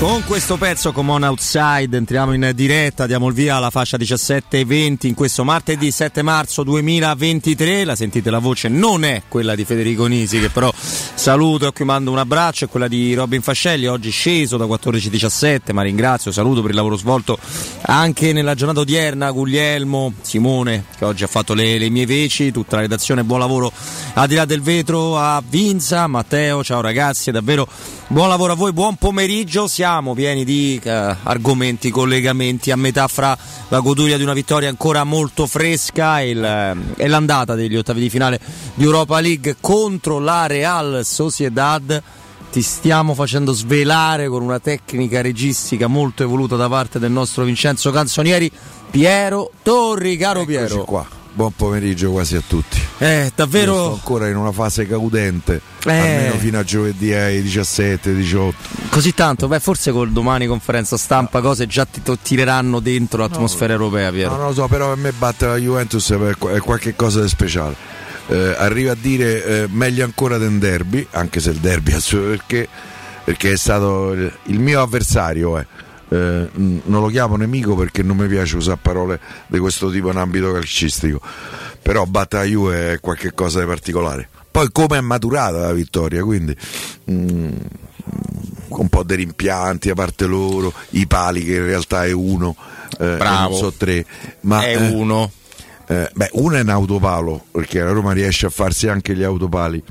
Con questo pezzo come On Outside entriamo in diretta, diamo il via alla fascia 17:20 in questo martedì 7 marzo 2023. La sentite, la voce non è quella di Federico Nisi, che però saluto e a cui mando un abbraccio, è quella di Robin Fascelli, oggi sceso da 14:17, ma ringrazio, saluto per il lavoro svolto anche nella giornata odierna, Guglielmo, Simone che oggi ha fatto le mie veci, tutta la redazione, buon lavoro al di là del vetro, a Vinza, Matteo, ciao ragazzi, davvero buon lavoro a voi, buon pomeriggio. Siamo pieni di argomenti, collegamenti, a metà fra la goduria di una vittoria ancora molto fresca e l'andata degli ottavi di finale di Europa League contro la Real Sociedad. Ti stiamo facendo svelare con una tecnica registica molto evoluta da parte del nostro Vincenzo Canzonieri, Piero Torri. Caro Piero, eccoci qua. Buon pomeriggio quasi a tutti. Davvero. Io sto ancora in una fase caudente, almeno fino a giovedì ai 17-18. Così tanto? Beh, forse col domani conferenza stampa cose già ti tireranno dentro l'atmosfera europea, Piero. No, non lo so, però a me battere la Juventus è qualche cosa di speciale. Arriva a dire meglio ancora del derby, anche se il derby ha il suo perché è stato il mio avversario. Non lo chiamo nemico perché non mi piace usare parole di questo tipo in ambito calcistico, però battere la Juve è qualche cosa di particolare. Poi come è maturata la vittoria, quindi con un po' di rimpianti a parte loro, i pali che in realtà è uno, non so tre, ma è uno. Uno è un autopalo, perché la Roma riesce a farsi anche gli autopali.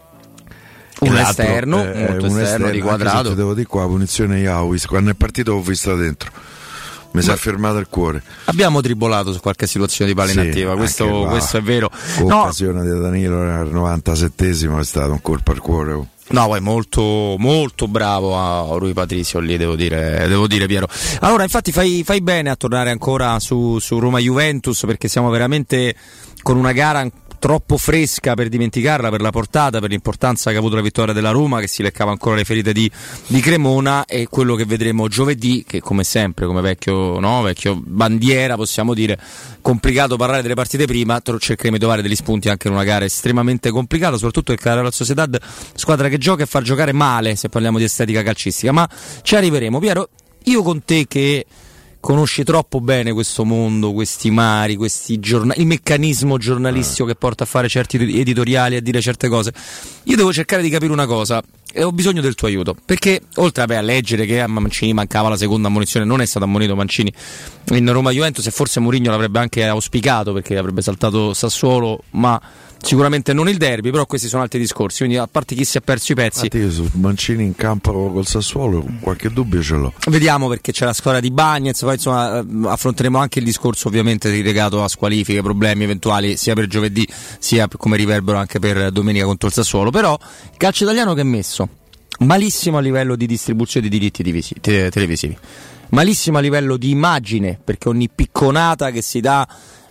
Un esterno, molto esterno, di Quadrato. Devo dire qua, la punizione Iauis, quando è partito l'ho vista dentro, mi si è fermato il cuore. Abbiamo tribolato su qualche situazione di palla inattiva, questo è vero. L'occasione di Danilo al 97esimo è stato un colpo al cuore. No, poi molto molto bravo a Rui Patricio lì, devo dire Piero. Allora, infatti fai bene a tornare ancora su Roma Juventus, perché siamo veramente con una gara troppo fresca per dimenticarla, per la portata, per l'importanza che ha avuto la vittoria della Roma, che si leccava ancora le ferite di Cremona, e quello che vedremo giovedì, che come sempre, come vecchio bandiera, possiamo dire, complicato parlare delle partite prima, cercheremo di trovare degli spunti anche in una gara estremamente complicata, soprattutto perché la Real Sociedad, squadra che gioca e fa giocare male, se parliamo di estetica calcistica, ma ci arriveremo. Piero, io con te che conosci troppo bene questo mondo, questi mari, il meccanismo giornalistico che porta a fare certi editoriali, a dire certe cose, io devo cercare di capire una cosa e ho bisogno del tuo aiuto, perché oltre a leggere che a Mancini mancava la seconda ammonizione, non è stato ammonito Mancini in Roma Juventus, e forse Mourinho l'avrebbe anche auspicato perché avrebbe saltato Sassuolo, ma sicuramente non il derby, però questi sono altri discorsi, quindi a parte chi si è perso i pezzi. Io su Mancini in campo col Sassuolo qualche dubbio ce l'ho. Vediamo, perché c'è la squadra di Bagnez, poi insomma affronteremo anche il discorso ovviamente legato a squalifiche, problemi eventuali sia per giovedì sia come riverbero anche per domenica contro il Sassuolo. Però il calcio italiano che è messo malissimo a livello di distribuzione di diritti televisivi, malissimo a livello di immagine, perché ogni picconata che si dà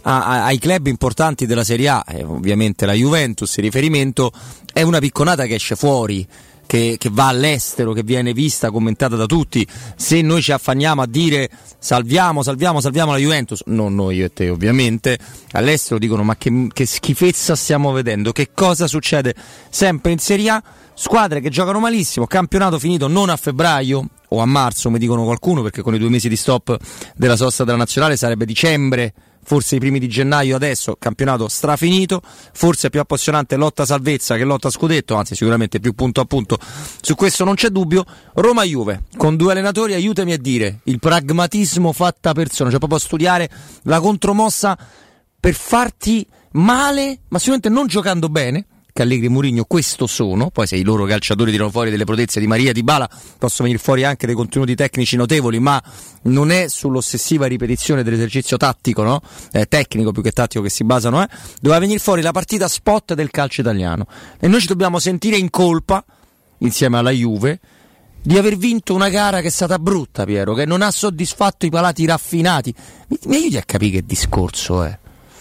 ai club importanti della Serie A, ovviamente la Juventus, il riferimento è una picconata che esce fuori, che va all'estero, che viene vista, commentata da tutti. Se noi ci affanniamo a dire salviamo la Juventus, non noi, io e te ovviamente, all'estero dicono ma che schifezza stiamo vedendo, che cosa succede sempre in Serie A, squadre che giocano malissimo, campionato finito non a febbraio o a marzo come dicono qualcuno, perché con i 2 mesi di stop della sosta della nazionale sarebbe dicembre, forse i primi di gennaio. Adesso campionato strafinito, forse più appassionante lotta salvezza che lotta scudetto, anzi sicuramente più punto a punto, su questo non c'è dubbio. Roma-Juve con 2 allenatori, aiutami a dire, il pragmatismo fatta persona, cioè proprio a studiare la contromossa per farti male, ma sicuramente non giocando bene, che Allegri e Mourinho questo sono. Poi se i loro calciatori tirano fuori delle protezze di Maria, Dybala, possono venire fuori anche dei contenuti tecnici notevoli, ma non è sull'ossessiva ripetizione dell'esercizio tattico, no? Tecnico più che tattico che si basano, doveva venire fuori la partita spot del calcio italiano, e noi ci dobbiamo sentire in colpa insieme alla Juve di aver vinto una gara che è stata brutta, Piero, che non ha soddisfatto i palati raffinati. Mi aiuti a capire che discorso è?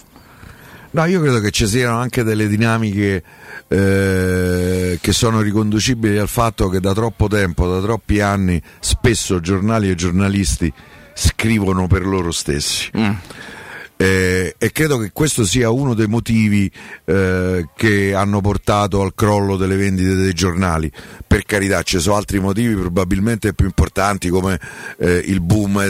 No, io credo che ci siano anche delle dinamiche che sono riconducibili al fatto che da troppo tempo, da troppi anni, spesso giornali e giornalisti scrivono per loro stessi. E e credo che questo sia uno dei motivi che hanno portato al crollo delle vendite dei giornali. Per carità, ci sono altri motivi probabilmente più importanti, come il boom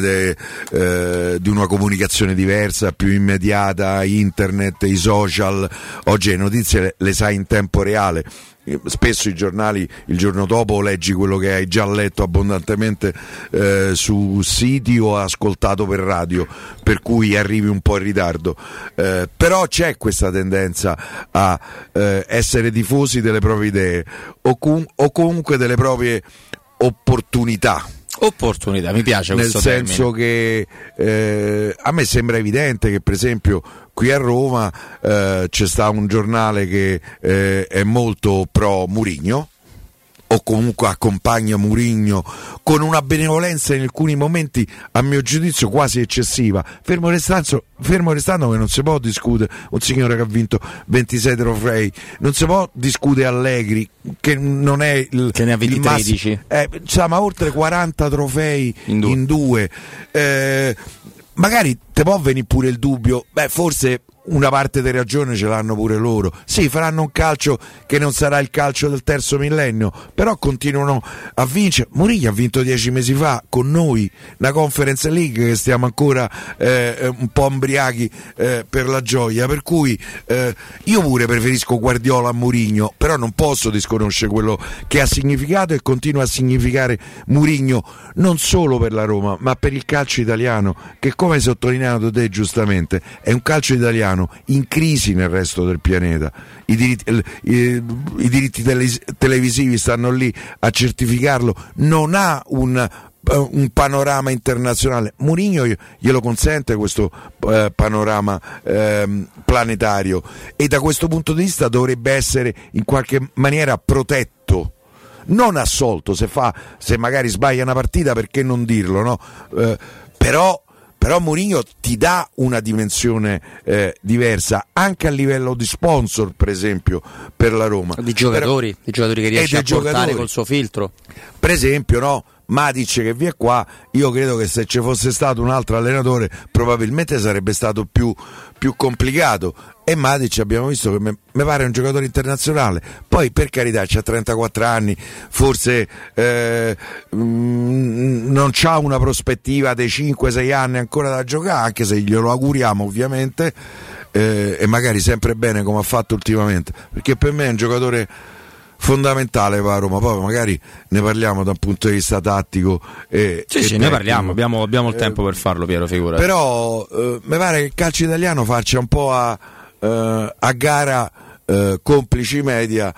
di una comunicazione diversa, più immediata, internet, i social. Oggi le notizie le sai in tempo reale. Spesso i giornali il giorno dopo leggi quello che hai già letto abbondantemente su siti o ascoltato per radio, per cui arrivi un po' in ritardo, però c'è questa tendenza a essere tifosi delle proprie idee o comunque delle proprie opportunità, mi piace questo termine. Nel senso che a me sembra evidente che per esempio qui a Roma c'è sta un giornale che è molto pro Mourinho, o comunque accompagna Mourinho con una benevolenza in alcuni momenti a mio giudizio quasi eccessiva, fermo restando che non si può discutere un signore che ha vinto 26 trofei, non si può discutere Allegri che non è che ne ha vinti 13, ma oltre 40 trofei in due. Magari te può venire pure il dubbio, forse una parte di ragione ce l'hanno pure loro. Sì, faranno un calcio che non sarà il calcio del terzo millennio, però continuano a vincere. Mourinho ha vinto 10 mesi fa con noi una Conference League che stiamo ancora un po' imbriachi per la gioia, per cui io pure preferisco Guardiola a Mourinho, però non posso disconoscere quello che ha significato e continua a significare Mourinho, non solo per la Roma ma per il calcio italiano, che come hai sottolineato te giustamente è un calcio italiano in crisi nel resto del pianeta. I diritti televisivi stanno lì a certificarlo, non ha un panorama internazionale. Mourinho glielo consente questo panorama planetario, e da questo punto di vista dovrebbe essere in qualche maniera protetto, non assolto. Se magari sbaglia una partita, perché non dirlo, no? Però Mourinho ti dà una dimensione diversa anche a livello di sponsor, per esempio per la Roma, di giocatori che riesce a portare col suo filtro, per esempio, no? Matic che vi è qua, io credo che se ci fosse stato un altro allenatore probabilmente sarebbe stato più complicato, e Matic abbiamo visto che mi pare un giocatore internazionale. Poi per carità c'ha 34 anni, forse non c'ha una prospettiva dei 5-6 anni ancora da giocare, anche se glielo auguriamo ovviamente, e magari sempre bene come ha fatto ultimamente, perché per me è un giocatore fondamentale per la Roma. Poi magari ne parliamo da un punto di vista tattico sì, ne parliamo, abbiamo il tempo per farlo, Piero, figurati. Però mi pare che il calcio italiano faccia un po' a gara complici media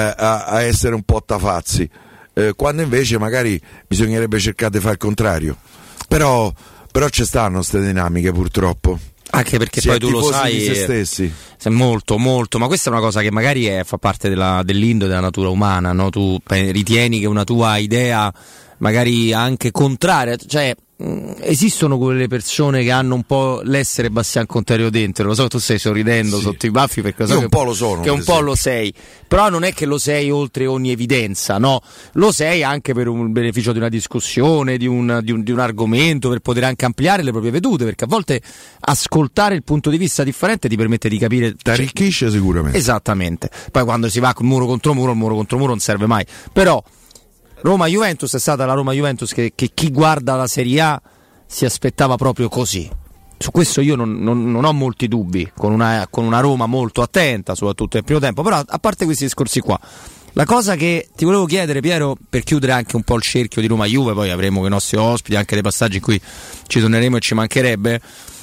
a essere un po' tafazzi, quando invece magari bisognerebbe cercare di fare il contrario. Però ci stanno queste dinamiche, purtroppo. Anche perché poi tu lo sai, di se stessi. Molto, molto, ma questa è una cosa che magari fa parte dell'indole della natura umana, no? Tu ritieni che una tua idea magari anche contraria, cioè esistono quelle persone che hanno un po' l'essere Bastian Conterio dentro, lo so, tu stai sorridendo sotto i baffi perché so io un po' lo sono, che un po' lo sei, però non è che lo sei oltre ogni evidenza, no? Lo sei anche per un beneficio di una discussione, di un argomento, per poter anche ampliare le proprie vedute, perché a volte ascoltare il punto di vista differente ti permette di capire, t'arricchisce sicuramente. Esattamente. Poi quando si va con muro contro muro, il muro contro muro non serve mai, però Roma-Juventus è stata la Roma-Juventus che chi guarda la Serie A si aspettava proprio così. Su questo io non ho molti dubbi, con una Roma molto attenta, soprattutto nel primo tempo. Però a parte questi discorsi qua, la cosa che ti volevo chiedere, Piero, per chiudere anche un po' il cerchio di Roma-Juve, poi avremo i nostri ospiti, anche dei passaggi in cui ci torneremo e ci mancherebbe,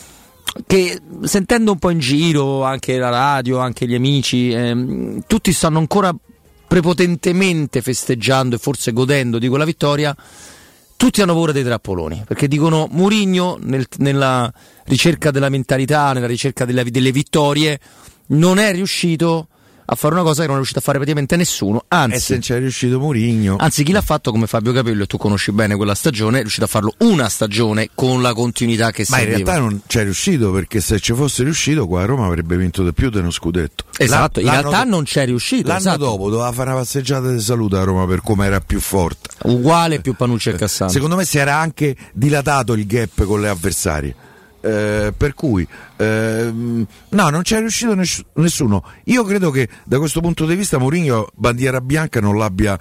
che sentendo un po' in giro anche la radio, anche gli amici, tutti stanno ancora prepotentemente festeggiando e forse godendo di quella vittoria. Tutti hanno paura dei trappoloni, perché dicono Mourinho nella ricerca della mentalità, nella ricerca delle vittorie, non è riuscito a fare una cosa che non è riuscito a fare praticamente nessuno, anzi, e se c'è riuscito Mourinho, anzi chi l'ha fatto come Fabio Capello, e tu conosci bene quella stagione, è riuscito a farlo una stagione con la continuità che serviva. Ma in realtà non c'è riuscito, perché se ci fosse riuscito qua a Roma avrebbe vinto di più di uno scudetto. Esatto, in realtà non c'è riuscito. L'anno dopo doveva fare una passeggiata di salute a Roma per come era più forte, uguale, più Panucci e Cassano. Secondo me si era anche dilatato il gap con le avversarie. Per cui no, non c'è riuscito nessuno. Io credo che da questo punto di vista Mourinho bandiera bianca non l'abbia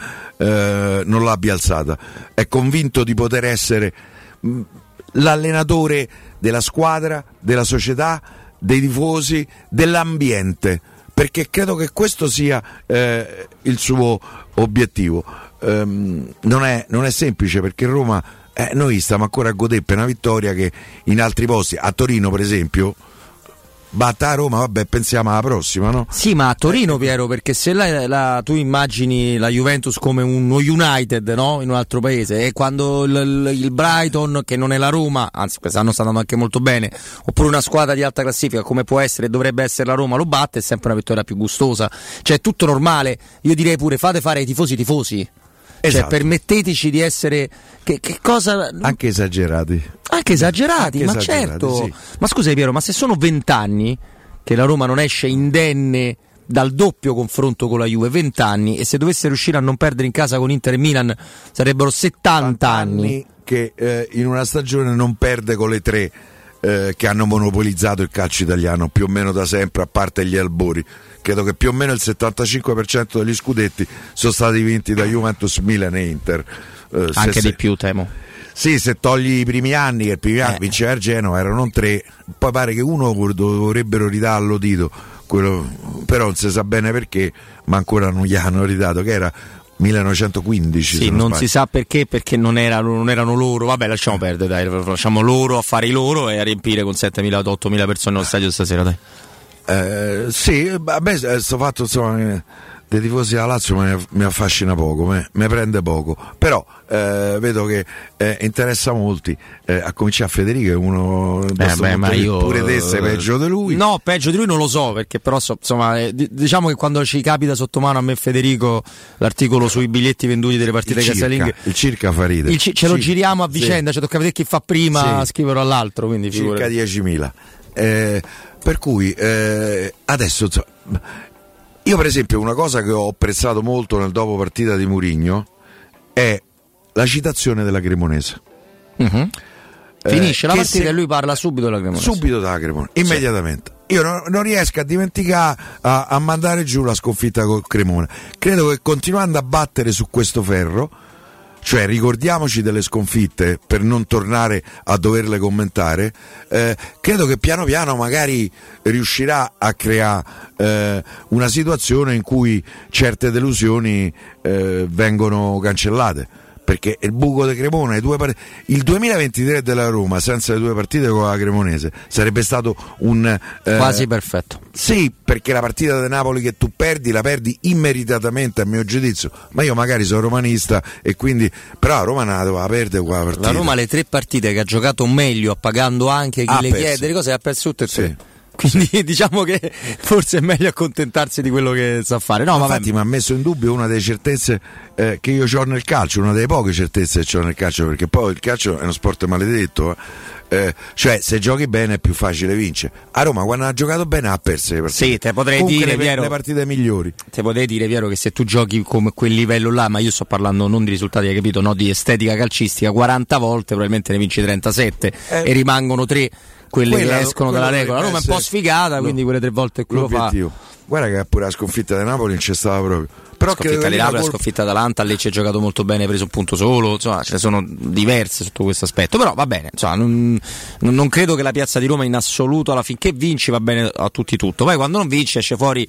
alzata. È convinto di poter essere l'allenatore della squadra, della società, dei tifosi, dell'ambiente, perché credo che questo sia il suo obiettivo. Non è semplice, perché Roma, noi stiamo ancora a godere per una vittoria che in altri posti, a Torino per esempio, batta a Roma, vabbè, pensiamo alla prossima, no? Sì, ma a Torino, Piero, perché se tu immagini la Juventus come uno United, no? In un altro paese, e quando il Brighton, che non è la Roma, anzi quest'anno sta andando anche molto bene, oppure una squadra di alta classifica come può essere e dovrebbe essere la Roma, lo batte, è sempre una vittoria più gustosa. Cioè è tutto normale. Io direi pure, fate fare ai tifosi. Esatto. Cioè, permetteteci di essere che cosa anche esagerati, ma certo, sì. Ma scusa Piero, ma se sono 20 anni che la Roma non esce indenne dal doppio confronto con la Juve, 20 anni, e se dovesse riuscire a non perdere in casa con Inter e Milan sarebbero 70 anni che in una stagione non perde con le tre che hanno monopolizzato il calcio italiano più o meno da sempre, a parte gli albori. Credo che più o meno il 75% degli scudetti sono stati vinti da Juventus, Milan e Inter. Anche di più, temo. Sì, se togli i primi anni, che il primi anni vinceva il Genoa, erano 3, poi pare che uno dovrebbero ridare allo Tito, quello, però non si sa bene perché, ma ancora non gli hanno ridato, che era 1915. Sì, non si sa perché non erano loro. Vabbè, lasciamo perdere, dai, lasciamo loro a fare i loro e a riempire con 7.000-8.000 persone allo stadio stasera, dai. Sì, a me sto fatto, insomma, dei tifosi della Lazio mi affascina poco, mi prende poco, però vedo che interessa molti, a cominciare a Federico, è uno ma io, pure te sei peggio di lui. No, peggio di lui non lo so, perché però insomma diciamo che quando ci capita sotto mano a me Federico l'articolo sui biglietti venduti delle partite casalinghe, il circa fa ridere, ce lo giriamo a vicenda, sì. Cioè tocca vedere chi fa prima, sì. Scriverlo all'altro, quindi circa 10.000. Per cui adesso io per esempio una cosa che ho apprezzato molto nel dopo partita di Mourinho è la citazione della Cremonese. Uh-huh. Finisce la partita e lui parla subito della Cremonese. Subito dalla Cremonese, immediatamente. Sì. Io non riesco a dimenticare a mandare giù la sconfitta col Cremona. Credo che continuando a battere su questo ferro, cioè ricordiamoci delle sconfitte per non tornare a doverle commentare, credo che piano piano magari riuscirà a creare una situazione in cui certe delusioni vengono cancellate, perché il buco di Cremona, il 2023 della Roma senza le 2 partite con la Cremonese sarebbe stato un quasi perfetto. Sì, perché la partita del Napoli che tu perdi la perdi immeritatamente, a mio giudizio, ma io magari sono romanista e quindi, però Roma non la doveva perdere quella partita. La Roma le 3 partite che ha giocato meglio, appagando anche chi le chiede le cose, ha perso tutte e 3. Sì. Quindi sì. Diciamo che forse è meglio accontentarsi di quello che sa fare. No, infatti mi ha messo in dubbio una delle certezze che io ho nel calcio, una delle poche certezze che ho nel calcio, perché poi il calcio è uno sport maledetto, cioè se giochi bene è più facile vincere. A Roma quando ha giocato bene ha perso le partite. Sì, te potrei dire, Piero, le partite migliori. Te potrei dire, Piero, che se tu giochi come quel livello là, ma io sto parlando non di risultati, hai capito, no, di estetica calcistica, 40 volte probabilmente ne vinci 37 e rimangono 3 quelle che escono dalla regola. Roma è un po' sfigata, quindi quelle 3 volte qui lo fa. Guarda che pure la sconfitta del Napoli non c'è stata proprio. Però sconfitta di Napoli, la sconfitta Atalanta, Lecce ha giocato molto bene, ha preso un punto solo, insomma ce ne sono diverse sotto questo aspetto, però va bene, insomma, non credo che la piazza di Roma in assoluto, alla finché vinci va bene a tutti tutto, poi quando non vinci esce fuori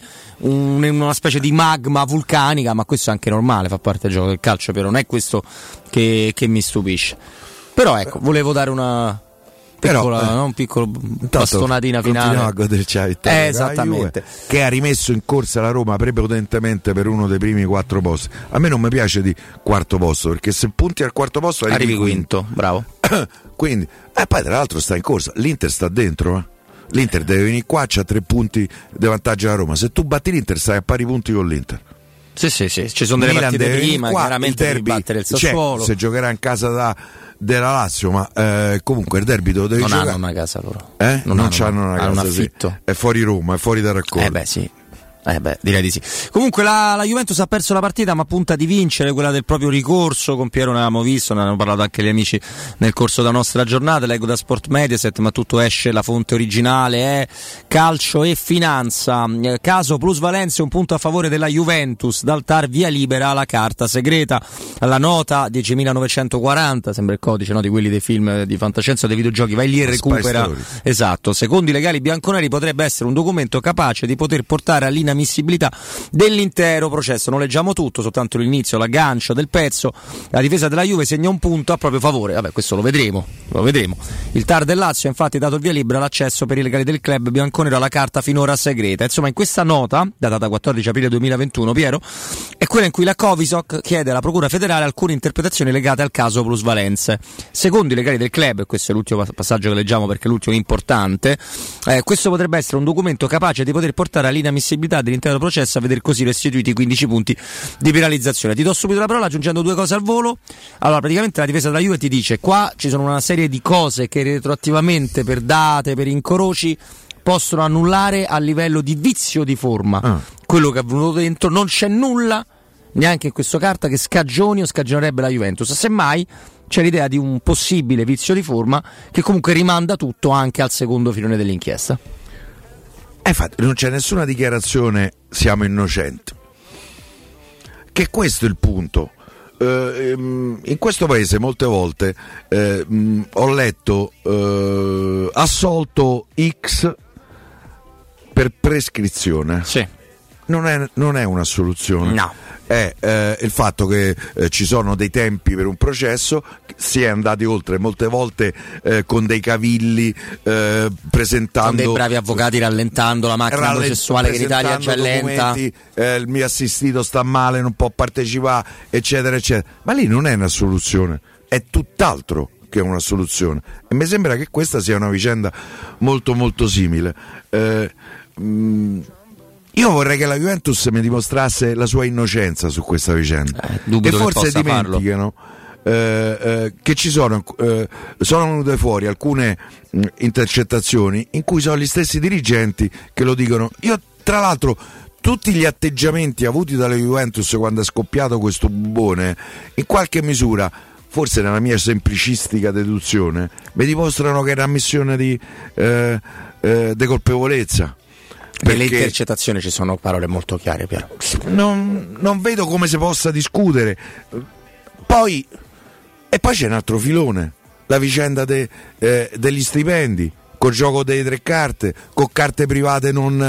una specie di magma vulcanica, ma questo è anche normale, fa parte del gioco del calcio, però non è questo che mi stupisce. Però ecco, volevo dare una piccola, un piccolo bastonatina finale. Continuiamo a goderci la vittoria, esattamente, che ha rimesso in corsa la Roma prepotentemente per uno dei primi 4 posti. A me non mi piace di quarto posto, perché se punti al quarto posto arrivi quinto. Bravo. Quindi poi tra l'altro sta in corsa, l'Inter sta dentro, l'Inter deve venire qua, c'ha 3 punti di vantaggio alla Roma. Se tu batti l'Inter stai a pari punti con l'Inter. Sì, ci sono delle Milan partite prima, qua, chiaramente il derby, devi battere il Sassuolo. Se giocherà in casa della Lazio, ma comunque il derby lo devi giocare. Non hanno una casa loro. Non hanno una casa, hanno un affitto. Sì. È fuori Roma, è fuori da raccordo. Sì. Direi di sì. Comunque la Juventus ha perso la partita, ma punta di vincere, quella del proprio ricorso. Con Piero ne avevamo visto, ne hanno parlato anche gli amici nel corso della nostra giornata. Leggo da Sport Mediaset, ma tutto esce, la fonte originale è Calcio e Finanza. Caso plusvalenze, un punto a favore della Juventus, dal TAR via libera alla carta segreta. La nota 10.940, sembra il codice, no, di quelli dei film di fantascienza, dei videogiochi, vai lì e recupera. Esatto, secondo i legali bianconeri potrebbe essere un documento capace di poter portare all'inammissibilità dell'intero processo. Non leggiamo tutto, soltanto l'inizio, l'aggancio del pezzo. La difesa della Juve segna un punto a proprio favore. Vabbè, questo lo vedremo. Il TAR del Lazio ha infatti dato il via libera all'accesso per i legali del club bianconero alla carta finora segreta. Insomma, in questa nota, datata 14 aprile 2021, Piero, è quella in cui la Covisoc chiede alla Procura federale alcune interpretazioni legate al caso plusvalenze. Secondo i legali del club, e questo è l'ultimo passaggio che leggiamo perché l'ultimo è importante, questo potrebbe essere un documento capace di poter portare all'inammissibilità dell'intero processo, a vedere così restituiti i 15 punti di penalizzazione. Ti do subito la parola aggiungendo due cose al volo. Allora, praticamente la difesa della Juve ti dice: qua ci sono una serie di cose che retroattivamente, per date, per incroci, possono annullare a livello di vizio di forma quello che è avvenuto dentro. Non c'è nulla, neanche in questo carta, che scagioni o scagionerebbe la Juventus. Semmai c'è l'idea di un possibile vizio di forma che comunque rimanda tutto anche al secondo filone dell'inchiesta. Infatti non c'è nessuna dichiarazione siamo innocenti, che questo è il punto. In questo paese molte volte ho letto assolto X per prescrizione. Sì. Non è una soluzione. No. È il fatto che ci sono dei tempi per un processo, si è andati oltre molte volte con dei cavilli, presentando con dei bravi avvocati, rallentando la macchina processuale che in Italia già è lenta. Il mio assistito sta male, non può partecipare, eccetera eccetera. Ma lì non è una soluzione, è tutt'altro che una soluzione, e mi sembra che questa sia una vicenda molto molto simile. Io vorrei che la Juventus mi dimostrasse la sua innocenza su questa vicenda, e forse dimenticano che ci sono venute fuori alcune intercettazioni in cui sono gli stessi dirigenti che lo dicono. Io tra l'altro tutti gli atteggiamenti avuti dalla Juventus quando è scoppiato questo bubbone, in qualche misura, forse nella mia semplicistica deduzione, mi dimostrano che era ammissione di colpevolezza. Nelle intercettazioni ci sono parole molto chiare, Piero. Non vedo come si possa discutere. Poi c'è un altro filone, la vicenda degli stipendi, col gioco delle tre carte, con carte private non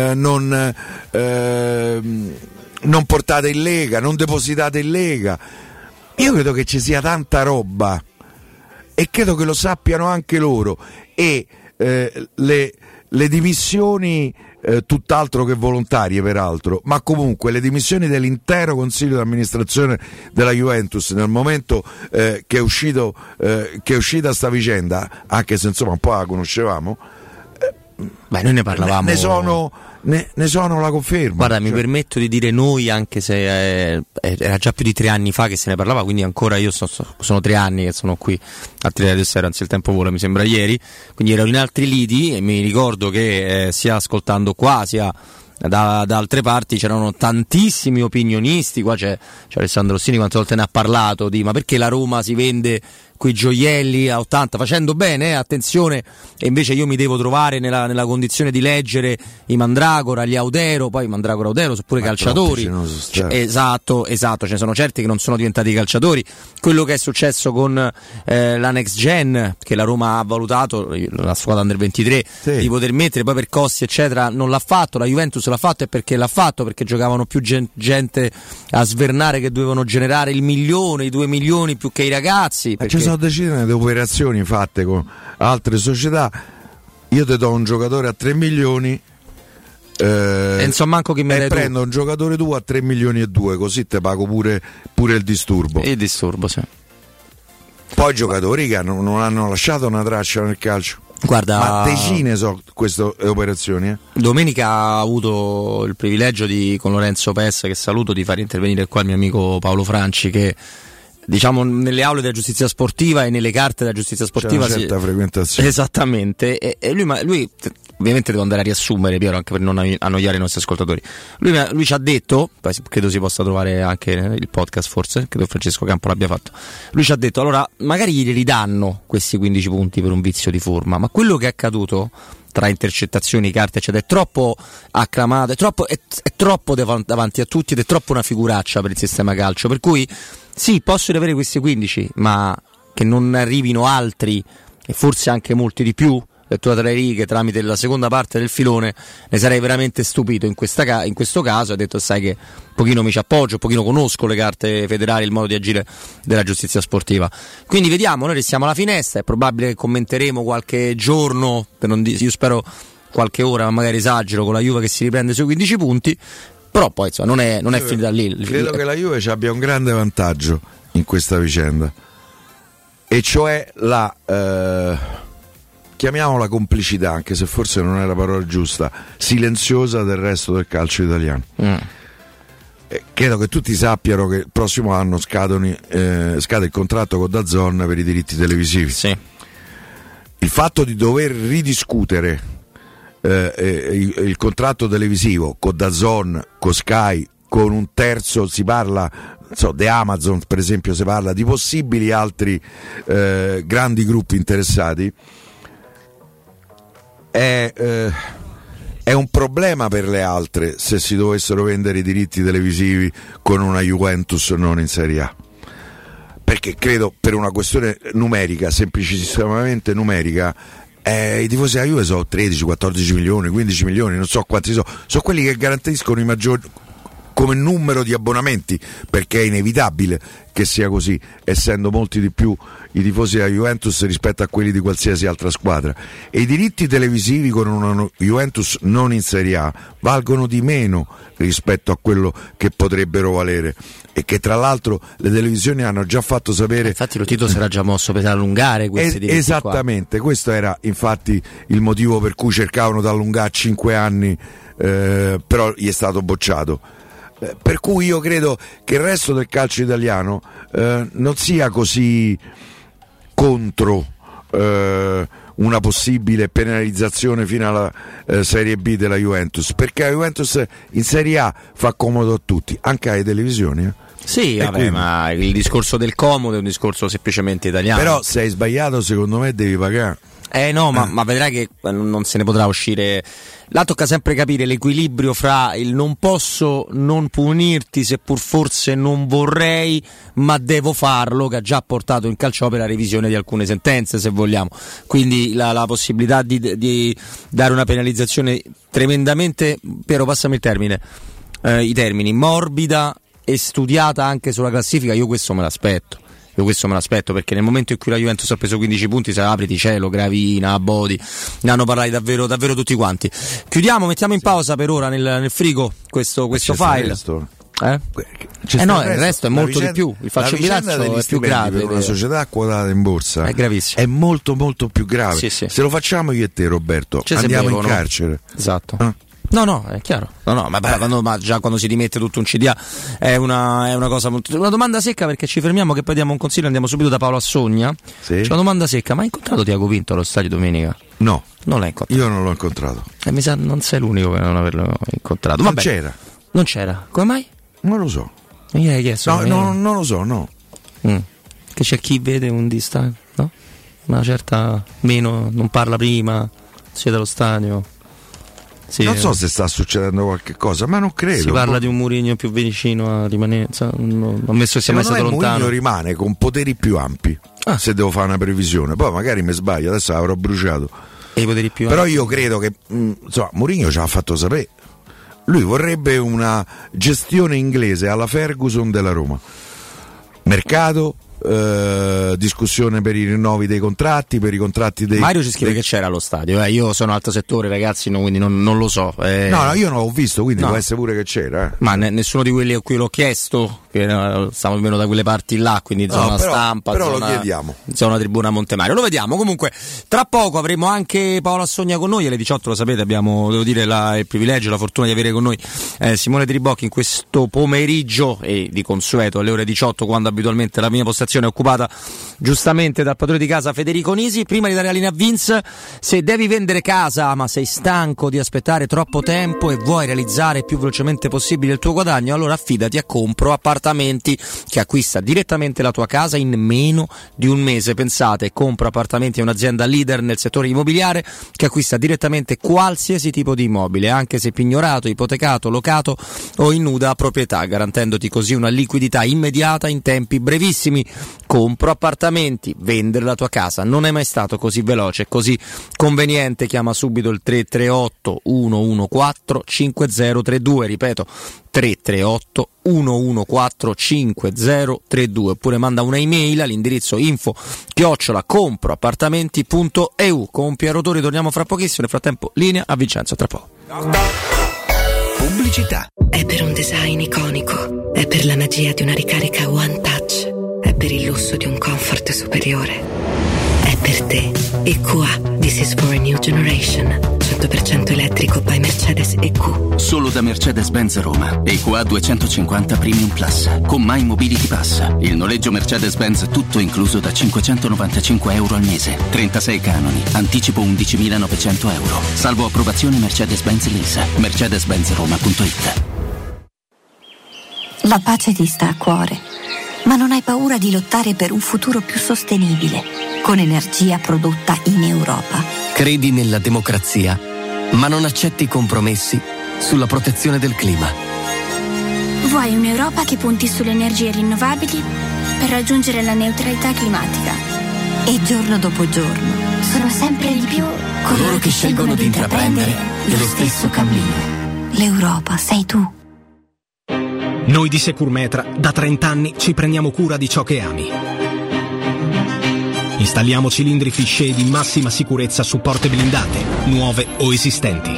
portate in Lega, non depositate in Lega. Io credo che ci sia tanta roba, e credo che lo sappiano anche loro, e le dimissioni tutt'altro che volontarie peraltro, ma comunque le dimissioni dell'intero consiglio di amministrazione della Juventus nel momento che è uscita sta vicenda, anche se insomma un po' la conoscevamo, noi ne parlavamo, ne sono la conferma. Guarda, mi permetto di dire noi, anche se era già più di 3 anni fa che se ne parlava, quindi ancora io sono 3 anni che sono qui a Triade del Sera, anzi il tempo vola, mi sembra ieri, quindi ero in altri lidi, e mi ricordo che sia ascoltando qua sia da altre parti c'erano tantissimi opinionisti. Qua c'è Alessandro Rossini, quante volte ne ha parlato di ma perché la Roma si vende quei gioielli a 80 facendo bene, attenzione, e invece io mi devo trovare nella condizione di leggere i Mandragora, gli Audero, poi i Mandragora Audero sono pure calciatori. Esatto, ce ne sono certi che non sono diventati calciatori. Quello che è successo con la Next Gen, che la Roma ha valutato, la squadra Under 23, sì, di poter mettere, poi per costi eccetera non l'ha fatto, la Juventus l'ha fatto, e perché l'ha fatto? Perché giocavano più gente a svernare, che dovevano generare il milione, i 2 milioni più che i ragazzi, perché ci sono decine di operazioni fatte con altre società. Io ti do un giocatore a 3 milioni e insomma manco che me prendo un giocatore tuo a 3 milioni e 2, così te pago pure il disturbo. Il disturbo, sì. Poi giocatori che non hanno lasciato una traccia nel calcio. Guarda, ma decine so queste operazioni. Domenica ha avuto il privilegio con Lorenzo Pes, che saluto, di far intervenire qua il mio amico Paolo Franci, che diciamo nelle aule della giustizia sportiva e nelle carte della giustizia sportiva c'è una certa frequentazione. Esattamente, e lui ovviamente devo andare a riassumere, Piero, anche per non annoiare i nostri ascoltatori. Lui ci ha detto, credo si possa trovare anche il podcast, forse credo Francesco Campo l'abbia fatto. Lui ci ha detto: allora magari gli ridanno questi 15 punti per un vizio di forma, ma quello che è accaduto tra intercettazioni, carte eccetera è troppo acclamato, è troppo davanti a tutti ed è troppo una figuraccia per il sistema calcio, per cui sì, possono avere questi 15, ma che non arrivino altri e forse anche molti di più, lettura tra le righe, tramite la seconda parte del filone, ne sarei veramente stupito in questo caso. Ha detto: sai che un pochino mi ci appoggio, un pochino conosco le carte federali, il modo di agire della giustizia sportiva, quindi vediamo, noi restiamo alla finestra, è probabile che commenteremo qualche giorno, io spero qualche ora, ma magari esagero, con la Juve che si riprende sui 15 punti, però poi insomma non è finita lì. Credo che la Juve ci abbia un grande vantaggio in questa vicenda, e cioè la chiamiamola complicità, anche se forse non è la parola giusta, silenziosa del resto del calcio italiano. Credo che tutti sappiano che il prossimo anno scade il contratto con DAZN per i diritti televisivi. Sì. Il fatto di dover ridiscutere il contratto televisivo con DAZN, con Sky, con un terzo, si parla di Amazon per esempio, si parla di possibili altri grandi gruppi interessati, è un problema per le altre se si dovessero vendere i diritti televisivi con una Juventus non in Serie A, perché credo per una questione numerica, semplicissimamente numerica, i tifosi della Juve sono 13, 14 milioni, 15 milioni, non so quanti sono quelli che garantiscono i maggiori come numero di abbonamenti, perché è inevitabile che sia così, essendo molti di più i tifosi della Juventus rispetto a quelli di qualsiasi altra squadra, e i diritti televisivi con una Juventus non in Serie A valgono di meno rispetto a quello che potrebbero valere, e che tra l'altro le televisioni hanno già fatto sapere. Infatti lo Tito si era già mosso per allungare questi diritti esattamente qua. Questo era infatti il motivo per cui cercavano di allungare 5 anni, però gli è stato bocciato. Per cui io credo che il resto del calcio italiano non sia così contro una possibile penalizzazione fino alla Serie B della Juventus, perché la Juventus in Serie A fa comodo a tutti, anche alle televisioni. Sì, vabbè, quindi, ma il discorso del comodo è un discorso semplicemente italiano. Però se hai sbagliato, secondo me devi pagare. No, ma vedrai che non se ne potrà uscire. Là tocca sempre capire l'equilibrio fra il non posso non punirti, seppur forse non vorrei, ma devo farlo, che ha già portato in calciopera la revisione di alcune sentenze, se vogliamo. Quindi la possibilità di dare una penalizzazione tremendamente, Piero, passami il termine, i termini, morbida e studiata anche sulla classifica, io questo me l'aspetto, perché nel momento in cui la Juventus ha preso 15 punti, se apriti cielo, Gravina, Bodi, ne hanno parlato davvero, davvero tutti quanti. Chiudiamo, mettiamo in pausa per ora nel frigo questo file. No, il resto è molto di più. Il faccio in bilancio è più grave. Per una società quotata in borsa è gravissimo. È molto molto più grave. Sì, sì. Se lo facciamo io e te, Roberto, andiamo in carcere. Esatto. No, è chiaro. No, ma già quando si rimette tutto un CDA è una cosa molto. Una domanda secca, perché ci fermiamo che poi diamo un consiglio, andiamo subito da Paolo Assogna. Sì. C'è una domanda secca: ma hai incontrato Tiago Pinto allo stadio domenica? No. Non l'hai incontrato? Io non l'ho incontrato. Mi sa non sei l'unico per non averlo incontrato. Non c'era. Non c'era. Come mai? Non lo so. Non gli hai chiesto? No, non lo so, no. Che c'è chi vede un distacco, no? Una certa meno, non parla prima, siete allo stadio. Sì, non so se sta succedendo qualche cosa, ma non credo. Si parla di un Mourinho più vicino a rimanere. Ammesso che sia mai stato lontano. Mourinho rimane con poteri più ampi. Se devo fare una previsione, poi magari mi sbaglio, adesso avrò bruciato. E i poteri più però ampi. Io credo che Mourinho ci ha fatto sapere. Lui vorrebbe una gestione inglese alla Ferguson della Roma. Mercato, discussione per i rinnovi dei contratti, per i contratti dei... Mario ci scrive che c'era allo stadio, io sono alto settore ragazzi, quindi non lo so. No, io non l'ho visto, quindi può essere pure che c'era. Ma nessuno di quelli a cui l'ho chiesto, che stiamo almeno da quelle parti là, quindi zona stampa, però zona, lo chiediamo. Zona Tribuna Montemario, lo vediamo. Comunque tra poco avremo anche Paola Assogna con noi, alle 18 lo sapete, abbiamo, devo dire, il privilegio, la fortuna di avere con noi Simone Tribocchi in questo pomeriggio, e di consueto alle ore 18, quando abitualmente la mia postazione è occupata giustamente dal padrone di casa Federico Nisi. Prima di dare la linea a Vince, se devi vendere casa ma sei stanco di aspettare troppo tempo e vuoi realizzare più velocemente possibile il tuo guadagno, allora affidati a Compro Appartamenti, che acquista direttamente la tua casa in meno di un mese. Pensate, Compro Appartamenti è un'azienda leader nel settore immobiliare che acquista direttamente qualsiasi tipo di immobile, anche se pignorato, ipotecato, locato o in nuda proprietà, garantendoti così una liquidità immediata in tempi brevissimi. Compro Appartamenti, vendere la tua casa non è mai stato così veloce, così conveniente. Chiama subito il 338 114 5032, ripeto 338 114 5032, oppure manda una email all'indirizzo info@comproappartamenti.eu. Con Piero Tori torniamo fra pochissimo, nel frattempo linea a Vincenzo, tra poco. Pubblicità. È per un design iconico, è per la magia di una ricarica One Touch, è per il lusso di un comfort superiore, è per te. EQA, This is for a new generation. 100% elettrico by Mercedes EQ. Solo da Mercedes-Benz Roma. EQA 250 Premium Plus con My Mobility Pass. Il noleggio Mercedes-Benz tutto incluso da €595 al mese. 36 canoni. Anticipo 11.900 euro. Salvo approvazione Mercedes-Benz Lease. Mercedes-Benzroma.it. La pace ti sta a cuore, ma non hai paura di lottare per un futuro più sostenibile con energia prodotta in Europa. Credi nella democrazia, ma non accetti compromessi sulla protezione del clima. Vuoi un'Europa che punti sulle energie rinnovabili per raggiungere la neutralità climatica. E giorno dopo giorno sono sempre di più coloro che scelgono di intraprendere lo stesso cammino. L'Europa sei tu. Noi di Securmetra da 30 anni ci prendiamo cura di ciò che ami. Installiamo cilindri Fichet di massima sicurezza su porte blindate, nuove o esistenti.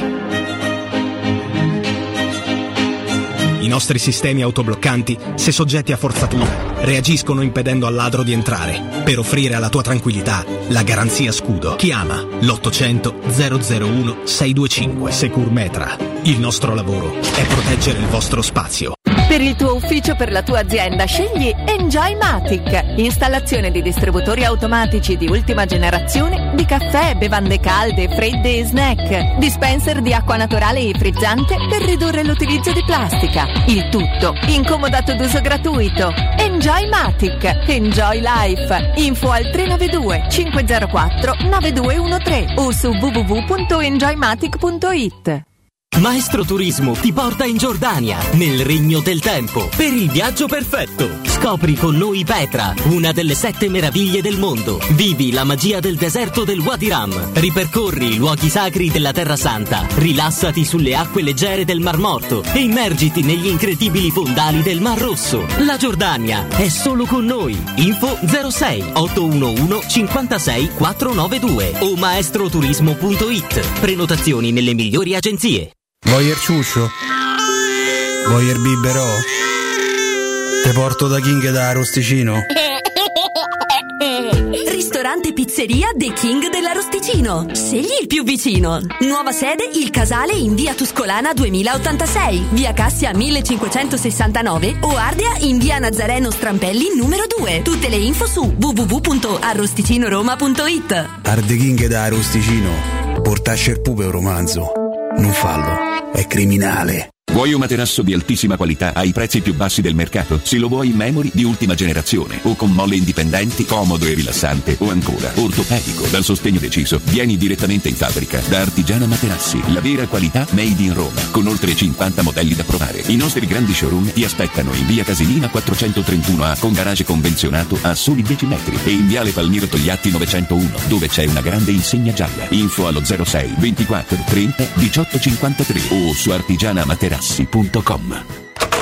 I nostri sistemi autobloccanti, se soggetti a forzatura, reagiscono impedendo al ladro di entrare, per offrire alla tua tranquillità la garanzia scudo. Chiama l'800 001 625. Securmetra. Il nostro lavoro è proteggere il vostro spazio. Per il tuo ufficio, per la tua azienda, scegli Enjoymatic. Installazione di distributori automatici di ultima generazione di caffè, bevande calde, fredde e snack. Dispenser di acqua naturale e frizzante per ridurre l'utilizzo di plastica. Il tutto incomodato d'uso gratuito. Enjoymatic. Enjoy Life. Info al 392 504 9213 o su www.enjoymatic.it. Maestro Turismo ti porta in Giordania, nel Regno del Tempo, per il viaggio perfetto. Scopri con noi Petra, una delle 7 meraviglie del mondo. Vivi la magia del deserto del Wadi Rum. Ripercorri i luoghi sacri della Terra Santa. Rilassati sulle acque leggere del Mar Morto e immergiti negli incredibili fondali del Mar Rosso. La Giordania è solo con noi. Info 06 811 56 492 o maestroturismo.it. Prenotazioni nelle migliori agenzie. Vuoi il ciuscio? Vuoi il biberò? Te porto da King da Arosticino? Ristorante Pizzeria The King dell'Arosticino. Scegli il più vicino. Nuova sede Il Casale in via Tuscolana 2086, via Cassia 1569 o Ardea in via Nazareno Strampelli numero 2. Tutte le info su www.arrosticinoroma.it. Arde King da Arosticino. Portasce il pupe un romanzo. Non fallo, è criminale. Vuoi un materasso di altissima qualità ai prezzi più bassi del mercato? Se lo vuoi in memory di ultima generazione o con molle indipendenti, comodo e rilassante, o ancora ortopedico dal sostegno deciso, vieni direttamente in fabbrica da Artigiana Materassi, la vera qualità made in Roma, con oltre 50 modelli da provare. I nostri grandi showroom ti aspettano in via Casilina 431A con garage convenzionato a soli 10 metri e in viale Palmiro Togliatti 901, dove c'è una grande insegna gialla. Info allo 06 24 30 18 53 o su artigianamaterassi.com.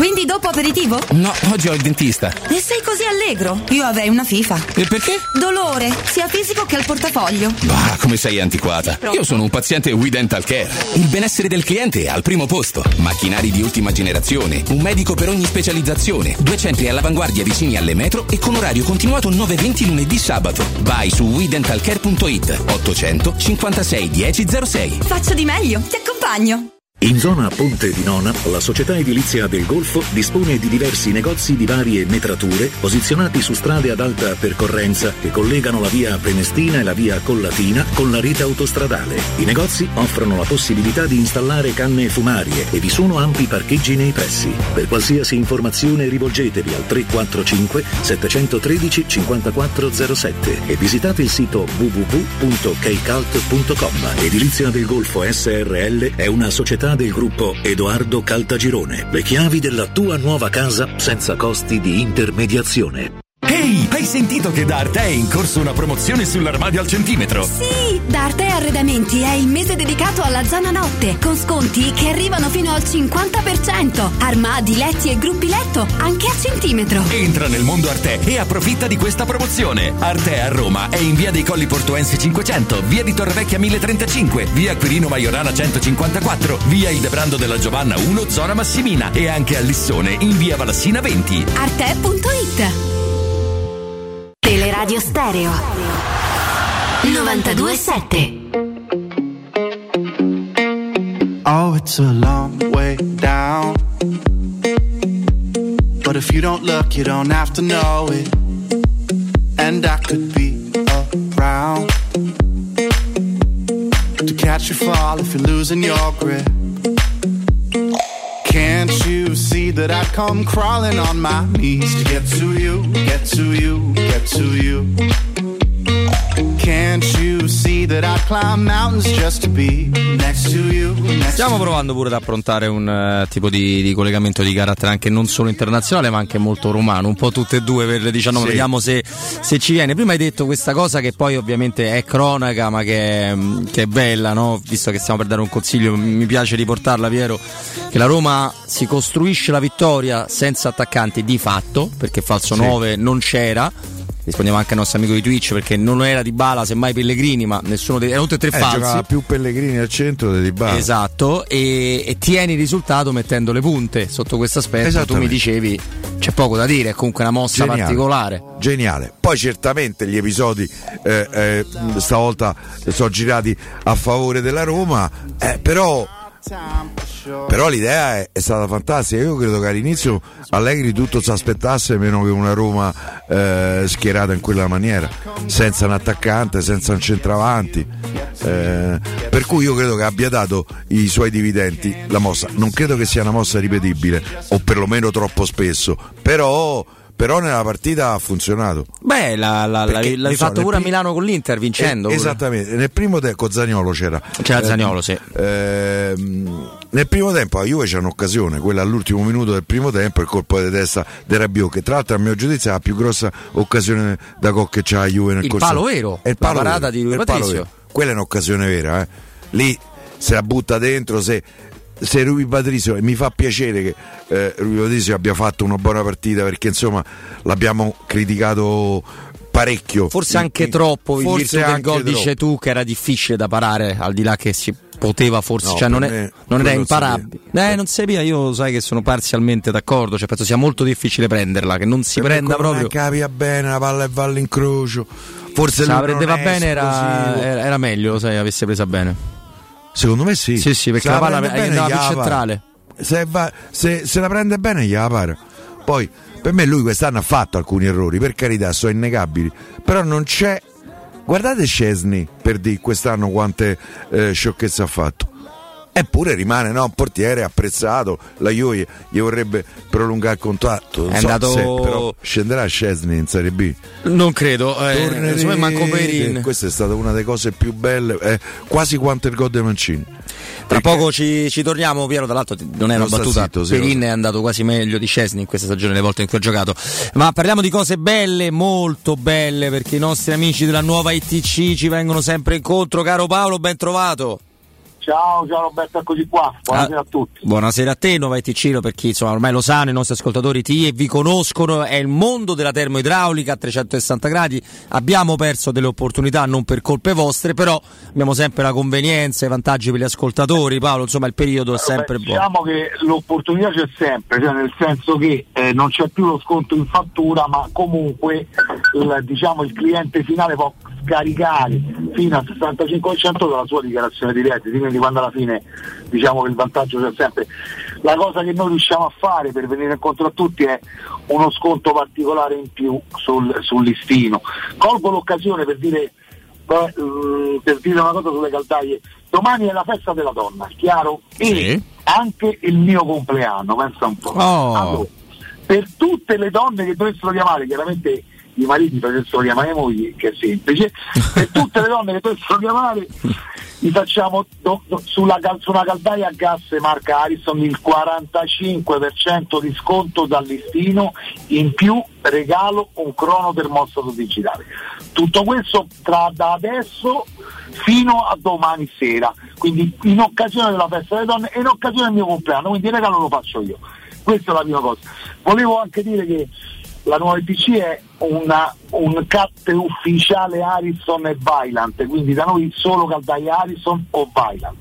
Quindi dopo aperitivo? No, oggi ho il dentista. E sei così allegro? Io avrei una FIFA. E perché? Dolore, sia fisico che al portafoglio. Bah, come sei antiquata. Io sono un paziente We Dental Care. Il benessere del cliente è al primo posto. Macchinari di ultima generazione, un medico per ogni specializzazione, 2 centri all'avanguardia vicini alle metro e con orario continuato 9-20 lunedì sabato. Vai su WeDentalCare.it 800 56 1006. Faccio di meglio, ti accompagno. In zona Ponte di Nona, la società edilizia del Golfo dispone di diversi negozi di varie metrature posizionati su strade ad alta percorrenza che collegano la via Prenestina e la via Collatina con la rete autostradale. I negozi offrono la possibilità di installare canne fumarie e vi sono ampi parcheggi nei pressi. Per qualsiasi informazione rivolgetevi al 345 713 5407 e visitate il sito www.keicalt.com. Edilizia del Golfo SRL è una società del gruppo Edoardo Caltagirone. Le chiavi della tua nuova casa senza costi di intermediazione. Ehi, hai sentito che da Arte è in corso una promozione sull'armadio al centimetro? Sì, da Arte Arredamenti è il mese dedicato alla zona notte, con sconti che arrivano fino al 50%. Armadi, letti e gruppi letto, anche a centimetro. Entra nel mondo Arte e approfitta di questa promozione. Arte a Roma è in via dei Colli Portuensi 500, via di Torrevecchia 1035, via Quirino Maiorana 154, via Il Debrando della Giovanna 1, zona Massimina e anche a Lissone in via Valassina 20. Arte.it. Teleradio Stereo 92.7. Oh, it's a long way down, but if you don't look, you don't have to know it. And I could be around to catch you fall if you're losing your grip. Can't you see that I'd come crawling on my knees to get to you, get to you, get to you? Can't you see that I'd climb mountains just to be next to you? Stiamo provando pure ad approntare un tipo di collegamento di carattere anche non solo internazionale ma anche molto romano, un po' tutte e due per le 19, sì. Vediamo se ci viene. Prima hai detto questa cosa che poi ovviamente è cronaca ma che è bella, no? Visto che stiamo per dare un consiglio, mi piace riportarla, Piero, che la Roma si costruisce la vittoria senza attaccanti di fatto, perché falso 9 non c'era. Rispondiamo anche al nostro amico di Twitch, perché non era Dybala, semmai Pellegrini, ma nessuno erano tutti e tre falsi. Giocava più Pellegrini al centro di Dybala. Esatto, e tieni il risultato mettendo le punte sotto questo aspetto. Tu mi dicevi c'è poco da dire, è comunque una mossa particolare. Geniale. Poi certamente gli episodi stavolta sono girati a favore della Roma, però l'idea è stata fantastica. Io credo che all'inizio Allegri tutto si aspettasse meno che una Roma schierata in quella maniera, senza un attaccante, senza un centravanti, per cui io credo che abbia dato i suoi dividendi la mossa. Non credo che sia una mossa ripetibile, o perlomeno troppo spesso, però nella partita ha funzionato. Beh, l'hai fatto pure a Milano con l'Inter vincendo. Esattamente, nel primo tempo con Zaniolo c'era Zaniolo, sì. Nel primo tempo la Juve c'è un'occasione, quella all'ultimo minuto del primo tempo, il colpo di testa di Rabiot, che tra l'altro a mio giudizio è la più grossa occasione da gol che c'ha la Juve nel corso. Palo vero, è il palo la parata di Rui Patricio. Quella è un'occasione vera, lì se la butta dentro, se Rui Patricio, e mi fa piacere che Rui Patricio abbia fatto una buona partita, perché insomma l'abbiamo criticato parecchio, forse anche troppo. Il virtù del gol dice tu che era difficile da parare, al di là che si poteva forse, no, cioè non era imparabile. Non si via, io sai che sono parzialmente d'accordo, cioè penso sia molto difficile prenderla, che non si prenda proprio. Non capia bene la palla e va all'incrocio, forse se la prendeva bene era meglio, sai, avesse presa bene. Secondo me sì, perché la palla andava più centrale. Se la prende bene gliela para. Poi per me lui quest'anno ha fatto alcuni errori, per carità, sono innegabili, però non c'è. Guardate Szczesny, per dire quest'anno quante sciocchezze ha fatto. Eppure rimane un portiere apprezzato, la Juve gli vorrebbe prolungare il contratto. Non so se però scenderà Szczesny in Serie B. Non credo, insomma manco Perin. Questa è stata una delle cose più belle, quasi quanto il gol di Mancini. Tra poco ci torniamo, Piero, tra l'altro non è una battuta, Perin è andato quasi meglio di Szczesny in questa stagione, le volte in cui ha giocato. Ma parliamo di cose belle, molto belle, perché i nostri amici della nuova ITC ci vengono sempre incontro. Caro Paolo, ben trovato. Ciao Roberto, eccoci qua, buonasera a tutti. Buonasera a te, Nova Ticino, per chi insomma ormai lo sanno, i nostri ascoltatori vi conoscono, è il mondo della termoidraulica a 360 gradi, abbiamo perso delle opportunità non per colpe vostre, però abbiamo sempre la convenienza, i vantaggi per gli ascoltatori, Paolo, insomma il periodo è sempre buono. Diciamo che l'opportunità c'è sempre, cioè nel senso che non c'è più lo sconto in fattura, ma comunque il cliente finale può scaricare fino al 65% della sua dichiarazione di redditi, quindi quando alla fine diciamo che il vantaggio c'è sempre. La cosa che noi riusciamo a fare per venire incontro a tutti è uno sconto particolare in più sul listino. Colgo l'occasione per dire una cosa sulle caldaie. Domani è la festa della donna, chiaro? E anche il mio compleanno, pensa un po'. Allora, per tutte le donne che dovessero chiamare, chiaramente i mariti dovessero chiamare le mogli, che è semplice, per tutte le donne che dovessero chiamare gli facciamo su una caldaia a gas marca Ariston il 45% di sconto dal listino, in più regalo un crono termostato digitale. Tutto questo da adesso fino a domani sera, quindi in occasione della festa delle donne e in occasione del mio compleanno, quindi il regalo lo faccio io. Questa è la prima cosa. Volevo anche dire che la nuova ETC è un CAT ufficiale Ariston e Vaillant, quindi da noi solo caldaie Ariston o Vaillant,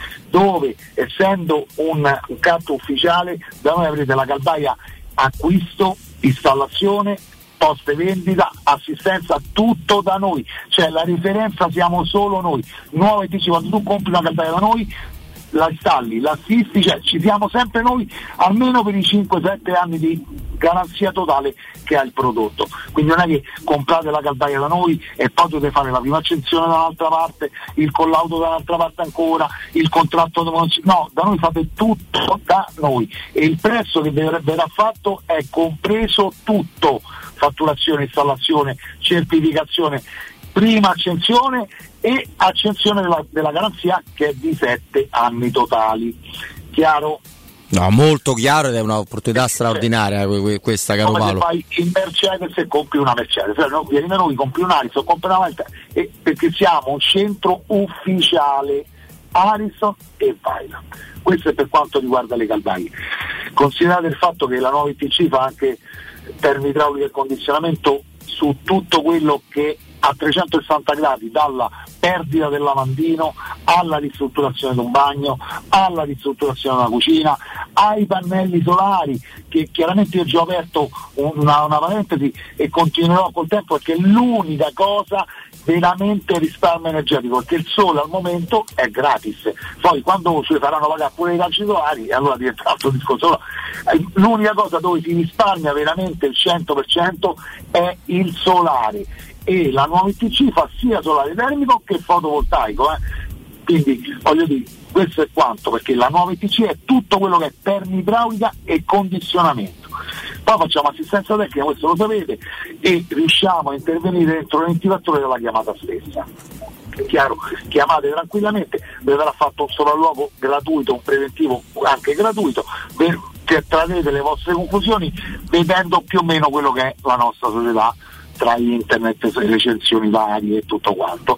dove essendo un CAT ufficiale da noi avrete la caldaia acquisto, installazione, poste vendita, assistenza, tutto da noi, cioè la riferenza siamo solo noi. Nuova ETC, quando tu compri una caldaia da noi la installi, l'assisti, cioè ci siamo sempre noi almeno per i 5-7 anni di garanzia totale che ha il prodotto. Quindi non è che comprate la caldaia da noi e poi dovete fare la prima accensione da un'altra parte, il collaudo da un'altra parte ancora, il contratto no, da noi fate tutto da noi e il prezzo che verrà fatto è compreso tutto, fatturazione, installazione, certificazione, prima accensione e accensione della garanzia che è di 7 anni totali. Chiaro? No, molto chiaro ed è un'opportunità straordinaria questa, caro Paolo. Come se fai in Mercedes e compri una Mercedes, cioè, vieni da noi, compri un Ariston, compri una Vaillant, perché siamo un centro ufficiale Ariston e Vaillant. Questo è per quanto riguarda le caldaie. Considerate il fatto che la nuova ETC fa anche termoidraulica e condizionamento su tutto quello che a 360 gradi, dalla perdita del lavandino alla ristrutturazione di un bagno, alla ristrutturazione di una cucina, ai pannelli solari, che chiaramente io già ho aperto una parentesi e continuerò col tempo, perché è l'unica cosa veramente risparmio energetico, perché il sole al momento è gratis, poi quando ci faranno pagare pure i calci solari allora diventa un altro discorso. L'unica cosa dove si risparmia veramente il 100% è il solare, e la nuova ETC fa sia solare termico che fotovoltaico, quindi voglio dire, questo è quanto, perché la nuova ETC è tutto quello che è termoidraulica e condizionamento. Poi facciamo assistenza tecnica, questo lo sapete, e riusciamo a intervenire entro le 24 ore della chiamata stessa. È chiaro, chiamate tranquillamente, vi verrà fatto un sopralluogo gratuito, un preventivo anche gratuito, che tradete le vostre conclusioni vedendo più o meno quello che è la nostra società, tra internet, recensioni varie e tutto quanto.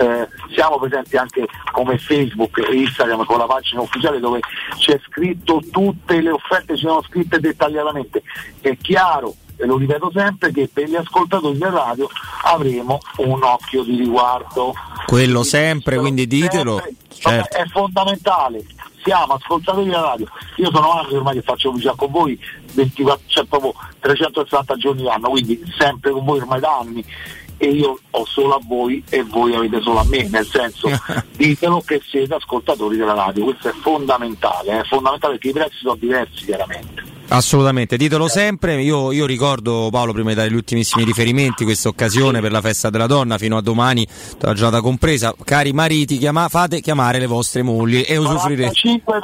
Siamo presenti anche come Facebook e Instagram con la pagina ufficiale dove c'è scritto, tutte le offerte ci sono scritte dettagliatamente. È chiaro, e lo ripeto sempre, che per gli ascoltatori del radio avremo un occhio di riguardo. Quello sempre, quindi ditelo. Certo. È fondamentale. Siamo ascoltatori della radio, io sono anni ormai che faccio pubblicità con voi 24, cioè proprio 360 giorni l'anno, quindi sempre con voi ormai da anni, e io ho solo a voi e voi avete solo a me, nel senso ditelo che siete ascoltatori della radio, questo è fondamentale perché i prezzi sono diversi chiaramente. Assolutamente, ditelo sempre. Io ricordo, Paolo, prima di dare gli ultimissimi riferimenti, questa occasione per la festa della donna fino a domani, la giornata compresa, cari mariti, fate chiamare le vostre mogli e usufruire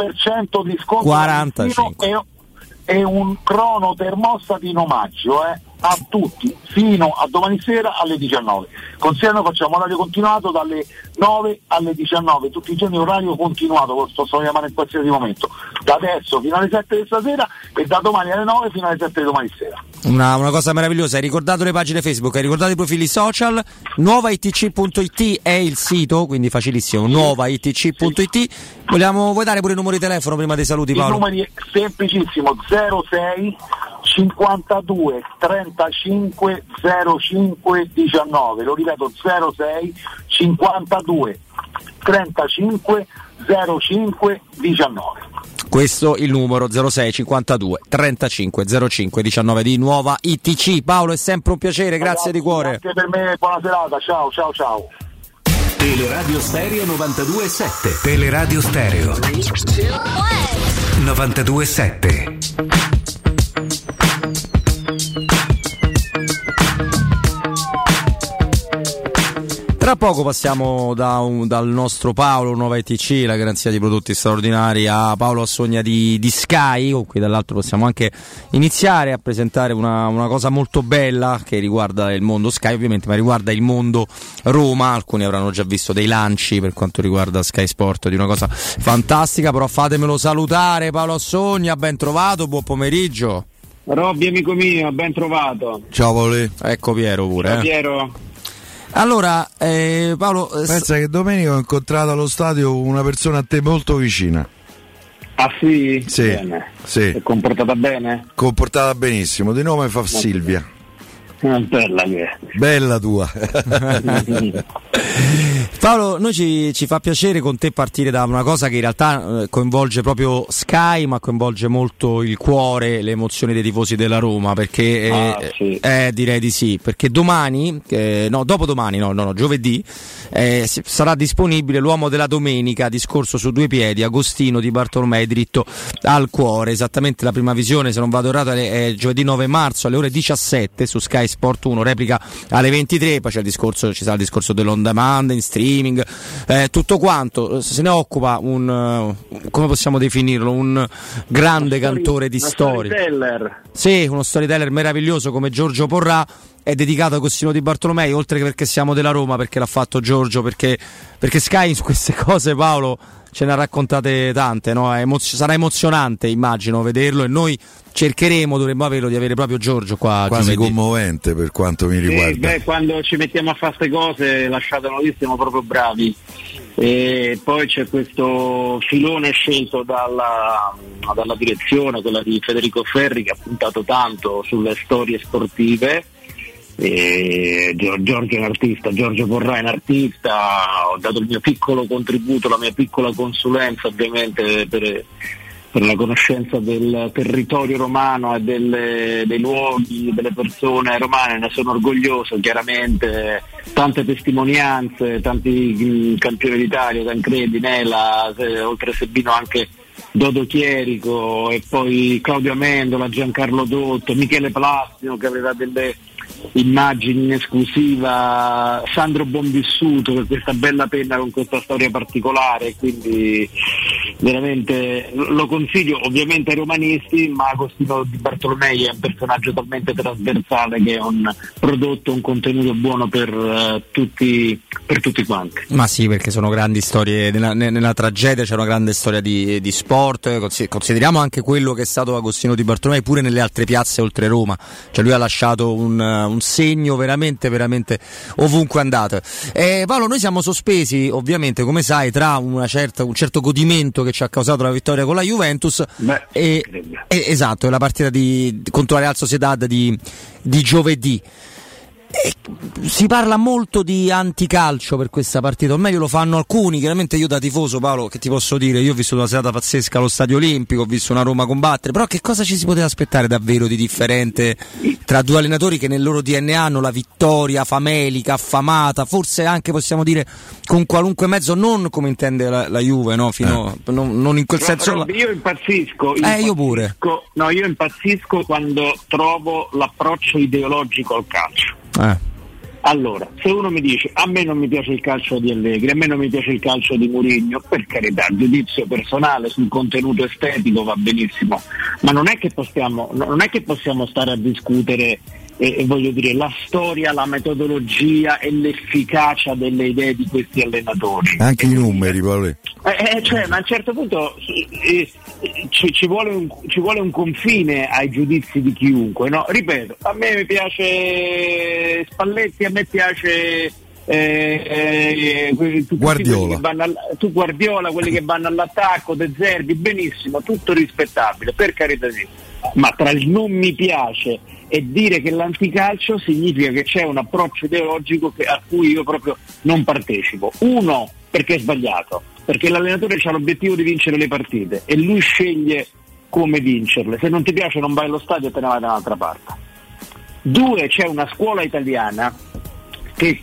45% di sconto 45 e un crono termostato in omaggio, a tutti fino a domani sera alle 19. Con Sereno facciamo orario continuato dalle 9 alle 19, tutti i giorni orario continuato, possono chiamare in qualsiasi momento, da adesso fino alle 7 di stasera e da domani alle 9 fino alle 7 di domani sera. Una cosa meravigliosa, hai ricordato le pagine Facebook, hai ricordato i profili social, nuovaitc.it è il sito, quindi facilissimo, nuovaitc.it. Vuoi dare pure i numeri di telefono prima dei saluti, Paolo? Il numero è semplicissimo, 06 52 35 05 19, lo ripeto, 06 52 35 05 19. Questo il numero 06 52 35 05 19 di Nuova ITC. Paolo, è sempre un piacere, grazie di cuore. Anche per me, buona serata, ciao. Teleradio Stereo 92.7. Teleradio Stereo 92.7. Tra poco passiamo dal nostro Paolo Nuova ITC, la garanzia di prodotti straordinari, a Paolo Assogna di Sky, con cui dall'altro possiamo anche iniziare a presentare una cosa molto bella che riguarda il mondo Sky ovviamente, ma riguarda il mondo Roma. Alcuni avranno già visto dei lanci per quanto riguarda Sky Sport di una cosa fantastica, però fatemelo salutare. Paolo Assogna, ben trovato, buon pomeriggio. Robby, amico mio, ben trovato. Ciao Paolo. Ecco Piero pure. Ciao Piero. Allora, Paolo, pensa che domenica ho incontrato allo stadio una persona a te molto vicina. Ah sì? Sì. Bene. Sì. È comportata bene? Comportata benissimo, di nome fa Silvia. Bella che è. Bella tua. Paolo, noi ci fa piacere con te partire da una cosa che in realtà coinvolge proprio Sky, ma coinvolge molto il cuore, le emozioni dei tifosi della Roma, perché sì. Direi di sì, perché domani, dopodomani, giovedì sarà disponibile l'uomo della domenica, discorso su due piedi, Agostino Di Bartolomei, dritto al cuore. Esattamente la prima visione, se non vado errato, è giovedì 9 marzo alle ore 17 su Sky Sport 1, replica alle 23, poi ci sarà il discorso dell'on demand, in streaming, tutto quanto. Se ne occupa come possiamo definirlo, un grande cantore di storia. Storyteller. Sì, uno storyteller meraviglioso come Giorgio Porrà. È dedicato a Agostino Di Bartolomei, oltre che perché siamo della Roma, perché l'ha fatto Giorgio, perché Sky su queste cose, Paolo, ce ne ha raccontate tante, no? Sarà emozionante, immagino, vederlo, e noi dovremmo averlo, di avere proprio Giorgio qua. Quasi commovente per quanto mi riguarda. Quando ci mettiamo a fare queste cose, lasciatelo lì, siamo proprio bravi. E poi c'è questo filone scelto dalla direzione, quella di Federico Ferri, che ha puntato tanto sulle storie sportive. Giorgio è un artista, Giorgio Porrà è un artista, ho dato il mio piccolo contributo, la mia piccola consulenza ovviamente per la conoscenza del territorio romano e dei luoghi, delle persone romane. Ne sono orgoglioso, chiaramente tante testimonianze, tanti campioni d'Italia, Tancredi, Nela, oltre a Sebino anche Dodo Chierico, e poi Claudio Amendola, Giancarlo Dotto, Michele Palazzio che aveva delle immagini in esclusiva, Sandro Bonvissuto per questa bella penna con questa storia particolare, quindi veramente lo consiglio ovviamente ai romanisti, ma Agostino Di Bartolomei è un personaggio talmente trasversale che è un prodotto, un contenuto buono per tutti quanti. Ma sì, perché sono grandi storie, nella tragedia c'è una grande storia di sport. Consideriamo anche quello che è stato Agostino Di Bartolomei pure nelle altre piazze oltre Roma, cioè lui ha lasciato un segno veramente veramente ovunque andate. Paolo, noi siamo sospesi ovviamente, come sai, tra un certo godimento che ci ha causato la vittoria con la Juventus esatto, la partita contro la Real Sociedad di giovedì. Si parla molto di anticalcio per questa partita, o meglio lo fanno alcuni. Chiaramente io da tifoso, Paolo, che ti posso dire, io ho visto una serata pazzesca allo Stadio Olimpico, ho visto una Roma combattere, però che cosa ci si poteva aspettare davvero di differente tra due allenatori che nel loro DNA hanno la vittoria famelica, affamata, forse anche possiamo dire con qualunque mezzo, non come intende la Juve, no? Non in quel senso. Io impazzisco. Io pure. Io impazzisco quando trovo l'approccio ideologico al calcio. Allora, se uno mi dice a me non mi piace il calcio di Allegri, a me non mi piace il calcio di Mourinho, per carità, giudizio personale sul contenuto estetico va benissimo, ma non è che possiamo stare a discutere e voglio dire la storia, la metodologia e l'efficacia delle idee di questi allenatori. Anche i numeri, Paolo. Cioè, ma a un certo punto ci vuole un confine ai giudizi di chiunque, no? Ripeto, a me mi piace Spalletti, a me piace Guardiola, Guardiola, quelli che vanno all'attacco, De Zerbi, benissimo, tutto rispettabile, per carità sì. Ma tra il non mi piace e dire che l'anticalcio significa che c'è un approccio ideologico a cui io proprio non partecipo. Uno, perché è sbagliato, perché l'allenatore ha l'obiettivo di vincere le partite e lui sceglie come vincerle. Se non ti piace non vai allo stadio e te ne vai da un'altra parte. Due, c'è una scuola italiana che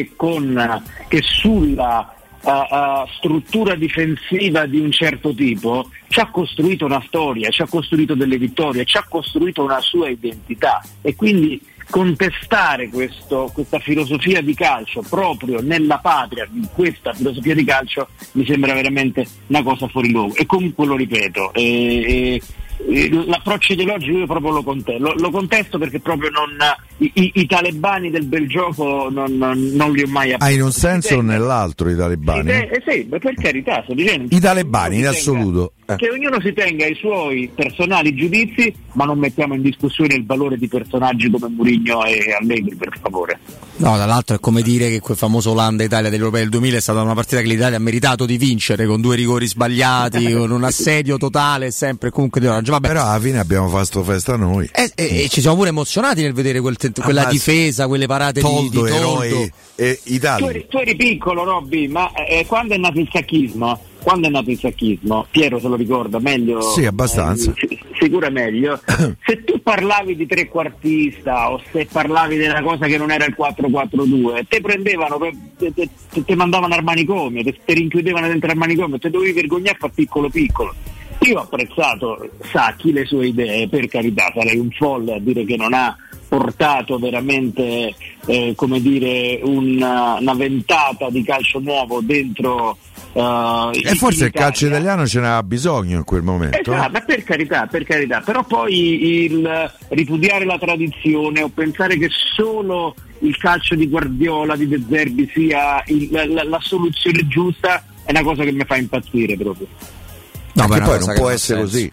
sulla struttura difensiva di un certo tipo ci ha costruito una storia, ci ha costruito delle vittorie, ci ha costruito una sua identità, e quindi contestare questa filosofia di calcio proprio nella patria di questa filosofia di calcio mi sembra veramente una cosa fuori luogo. E comunque lo ripeto, l'approccio ideologico io proprio lo contesto perché proprio i talebani del bel gioco non li ho mai apprezzati. In un senso o nell'altro i talebani? Sì, per carità, sto dicendo. I talebani in assoluto. Che ognuno si tenga i suoi personali giudizi, ma non mettiamo in discussione il valore di personaggi come Mourinho e Allegri, per favore. No, dall'altro è come dire che quel famoso Olanda-Italia dell'Europeo del 2000 è stata una partita che l'Italia ha meritato di vincere, con 2 rigori sbagliati, con un assedio totale, sempre comunque di orange. Vabbè. Però alla fine abbiamo fatto festa noi. E ci siamo pure emozionati nel vedere quella difesa, quelle parate di Toldo. Eroi e Italia. Tu eri piccolo, Robby, ma quando è nato il sacchismo? Piero se lo ricorda meglio. Sì, abbastanza. Sicura meglio. Se tu parlavi di trequartista o se parlavi della cosa che non era il 4-4-2, te prendevano, te mandavano al manicomio, te rinchiudevano dentro al manicomio, te dovevi vergognare a far piccolo. Io ho apprezzato Sacchi, le sue idee, per carità, sarei un folle a dire che non ha portato veramente una ventata di calcio nuovo dentro e forse il calcio italiano ce n'aveva bisogno in quel momento. Ma per carità, però poi il ripudiare la tradizione o pensare che solo il calcio di Guardiola, di De Zerbi sia la soluzione giusta è una cosa che mi fa impazzire proprio. No, perché poi non può essere così.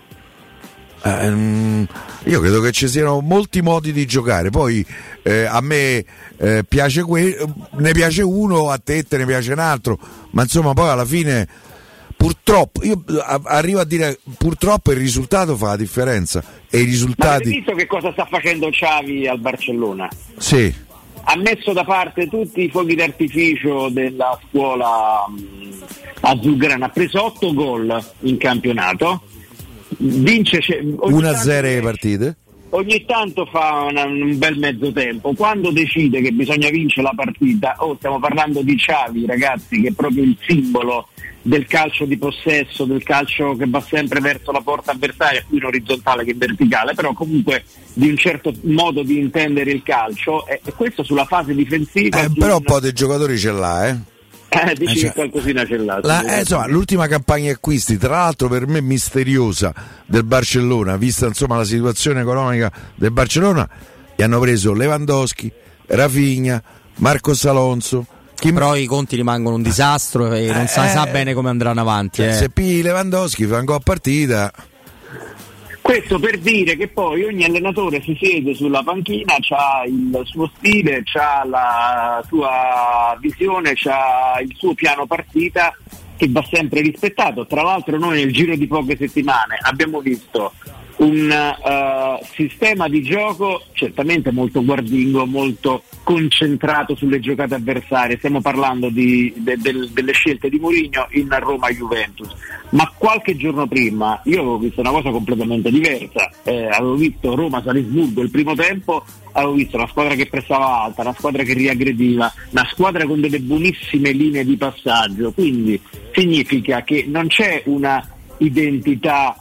Io credo che ci siano molti modi di giocare, poi a me piace ne piace uno, a te ne piace un altro, ma insomma poi alla fine purtroppo io arrivo a dire purtroppo il risultato fa la differenza e i risultati. Ma avete visto che cosa sta facendo Xavi al Barcellona? Sì. Ha messo da parte tutti i fuochi d'artificio della scuola azzurrana, ha preso 8 gol in campionato, vince 1-0 le partite, ogni tanto fa un bel mezzo tempo, quando decide che bisogna vincere la partita, stiamo parlando di Xavi, ragazzi, che è proprio il simbolo del calcio di possesso, del calcio che va sempre verso la porta avversaria, più in orizzontale che in verticale, però comunque di un certo modo di intendere il calcio, e questo sulla fase difensiva. Però un po' dei giocatori ce l'ha, dici che qualcosina c'è là. Insomma, l'ultima campagna acquisti, tra l'altro per me misteriosa, del Barcellona, vista insomma la situazione economica del Barcellona, gli hanno preso Lewandowski, Rafinha, Marcos Alonso. Però i conti rimangono un disastro e non sa bene come andranno avanti. Se pigli Lewandowski fa un gol a partita. Questo per dire che poi ogni allenatore si siede sulla panchina, c'ha il suo stile, c'ha la sua visione, c'ha il suo piano partita che va sempre rispettato. Tra l'altro noi nel giro di poche settimane abbiamo visto un sistema di gioco certamente molto guardingo, molto concentrato sulle giocate avversarie. Stiamo parlando delle scelte di Mourinho in Roma-Juventus, ma qualche giorno prima io avevo visto una cosa completamente diversa. Avevo visto Roma-Salisburgo il primo tempo, avevo visto una squadra che pressava alta, una squadra che riaggrediva, una squadra con delle buonissime linee di passaggio, quindi significa che non c'è una identità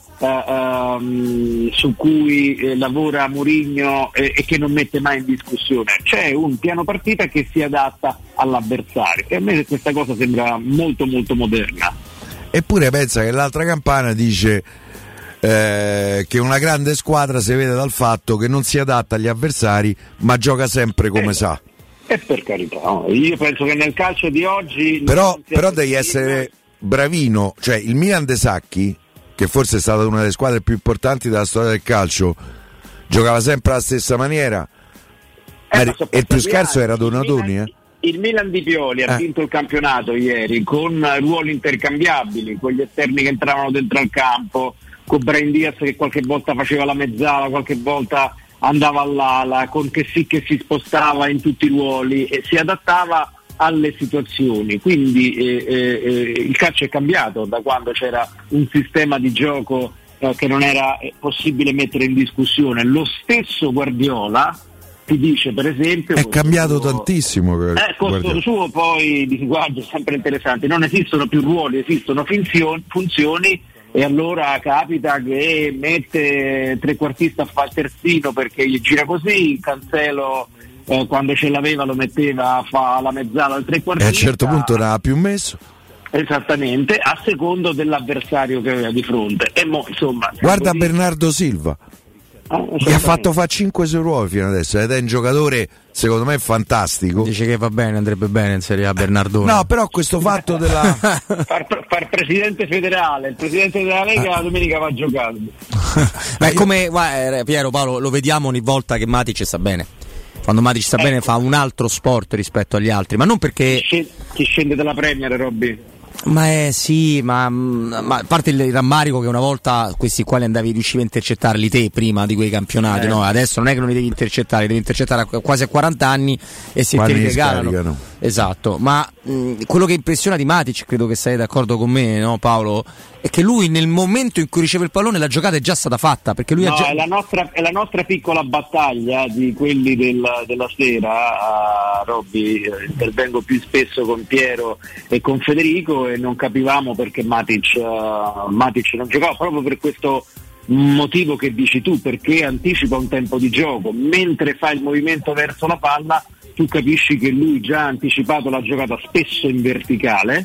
su cui lavora Mourinho e che non mette mai in discussione. C'è un piano partita che si adatta all'avversario e a me questa cosa sembra molto molto moderna. Eppure pensa che l'altra campana dice che una grande squadra si vede dal fatto che non si adatta agli avversari, ma gioca sempre come sa. E per carità, no? Io penso che nel calcio di oggi però devi essere bravino, cioè il Milan de Sacchi, che forse è stata una delle squadre più importanti della storia del calcio, giocava sempre alla stessa maniera, e il più scarso era Donatoni. Il Milan di Pioli ha vinto il campionato ieri con ruoli intercambiabili, con gli esterni che entravano dentro al campo, con Brahim Diaz che qualche volta faceva la mezzala, qualche volta andava all'ala, con che si spostava in tutti i ruoli e si adattava alle situazioni. Quindi il calcio è cambiato da quando c'era un sistema di gioco che non era possibile mettere in discussione. Lo stesso Guardiola ti dice, per esempio, è cambiato tantissimo. Costo suo poi di linguaggio è sempre interessante. Non esistono più ruoli, esistono funzioni, e allora capita che mette trequartista a fare terzino perché gli gira così, Cancelo quando ce l'aveva lo metteva a fare la mezzala al trequartista e a un certo punto non ha più messo. Esattamente, a secondo dell'avversario che aveva di fronte. E insomma, guarda così. Bernardo Silva che ha fatto fa 5 sui ruoli fino adesso ed è un giocatore secondo me fantastico. Dice che va bene, andrebbe bene in Serie A Bernardone. No, però questo fatto della far presidente federale, il presidente della Lega la domenica va a giocare. Ma è come Piero Paolo, lo vediamo ogni volta che Matic sta bene. Quando Matic sta bene fa un altro sport rispetto agli altri, ma non perché chi scende dalla Premier, Robby. Ma sì, ma a parte il rammarico che una volta questi qua riuscivi a intercettarli te prima di quei campionati, no? Adesso non è che non li devi intercettare, li devi intercettare quasi a 40 anni e se te li regalano. Esatto, ma quello che impressiona di Matic, credo che sei d'accordo con me, no Paolo? È che lui nel momento in cui riceve il pallone la giocata è già stata fatta, perché lui è la nostra piccola battaglia di quelli della sera, Robby. Intervengo più spesso con Piero e con Federico e non capivamo perché Matic non giocava, proprio per questo motivo che dici tu, perché anticipa un tempo di gioco, mentre fa il movimento verso la palla tu capisci che lui già ha anticipato la giocata spesso in verticale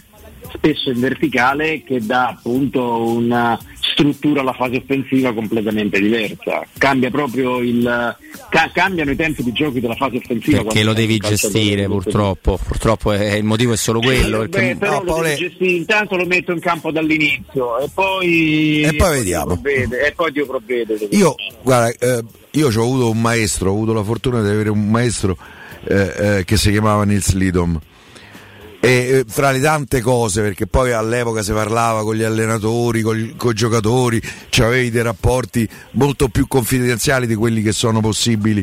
che dà appunto una struttura alla fase offensiva completamente diversa, cambia proprio cambiano i tempi di giochi della fase offensiva perché lo devi gestire purtroppo il motivo è solo quello però lo devi gestire, intanto lo metto in campo dall'inizio e poi vediamo e poi Dio provvede. Io ho avuto un maestro, ho avuto la fortuna di avere un maestro che si chiamava Nils Lidom. E fra le tante cose, perché poi all'epoca si parlava con gli allenatori, con i giocatori, avevi dei rapporti molto più confidenziali di quelli che sono possibili.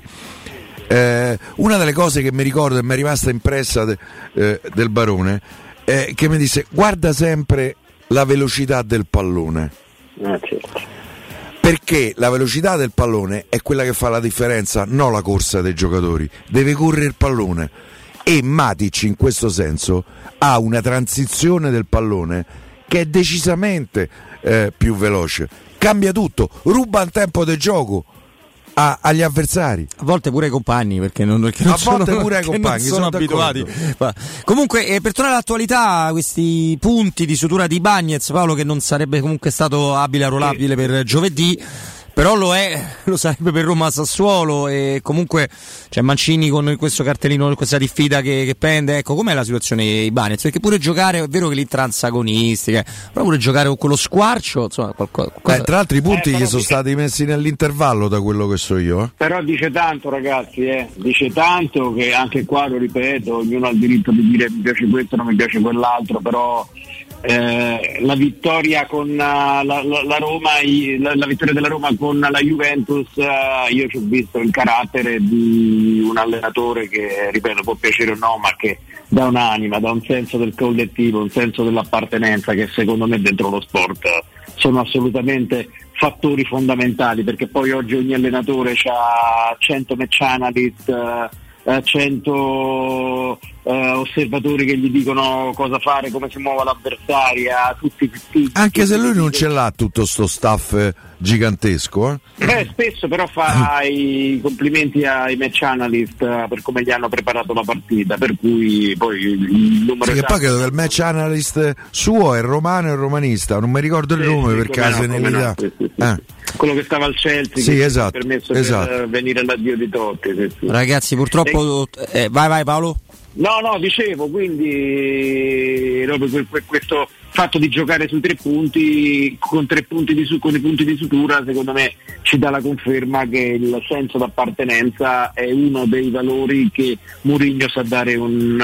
Una delle cose che mi ricordo e mi è rimasta impressa del Barone è che mi disse: guarda sempre la velocità del pallone. Certo. Perché la velocità del pallone è quella che fa la differenza, non la corsa dei giocatori. Deve correre il pallone. E Matic in questo senso ha una transizione del pallone che è decisamente più veloce, cambia tutto, ruba il tempo del gioco agli avversari, a volte pure ai compagni, perché non sono abituati. Comunque per tornare all'attualità, questi punti di sutura di Bagnez, Paolo, che non sarebbe comunque stato abile arruolabile per giovedì, però lo sarebbe per Roma Sassuolo, e comunque c'è Mancini con questo cartellino, questa diffida che pende. Ecco, com'è la situazione di Ibanez? Perché pure giocare, è vero che l'Inter agonistica, però pure giocare con quello squarcio, insomma, qualcosa. Tra l'altro i punti gli sono stati messi nell'intervallo, da quello che so io. Però dice tanto, ragazzi, dice tanto, che anche qua, lo ripeto, ognuno ha il diritto di dire mi piace questo, non mi piace quell'altro, però la vittoria con la Roma, la vittoria della Roma con la Juventus, io ci ho visto il carattere di un allenatore che, ripeto, può piacere o no, ma che dà un'anima, dà un senso del collettivo, un senso dell'appartenenza, che secondo me dentro lo sport sono assolutamente fattori fondamentali, perché poi oggi ogni allenatore ha 100 match analyst 100 osservatori che gli dicono cosa fare, come si muove l'avversaria, tutti anche se lui non ce l'ha tutto sto staff gigantesco, spesso però fa i complimenti ai match analyst per come gli hanno preparato la partita, per cui poi il numero che poi credo che il match analyst suo è romano e romanista, non mi ricordo il nome per casualità. Quello che stava al Chelsea, sì, che esatto, ha permesso esatto. di venire l'addio di Totti. Ragazzi, purtroppo vai Paolo. No, dicevo, quindi questo fatto di giocare sui 3 punti con 3 punti con i punti di sutura, secondo me ci dà la conferma che il senso d'appartenenza è uno dei valori che Mourinho sa dare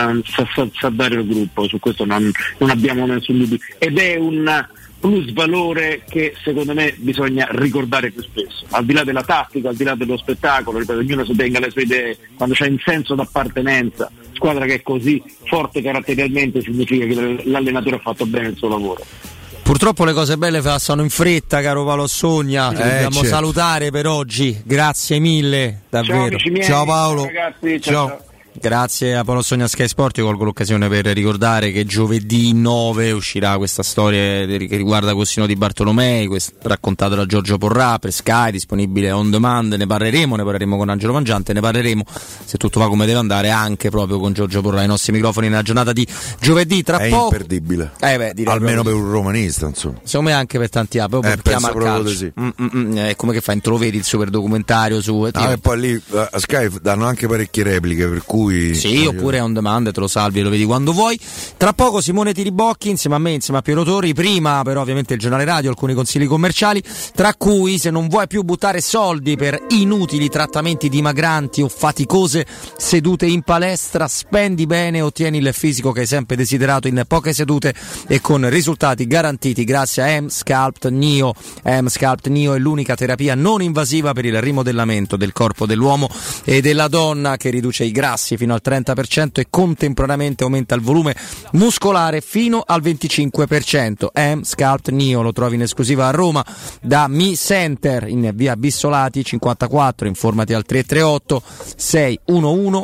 al gruppo. Su questo non abbiamo nessun dubbio, ed è un plus valore che secondo me bisogna ricordare più spesso, al di là della tattica, al di là dello spettacolo. Ripeto, ognuno si tenga le sue idee, quando c'è un senso d'appartenenza, squadra che è così forte caratterialmente significa che l'allenatore ha fatto bene il suo lavoro. Purtroppo le cose belle passano in fretta, caro Paolo Sogna. Dobbiamo salutare per oggi. Grazie mille, davvero. Ciao Paolo. Ragazzi, ciao. Grazie a Paolo Sogna Sky Sport. Io colgo l'occasione per ricordare che giovedì 9 uscirà questa storia che riguarda Costino di Bartolomei, raccontata da Giorgio Porrà per Sky, disponibile on demand. Ne parleremo con Angelo Mangiante, ne parleremo, se tutto va come deve andare, anche proprio con Giorgio Porrà ai nostri microfoni nella giornata di giovedì. Tra poco imperdibile, almeno per un romanista, insomma. Secondo me anche per tanti altri, penso proprio di sì. È come che fa, introvedi il super documentario su e poi lì a Sky danno anche parecchie repliche, per cui sì, oppure on demand, te lo salvi e lo vedi quando vuoi. Tra poco Simone Tiribocchi insieme a me, insieme a Piero Torri. Prima però ovviamente il giornale radio, alcuni consigli commerciali, tra cui se non vuoi più buttare soldi per inutili trattamenti dimagranti o faticose sedute in palestra, spendi bene, ottieni il fisico che hai sempre desiderato in poche sedute e con risultati garantiti grazie a M-Sculpt Neo. M-Sculpt Neo è l'unica terapia non invasiva per il rimodellamento del corpo dell'uomo e della donna, che riduce i grassi fino al 30% e contemporaneamente aumenta il volume muscolare fino al 25%. M-Sculpt Neo lo trovi in esclusiva a Roma da Mi Center in via Bissolati 54. Informati al 338 611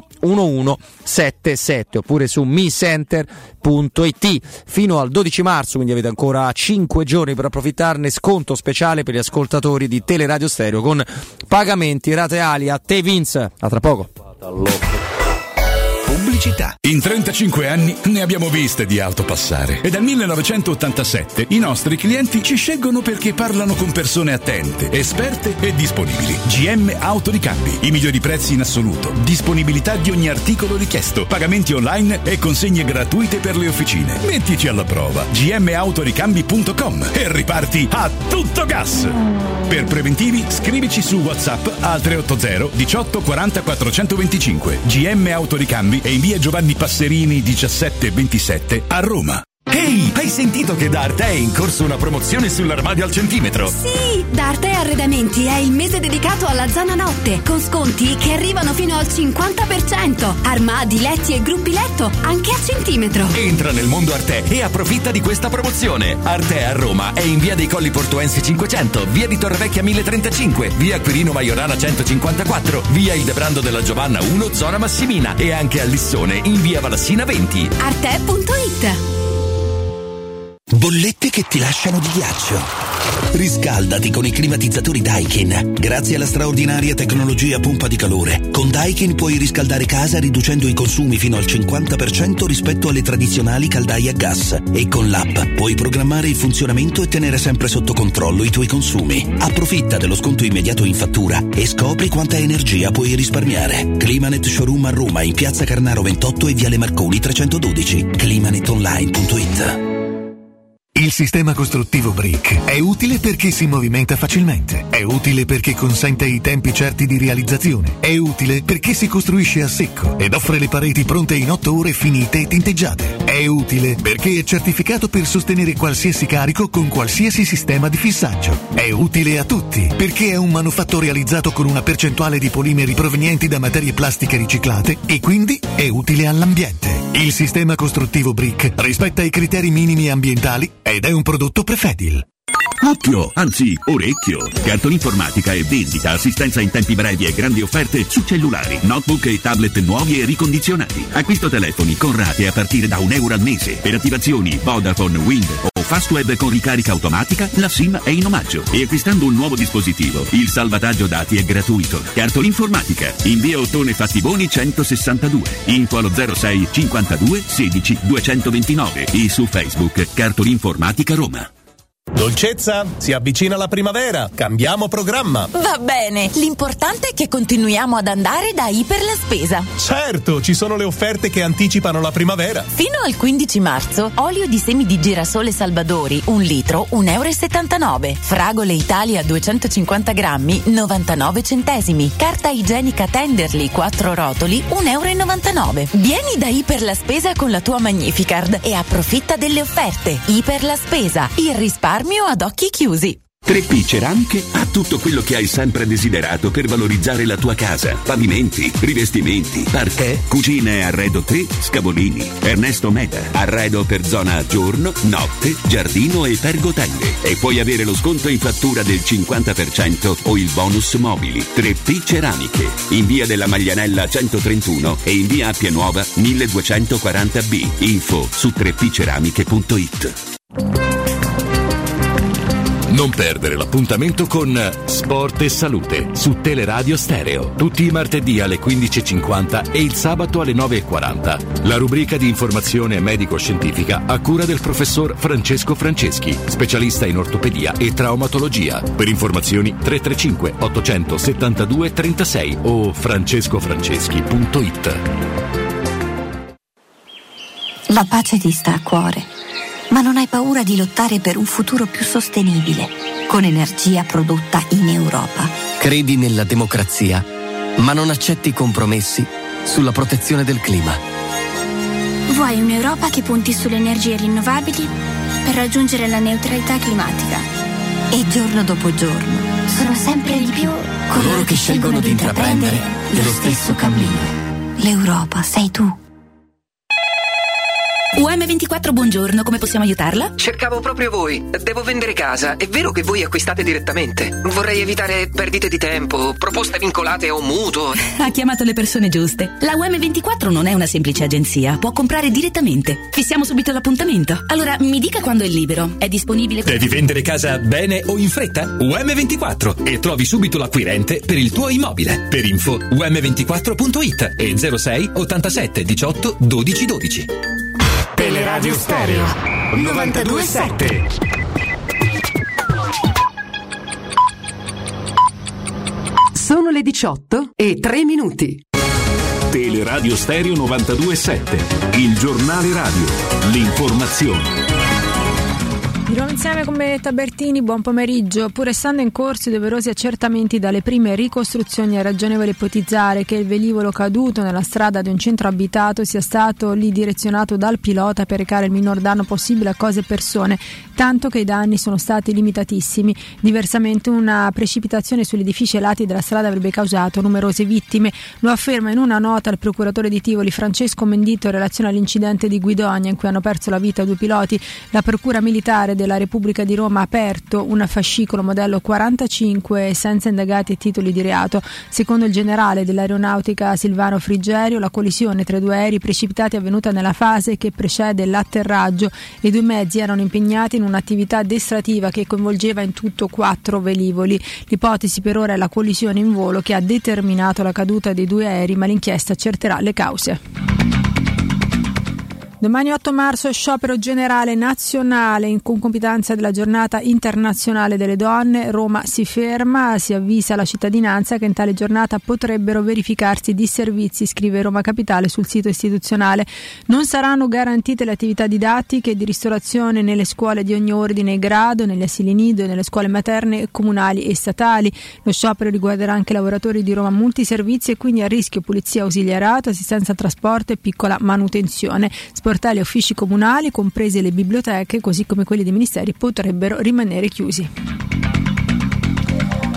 1177 oppure su micenter.it fino al 12 marzo, quindi avete ancora 5 giorni per approfittarne. Sconto speciale per gli ascoltatori di Teleradio Stereo con pagamenti rateali. A te Vince, a tra poco. Pubblicità. In 35 anni ne abbiamo viste di auto passare e dal 1987 i nostri clienti ci scelgono perché parlano con persone attente, esperte e disponibili. GM Autoricambi, i migliori prezzi in assoluto, disponibilità di ogni articolo richiesto, pagamenti online e consegne gratuite per le officine. Mettici alla prova. gmautoricambi.com e riparti a tutto gas. Per preventivi scrivici su WhatsApp al 380 18 40 425. GM Autoricambi e in via Giovanni Passerini 1727 a Roma. Ehi, hai sentito che da Arte è in corso una promozione sull'armadio al centimetro? Sì, da Arte Arredamenti è il mese dedicato alla zona notte, con sconti che arrivano fino al 50%. Armadi, letti e gruppi letto, anche a centimetro. Entra nel mondo Arte e approfitta di questa promozione. Arte a Roma è in via dei Colli Portuensi 500, via di Torrevecchia 1035, via Quirino Maiorana 154, via Il Debrando della Giovanna 1, zona Massimina, e anche a Lissone in via Valassina 20. Arte.it. Bollette che ti lasciano di ghiaccio. Riscaldati con i climatizzatori Daikin. Grazie alla straordinaria tecnologia pompa di calore, con Daikin puoi riscaldare casa riducendo i consumi fino al 50% rispetto alle tradizionali caldaie a gas. E con l'app puoi programmare il funzionamento e tenere sempre sotto controllo i tuoi consumi. Approfitta dello sconto immediato in fattura e scopri quanta energia puoi risparmiare. Climanet Showroom a Roma in piazza Carnaro 28 e viale Marconi 312. climanetonline.it. Il sistema costruttivo Brick è utile perché si movimenta facilmente, è utile perché consente i tempi certi di realizzazione, è utile perché si costruisce a secco ed offre le pareti pronte in 8 ore finite e tinteggiate, è utile perché è certificato per sostenere qualsiasi carico con qualsiasi sistema di fissaggio, è utile a tutti perché è un manufatto realizzato con una percentuale di polimeri provenienti da materie plastiche riciclate e quindi è utile all'ambiente. Il sistema costruttivo Brick rispetta i criteri minimi ambientali ed è un prodotto Prefedil. Occhio, anzi orecchio. Cartolinformatica e vendita, assistenza in tempi brevi e grandi offerte su cellulari, notebook e tablet nuovi e ricondizionati. Acquisto telefoni con rate a partire da €1 al mese. Per attivazioni Vodafone, Wind o Fastweb con ricarica automatica, la SIM è in omaggio. E acquistando un nuovo dispositivo, il salvataggio dati è gratuito. Cartolinformatica, in via Ottone Fattiboni 162. Info allo 06 52 16 229 e su Facebook Cartolinformatica Roma. Dolcezza, si avvicina la primavera, cambiamo programma. Va bene, l'importante è che continuiamo ad andare da Iper La Spesa. Certo, ci sono le offerte che anticipano la primavera. Fino al 15 marzo, olio di semi di girasole Salvadori, 1 litro, €1,79. Fragole Italia 250 grammi, 99 centesimi. Carta igienica Tenderly, 4 rotoli, €1,99. Vieni da Iper La Spesa con la tua Magnificard e approfitta delle offerte. Iper La Spesa, il risparmio ad occhi chiusi. 3P Ceramiche ha tutto quello che hai sempre desiderato per valorizzare la tua casa. Pavimenti, rivestimenti, parquet, cucina e arredo 3, Scavolini. Ernesto Meda, arredo per zona giorno, notte, giardino e pergotende. E puoi avere lo sconto in fattura del 50% o il bonus mobili. 3P Ceramiche, in via della Maglianella 131 e in via Appia Nuova 1240B. Info su 3pceramiche.it. Non perdere l'appuntamento con Sport e Salute su Teleradio Stereo, tutti i martedì alle 15.50 e il sabato alle 9.40. La rubrica di informazione medico-scientifica a cura del professor Francesco Franceschi, specialista in ortopedia e traumatologia. Per informazioni 335 872 36 o francescofranceschi.it. La pace ti sta a cuore, ma non hai paura di lottare per un futuro più sostenibile, con energia prodotta in Europa. Credi nella democrazia, ma non accetti compromessi sulla protezione del clima. Vuoi un'Europa che punti sulle energie rinnovabili per raggiungere la neutralità climatica. E giorno dopo giorno sono sempre di più coloro che scelgono di intraprendere lo stesso cammino. L'Europa sei tu. UM24, buongiorno, come possiamo aiutarla? Cercavo proprio voi. Devo vendere casa. È vero che voi acquistate direttamente? Vorrei evitare perdite di tempo, proposte vincolate o mutuo. Ha chiamato le persone giuste. La UM24 non è una semplice agenzia, può comprare direttamente. Fissiamo subito l'appuntamento. Allora, mi dica quando è libero. È disponibile? Devi vendere casa bene o in fretta? UM24 e trovi subito l'acquirente per il tuo immobile. Per info um24.it e 06 87 18 12 12. Teleradio Stereo 92.7. Sono le 18:03. Teleradio Stereo 92.7, il giornale radio, l'informazione. Di nuovo insieme con Benedetta Bertini, buon pomeriggio. Pur essendo in corso i doverosi accertamenti dalle prime ricostruzioni, è ragionevole ipotizzare che il velivolo caduto nella strada di un centro abitato sia stato lì direzionato dal pilota per recare il minor danno possibile a cose e persone, tanto che i danni sono stati limitatissimi. Diversamente una precipitazione sugli edifici ai lati della strada avrebbe causato numerose vittime. Lo afferma in una nota il procuratore di Tivoli Francesco Mendito in relazione all'incidente di Guidonia in cui hanno perso la vita 2 piloti. La procura militare della Repubblica di Roma ha aperto un fascicolo modello 45 senza indagati e titoli di reato. Secondo il generale dell'aeronautica Silvano Frigerio, la collisione tra 2 aerei precipitati è avvenuta nella fase che precede l'atterraggio e i 2 mezzi erano impegnati in un'attività addestrativa che coinvolgeva in tutto 4 velivoli. L'ipotesi per ora è la collisione in volo che ha determinato la caduta dei 2 aerei, ma l'inchiesta accerterà le cause. Domani 8 marzo sciopero generale nazionale in concomitanza della giornata internazionale delle donne. Roma si ferma, si avvisa la cittadinanza che in tale giornata potrebbero verificarsi disservizi, scrive Roma Capitale sul sito istituzionale. Non saranno garantite le attività didattiche e di ristorazione nelle scuole di ogni ordine e grado, negli asili nido e nelle scuole materne comunali e statali. Lo sciopero riguarderà anche lavoratori di Roma Multiservizi e quindi a rischio pulizia ausiliarato, assistenza al trasporto e piccola manutenzione. Sportelli e uffici comunali, comprese le biblioteche, così come quelli dei ministeri, potrebbero rimanere chiusi.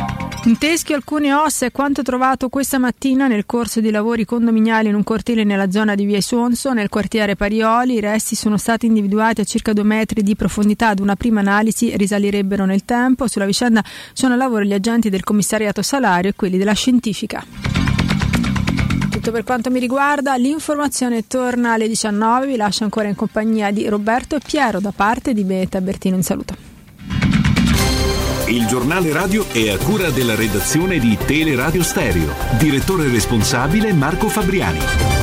Un teschio, alcune ossa è quanto trovato questa mattina nel corso di lavori condominiali in un cortile nella zona di Via Sonso, nel quartiere Parioli. I resti sono stati individuati a circa 2 metri di profondità. Ad una prima analisi risalirebbero nel tempo. Sulla vicenda sono a lavoro gli agenti del commissariato Salario e quelli della scientifica. Tutto per quanto mi riguarda, l'informazione torna alle 19. Vi lascio ancora in compagnia di Roberto e Piero da parte di Benetta Bertino. In saluto. Il giornale radio è a cura della redazione di Teleradio Stereo. Direttore responsabile Marco Fabriani.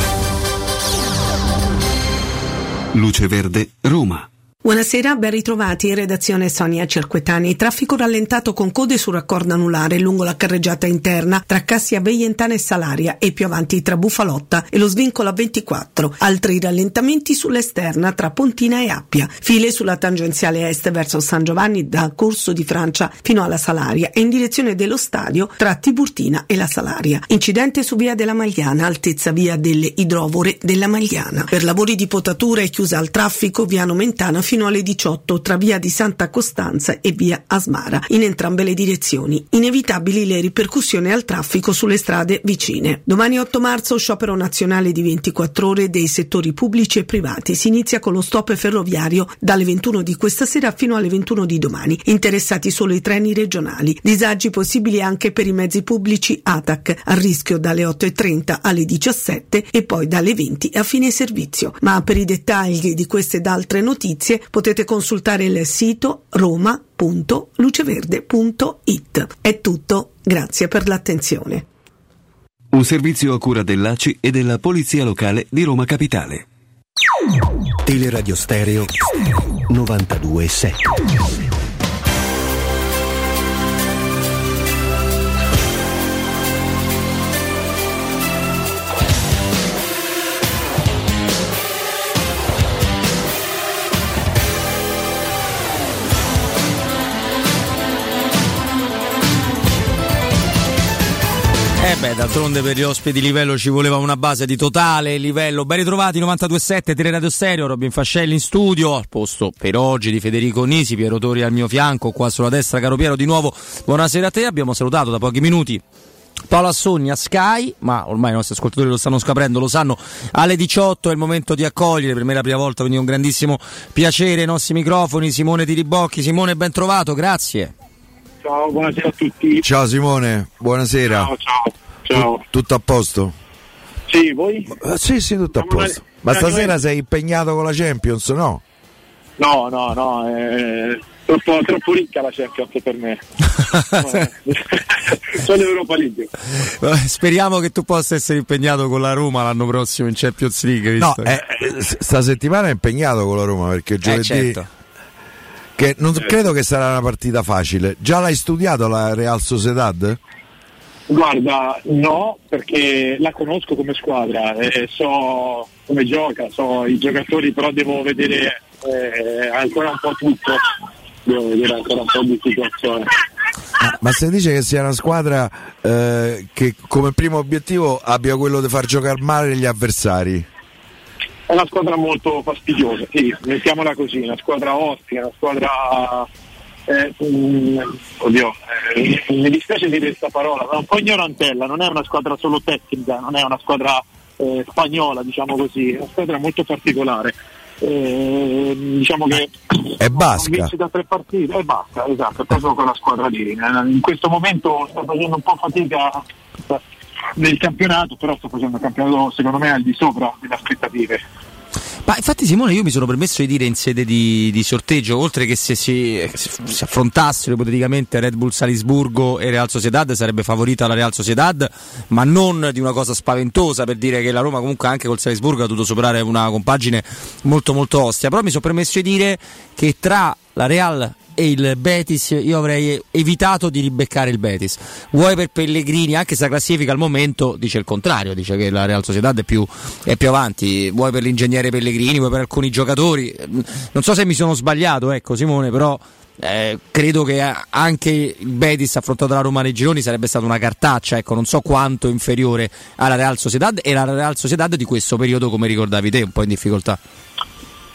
Luce Verde, Roma. Buonasera, ben ritrovati in redazione Sonia Cerquetani. Traffico rallentato con code sul raccordo anulare lungo la carreggiata interna tra Cassia Veientana e Salaria e più avanti tra Bufalotta e lo svincolo A24. Altri rallentamenti sull'esterna tra Pontina e Appia. File sulla tangenziale est verso San Giovanni da Corso di Francia fino alla Salaria e in direzione dello stadio tra Tiburtina e la Salaria. Incidente su via della Magliana, altezza via delle Idrovore della Magliana. Per lavori di potatura è chiusa al traffico via Nomentana fino alle 18 tra via di Santa Costanza e via Asmara, in entrambe le direzioni. Inevitabili le ripercussioni al traffico sulle strade vicine. Domani 8 marzo sciopero nazionale di 24 ore dei settori pubblici e privati. Si inizia con lo stop ferroviario dalle 21 di questa sera fino alle 21 di domani. Interessati solo i treni regionali. Disagi possibili anche per i mezzi pubblici ATAC, a rischio dalle 8:30 alle 17 e poi dalle 20 a fine servizio. Ma per i dettagli di queste ed altre notizie potete consultare il sito roma.luceverde.it. È tutto, grazie per l'attenzione. Un servizio a cura dell'ACI e della Polizia Locale di Roma Capitale. Teleradio Stereo 92.7. D'altronde per gli ospiti di livello ci voleva una base di totale livello. Ben ritrovati 92.7 Teleradio Stereo, Robin Fascelli in studio, al posto per oggi di Federico Nisi, Piero Tori al mio fianco, qua sulla destra caro Piero di nuovo. Buonasera a te, abbiamo salutato da pochi minuti Paolo Assogni a Sky, ma ormai i nostri ascoltatori lo stanno scoprendo, lo sanno, alle 18 è il momento di accogliere, per me è la prima volta, quindi un grandissimo piacere ai nostri microfoni, Simone Tiribocchi. Simone, ben trovato, grazie. Ciao, buonasera a tutti. Ciao Simone, buonasera. Ciao. Tutto a posto? Sì, voi? Sì, tutto a posto. Ma stasera sei impegnato con la Champions, no? No, è troppo ricca la Champions per me. Sono Europa League. Speriamo che tu possa essere impegnato con la Roma l'anno prossimo in Champions League. Visto? No, sta settimana è impegnato con la Roma perché giovedì... certo. Che non credo che sarà una partita facile. Già l'hai studiato la Real Sociedad? Guarda, no, perché la conosco come squadra, so come gioca, so i giocatori, però devo vedere ancora un po' tutto, devo vedere ancora un po' di situazione. Ma se dice che sia una squadra che come primo obiettivo abbia quello di far giocare male gli avversari? È una squadra molto fastidiosa, sì, mettiamola così, una squadra ostica, una squadra... mi dispiace dire questa parola, ma un po' ignorantella, non è una squadra solo tecnica, non è una squadra spagnola, diciamo così, è una squadra molto particolare. Diciamo che è basca. Vince da 3 partite, è basca, esatto, è proprio quella squadra lì. In questo momento sto facendo un po' fatica nel campionato, però sto facendo un campionato secondo me al di sopra delle aspettative. Ma infatti Simone, io mi sono permesso di dire in sede di sorteggio, oltre che se si affrontassero ipoteticamente Red Bull Salisburgo e Real Sociedad, sarebbe favorita la Real Sociedad, ma non di una cosa spaventosa, per dire che la Roma comunque anche col Salisburgo ha dovuto superare una compagine molto molto ostia. Però mi sono permesso di dire che tra la Real e il Betis io avrei evitato di ribeccare il Betis, vuoi per Pellegrini, anche se la classifica al momento dice il contrario, dice che la Real Sociedad è più avanti, vuoi per l'ingegnere Pellegrini, vuoi per alcuni giocatori, non so se mi sono sbagliato, ecco Simone, però credo che anche il Betis affrontato dalla Roma nei gironi sarebbe stata una cartaccia, ecco, non so quanto inferiore alla Real Sociedad, e la Real Sociedad di questo periodo, come ricordavi te, un po' in difficoltà.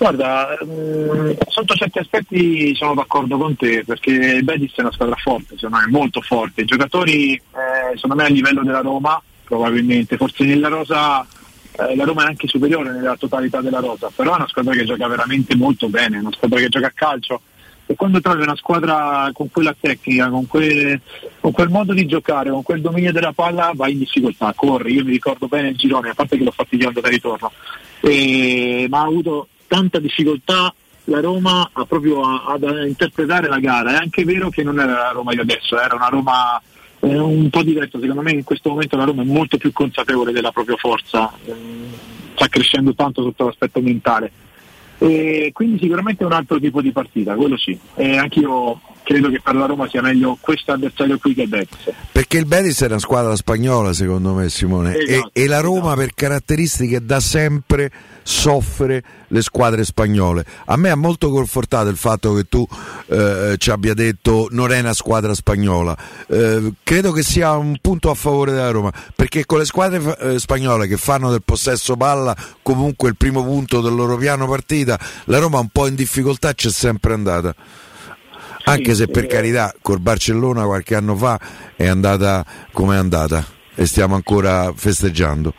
Guarda, sotto certi aspetti sono d'accordo con te, perché il Betis è una squadra forte, secondo me, molto forte. I giocatori, secondo me, a livello della Roma, probabilmente, forse nella rosa, la Roma è anche superiore nella totalità della rosa, però è una squadra che gioca veramente molto bene, è una squadra che gioca a calcio, e quando trovi una squadra con quella tecnica, con quel modo di giocare, con quel dominio della palla, vai in difficoltà, corri. Io mi ricordo bene il girone, a parte che l'ho fatto di andata e ritorno, ma ha avuto tanta difficoltà la Roma ad interpretare la gara. È anche vero che non era la Roma di adesso, era una Roma un po' diversa. Secondo me in questo momento la Roma è molto più consapevole della propria forza, sta crescendo tanto sotto l'aspetto mentale, e quindi sicuramente è un altro tipo di partita, quello sì. E anch'io credo che per la Roma sia meglio questo avversario qui che il Betis, perché il Betis è una squadra spagnola, secondo me, Simone, esatto, e la Roma, per caratteristiche, da sempre soffre le squadre spagnole. A me ha molto confortato il fatto che tu ci abbia detto non è una squadra spagnola. Credo che sia un punto a favore della Roma, perché con le squadre spagnole che fanno del possesso palla comunque il primo punto del loro piano partita, la Roma un po' in difficoltà c'è sempre andata. Anche se, per carità, col Barcellona qualche anno fa è andata come è andata e stiamo ancora festeggiando.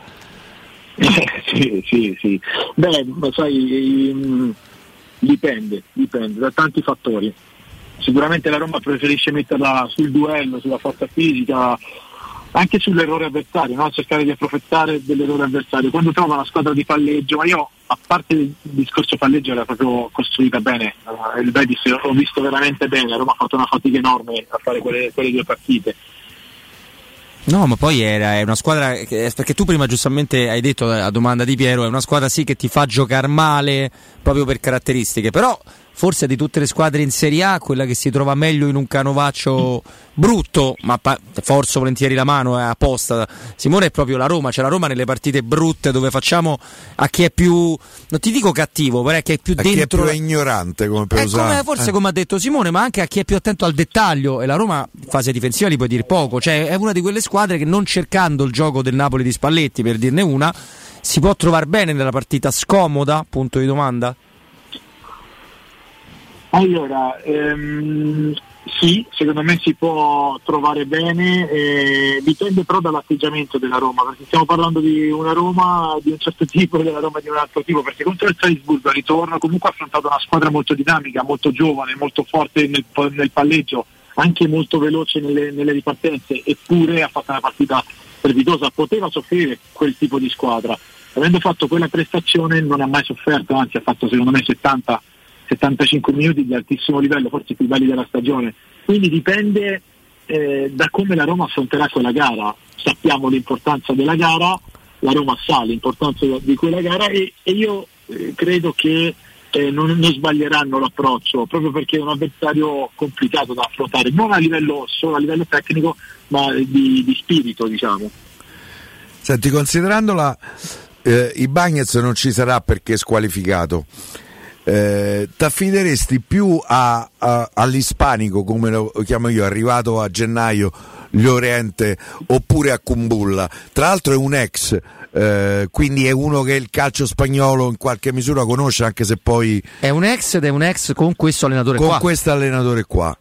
Sì. Beh, sai, dipende da tanti fattori. Sicuramente la Roma preferisce metterla sul duello, sulla forza fisica, anche sull'errore avversario, no? Cercare di approfittare dell'errore avversario. Quando trova una squadra di palleggio, ma io, a parte il discorso palleggio, era proprio costruita bene, il Betis l'ho visto veramente bene, la Roma ha fatto una fatica enorme a fare quelle due partite. No, ma poi è una squadra perché tu prima giustamente hai detto, a domanda di Piero, è una squadra sì che ti fa giocare male proprio per caratteristiche, però forse di tutte le squadre in Serie A quella che si trova meglio in un canovaccio brutto, ma forzo volentieri la mano apposta, Simone, è proprio la Roma. C'è la Roma nelle partite brutte dove facciamo a chi è più, non ti dico cattivo, però è che è più dentro, chi è più ignorante, come per usare. Forse come ha detto Simone, ma anche a chi è più attento al dettaglio, e la Roma in fase difensiva li puoi dire poco, cioè è una di quelle squadre che, non cercando il gioco del Napoli di Spalletti, per dirne una, si può trovare bene nella partita scomoda, punto di domanda? Allora, sì, secondo me si può trovare bene, dipende però dall'atteggiamento della Roma, perché stiamo parlando di una Roma di un certo tipo e della Roma di un altro tipo, perché contro il Salisburgo al ritorno comunque ha affrontato una squadra molto dinamica, molto giovane, molto forte nel palleggio, anche molto veloce nelle ripartenze, eppure ha fatto una partita strepitosa. Poteva soffrire quel tipo di squadra, avendo fatto quella prestazione non ha mai sofferto, anzi ha fatto secondo me 75 minuti di altissimo livello, forse più belli della stagione. Quindi dipende da come la Roma affronterà quella gara. Sappiamo l'importanza della gara, la Roma sa l'importanza di quella gara, e io credo che non sbaglieranno l'approccio, proprio perché è un avversario complicato da affrontare, non solo a livello tecnico, ma di spirito, diciamo. Senti, considerandola Ibañez non ci sarà perché è squalificato, t'affideresti più all'ispanico, come lo chiamo io, arrivato a gennaio, Llorente, oppure a Kumbulla? Tra l'altro è un ex, quindi è uno che il calcio spagnolo in qualche misura conosce, anche se poi è un ex, ed è un ex con questo allenatore con questo allenatore qua.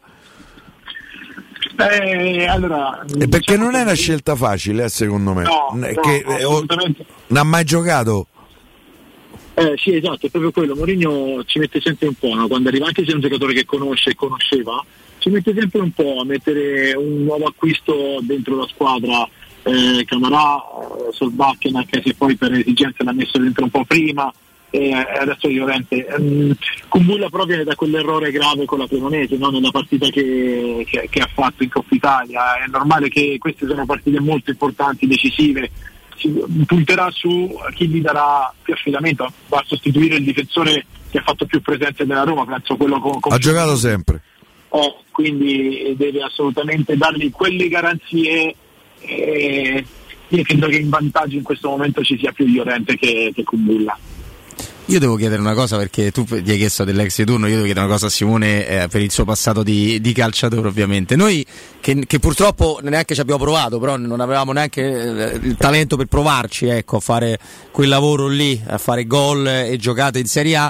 Allora, perché non è una scelta facile, secondo me, assolutamente. Non ha mai giocato. Sì, esatto, è proprio quello. Mourinho ci mette sempre un po', no? Quando arriva, anche se è un giocatore che conosce e conosceva, ci mette sempre un po' a mettere un nuovo acquisto dentro la squadra. Camarà, Solbakken, anche se poi per esigenze l'ha messo dentro un po' prima, e adesso Llorente. Kumbulla proviene da quell'errore grave con la Cremonese, no? Nella partita che ha fatto in Coppa Italia. È normale che queste sono partite molto importanti, decisive. Punterà su chi gli darà più affidamento, va a sostituire il difensore che ha fatto più presenze della Roma, penso quello con ha giocato sempre, quindi deve assolutamente dargli quelle garanzie. Io credo che in vantaggio in questo momento ci sia più Llorente che Kumbulla. Io devo chiedere una cosa, perché tu gli hai chiesto dell'ex di turno, io devo chiedere una cosa a Simone, per il suo passato di calciatore, ovviamente. Noi che purtroppo neanche ci abbiamo provato, però non avevamo neanche il talento per provarci, ecco, a fare quel lavoro lì, a fare gol e giocate in Serie A.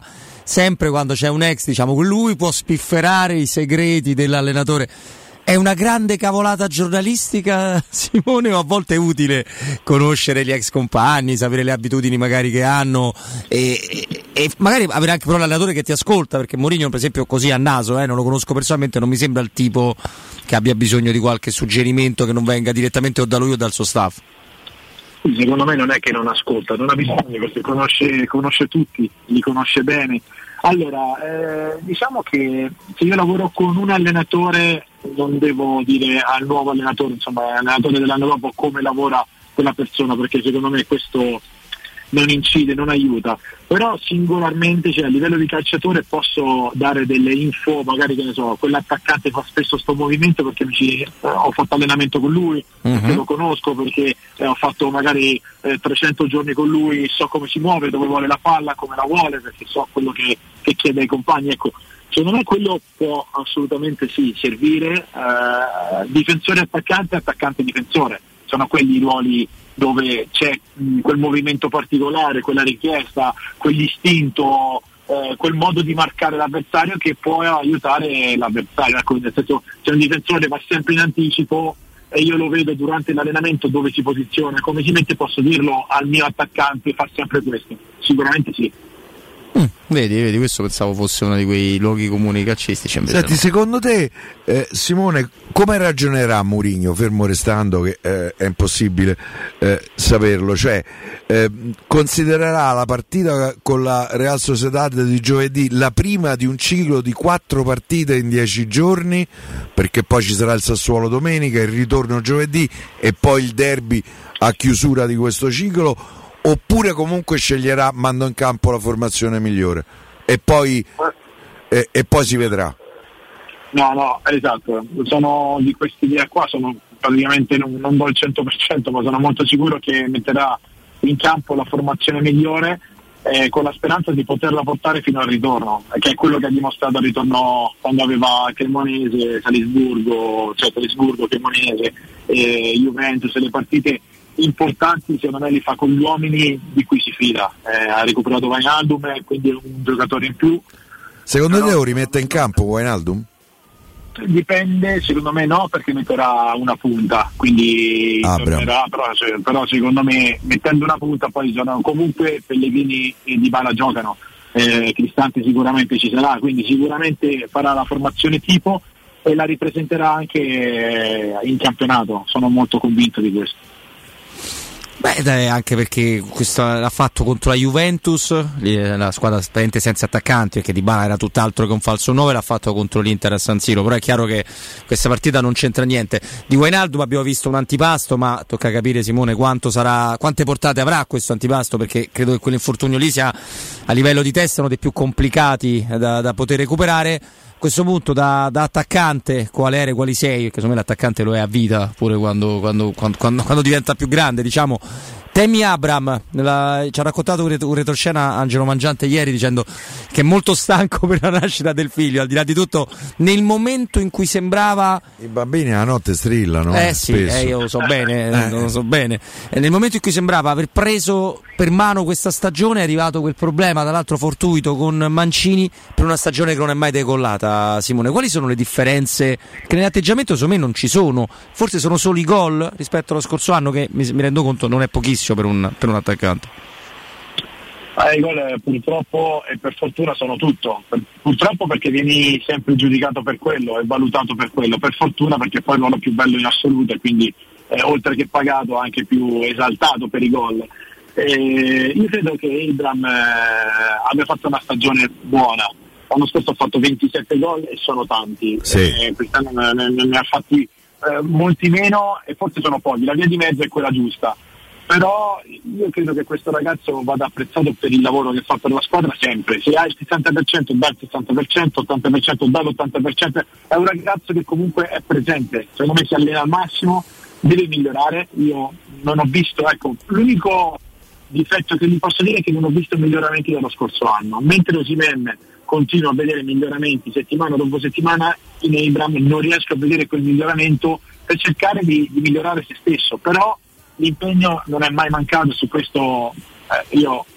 sempre quando c'è un ex, diciamo, lui può spifferare i segreti dell'allenatore. È una grande cavolata giornalistica, Simone, o a volte è utile conoscere gli ex compagni, sapere le abitudini magari che hanno e magari avere anche però l'allenatore che ti ascolta, perché Mourinho per esempio così a naso, non lo conosco personalmente, non mi sembra il tipo che abbia bisogno di qualche suggerimento che non venga direttamente o da lui o dal suo staff. Secondo me non è che non ascolta, non ha bisogno, perché conosce tutti, li conosce bene. Allora, diciamo che se io lavoro con un allenatore non devo dire al nuovo allenatore, insomma allenatore dell'anno dopo, come lavora quella persona, perché secondo me questo non incide, non aiuta. Però singolarmente, cioè a livello di calciatore, posso dare delle info, magari che ne so, quell'attaccante fa spesso sto movimento perché ho fatto allenamento con lui, perché lo conosco, perché ho fatto magari 300 giorni con lui, so come si muove, dove vuole la palla, come la vuole, perché so quello che chiede ai compagni. Ecco, secondo me quello può assolutamente sì servire. Difensore attaccante, attaccante difensore, sono quelli i ruoli dove c'è quel movimento particolare, quella richiesta, quell'istinto, quel modo di marcare l'avversario che può aiutare l'avversario. Ecco, nel senso, se un difensore va sempre in anticipo e io lo vedo durante l'allenamento dove si posiziona, come si mette, posso dirlo al mio attaccante, fa sempre questo. Sicuramente sì. Vedi, questo pensavo fosse uno di quei luoghi comuni calcistici. Senti, secondo te, Simone, come ragionerà Mourinho, fermo restando che è impossibile saperlo? Cioè, considererà la partita con la Real Sociedad di giovedì la prima di un ciclo di 4 partite in 10 giorni, perché poi ci sarà il Sassuolo domenica, il ritorno giovedì e poi il derby a chiusura di questo ciclo? Oppure comunque sceglierà, mando in campo la formazione migliore e poi si vedrà? No, esatto, sono di quest'idea qua, sono praticamente non do il 100%, ma sono molto sicuro che metterà in campo la formazione migliore, con la speranza di poterla portare fino al ritorno, che è quello che ha dimostrato al ritorno quando aveva Cremonese, Salisburgo, Cremonese, Juventus, le partite importanti secondo me li fa con gli uomini di cui si fida. Ha recuperato Wijnaldum, quindi è un giocatore in più. Secondo te lo rimette in campo Wijnaldum? Dipende, secondo me no, perché metterà una punta, quindi tornerà, però secondo me mettendo una punta poi sono comunque Pellegrini e Dybala giocano, Cristante sicuramente ci sarà, quindi sicuramente farà la formazione tipo e la ripresenterà anche in campionato, sono molto convinto di questo. Beh, anche perché questo l'ha fatto contro la Juventus, la squadra senza attaccanti, perché Dybala era tutt'altro che un falso 9, l'ha fatto contro l'Inter a San Siro, però è chiaro che questa partita non c'entra niente. Di Wijnaldum abbiamo visto un antipasto, ma tocca capire, Simone, quante portate avrà questo antipasto, perché credo che quell'infortunio lì sia a livello di testa uno dei più complicati da poter recuperare. A questo punto da attaccante quali sei, perché secondo me l'attaccante lo è a vita pure quando diventa più grande, diciamo. Tammy Abraham ci ha raccontato un retroscena Angelo Mangiante ieri dicendo che è molto stanco per la nascita del figlio, al di là di tutto nel momento in cui sembrava i bambini a notte strillano sì, io lo so bene, lo so bene. Nel momento in cui sembrava aver preso per mano questa stagione è arrivato quel problema, tra l'altro fortuito, con Mancini per una stagione che non è mai decollata. Simone, quali sono le differenze? Che nell'atteggiamento secondo me non ci sono, forse sono solo i gol rispetto allo scorso anno, che mi rendo conto non è pochissimo per un attaccante. I gol purtroppo e per fortuna sono tutto. Purtroppo perché vieni sempre giudicato per quello e valutato per quello, per fortuna perché poi è il ruolo più bello in assoluto e quindi oltre che pagato anche più esaltato per i gol. Io credo che Abraham abbia fatto una stagione buona. L'anno scorso ha fatto 27 gol e sono tanti, quest'anno ne ha fatti molti meno e forse sono pochi, la via di mezzo è quella giusta. Però io credo che questo ragazzo vada apprezzato per il lavoro che fa per la squadra sempre. Se hai il 60% dà il 60%, 80% dà l'80%, è un ragazzo che comunque è presente, secondo me si allena al massimo, deve migliorare. Io non ho visto, l'unico difetto che gli posso dire è che non ho visto miglioramenti dallo scorso anno, mentre Osimhen continuo a vedere miglioramenti settimana dopo settimana, in Abraham non riesco a vedere quel miglioramento per cercare di migliorare se stesso, però l'impegno non è mai mancato. Su questo io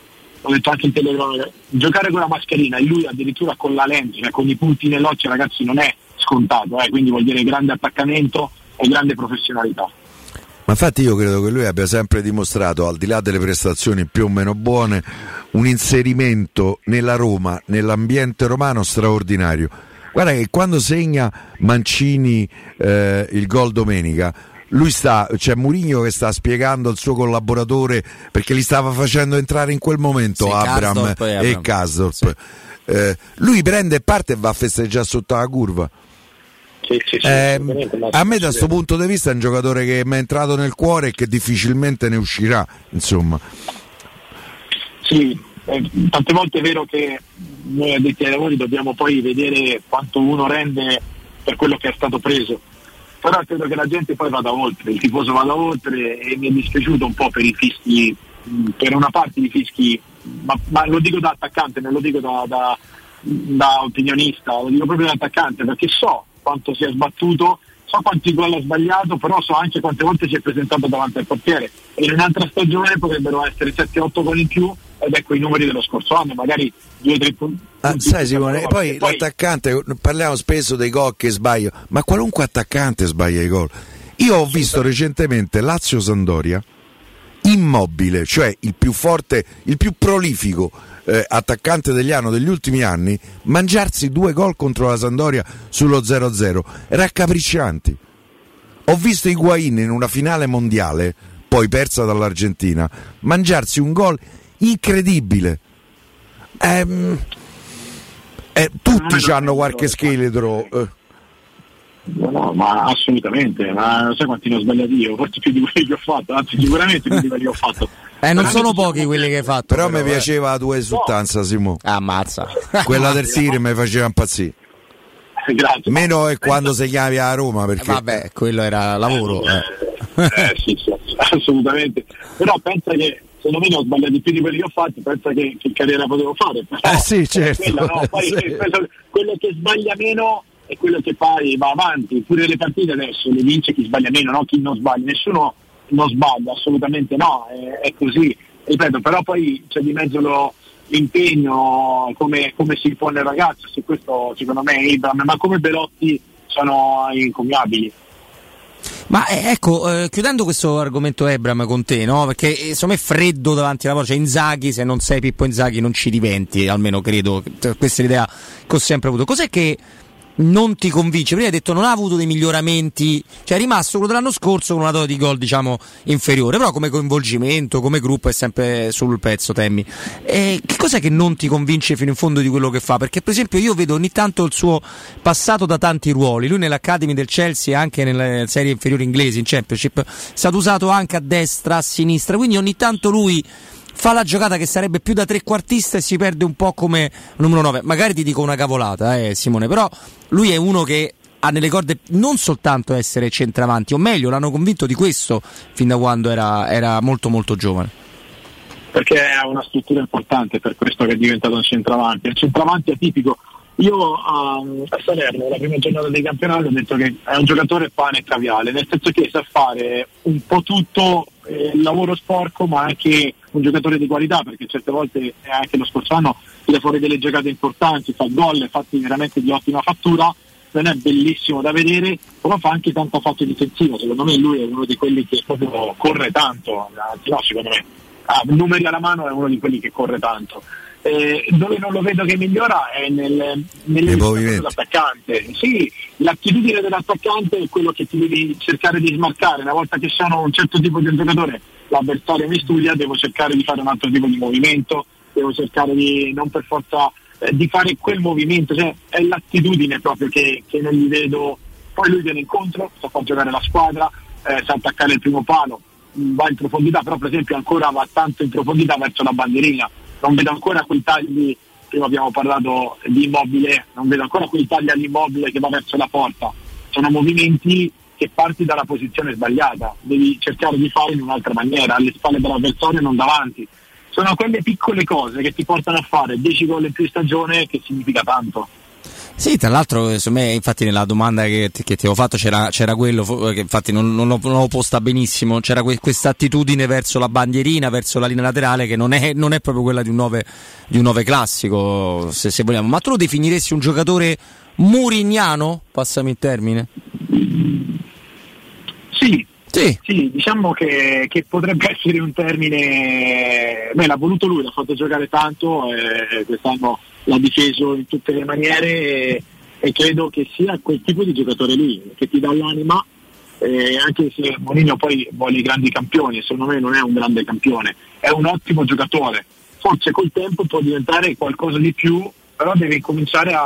l'ho detto anche in telecronaca, giocare con la mascherina e lui addirittura con la lente, cioè con i punti nell'occhio, ragazzi, non è scontato, quindi vuol dire grande attaccamento e grande professionalità. Ma infatti io credo che lui abbia sempre dimostrato, al di là delle prestazioni più o meno buone, un inserimento nella Roma, nell'ambiente romano straordinario. Guarda che quando segna Mancini il gol domenica, lui c'è Mourinho che sta spiegando al suo collaboratore, perché li stava facendo entrare in quel momento, sì, Abraham e Karsdorp. Sì. Lui prende e parte e va a festeggiare sotto la curva. Sì, a me da questo punto di vista è un giocatore che mi è entrato nel cuore e che difficilmente ne uscirà, insomma. Sì, tante volte è vero che noi addetti ai lavori dobbiamo poi vedere quanto uno rende per quello che è stato preso, però credo che la gente poi vada oltre, il tifoso vada oltre, e mi è dispiaciuto un po' per i fischi, per una parte di fischi, ma lo dico da attaccante, non lo dico da opinionista, lo dico proprio da attaccante, perché so quanto si è sbattuto, so quanti gol ha sbagliato, però so anche quante volte si è presentato davanti al portiere, e in un'altra stagione potrebbero essere 7-8 gol in più, ed ecco i numeri dello scorso anno, magari 2-3 punti. Sai Simone, poi l'attaccante, parliamo spesso dei gol che sbaglia, ma qualunque attaccante sbaglia i gol. Io ho visto recentemente Lazio-Sampdoria, Immobile, cioè il più forte, il più prolifico attaccante degli ultimi anni, mangiarsi 2 gol contro la Sampdoria sullo 0-0, raccapriccianti. Ho visto Higuaín in una finale mondiale, poi persa dall'Argentina, mangiarsi un gol incredibile. Tutti hanno qualche scheletro. No, ma assolutamente, ma non sai quanti ne ho sbagliati io, forse più di quelli che ho fatto, anzi sicuramente più di quelli che ho fatto. Non sono pochi quelli che hai fatto. Però mi piaceva la tua esultanza, Simo. Ammazza. Quella del Siri mi faceva impazzire. Grazie. Meno è quando si chiami a Roma, perché vabbè, quello era lavoro. Sì, assolutamente. Però pensa che secondo me ne ho sbagliati più di quelli che ho fatto, pensa che carriera potevo fare. Però, sì, certo. Poi sì. Quello che sbaglia meno è quello che poi va avanti. Pure le partite adesso le vince chi sbaglia meno, no? Chi non sbaglia. Nessuno non sbaglia, assolutamente no, è così. Ripeto, però poi c'è di mezzo l'impegno, come si pone il ragazzo, su questo secondo me Abraham, ma come Belotti sono incommiabili. Ma ecco, chiudendo questo argomento Abraham con te, no? Perché secondo me freddo davanti alla porta, cioè Inzaghi, se non sei Pippo Inzaghi non ci diventi, almeno credo, questa è l'idea che ho sempre avuto. Cos'è che non ti convince? Prima hai detto non ha avuto dei miglioramenti, cioè è rimasto quello dell'anno scorso con una dose di gol diciamo inferiore, però come coinvolgimento, come gruppo è sempre sul pezzo. Temmi, che cos'è che non ti convince fino in fondo di quello che fa? Perché per esempio io vedo ogni tanto il suo passato da tanti ruoli, lui nell'Academy del Chelsea e anche nelle serie inferiori inglesi in Championship è stato usato anche a destra, a sinistra, quindi ogni tanto lui fa la giocata che sarebbe più da trequartista e si perde un po' come numero 9. Magari ti dico una cavolata, Simone, però lui è uno che ha nelle corde non soltanto essere centravanti, o meglio, l'hanno convinto di questo fin da quando era molto molto giovane. Perché ha una struttura importante, per questo che è diventato un centravanti. Il centravanti atipico. Io a Salerno, la prima giornata dei campionati, ho detto che è un giocatore pane e caviale, nel senso che sa fare un po' tutto, il lavoro sporco, ma anche un giocatore di qualità, perché certe volte, anche lo scorso anno, tira fuori delle giocate importanti, fa gol fatti veramente di ottima fattura, non è bellissimo da vedere, però fa anche tanto fatto difensivo. Secondo me lui è uno di quelli che proprio corre tanto, anzi no, secondo me numeri alla mano è uno di quelli che corre tanto. Dove non lo vedo che migliora è dell'attaccante. Sì, l'attitudine dell'attaccante è quello che ti devi cercare di smarcare. Una volta che sono un certo tipo di giocatore, l'avversario mi studia, devo cercare di fare un altro tipo di movimento, devo cercare di non per forza di fare quel movimento, cioè è l'attitudine proprio che non gli vedo. Poi lui viene incontro, sa far giocare la squadra, sa attaccare il primo palo, va in profondità, però per esempio ancora va tanto in profondità verso la bandierina. Non vedo ancora quei tagli, prima abbiamo parlato di Immobile, non vedo ancora quei tagli all'Immobile che va verso la porta. Sono movimenti che parti dalla posizione sbagliata, devi cercare di fare in un'altra maniera, alle spalle dell'avversario e non davanti. Sono quelle piccole cose che ti portano a fare 10 gol in più stagione, che significa tanto. Sì, tra l'altro, secondo me, infatti, nella domanda che ti avevo fatto c'era quello, che infatti non l'ho posta benissimo. C'era questa attitudine verso la bandierina, verso la linea laterale, che non è proprio quella di un 9 classico, se vogliamo. Ma tu lo definiresti un giocatore murignano? Passami il termine. Sì, diciamo che potrebbe essere un termine. L'ha voluto lui, l'ha fatto giocare tanto, quest'anno l'ha difeso in tutte le maniere e credo che sia quel tipo di giocatore lì che ti dà l'anima, anche se Mourinho poi vuole i grandi campioni, secondo me non è un grande campione, è un ottimo giocatore, forse col tempo può diventare qualcosa di più, però deve cominciare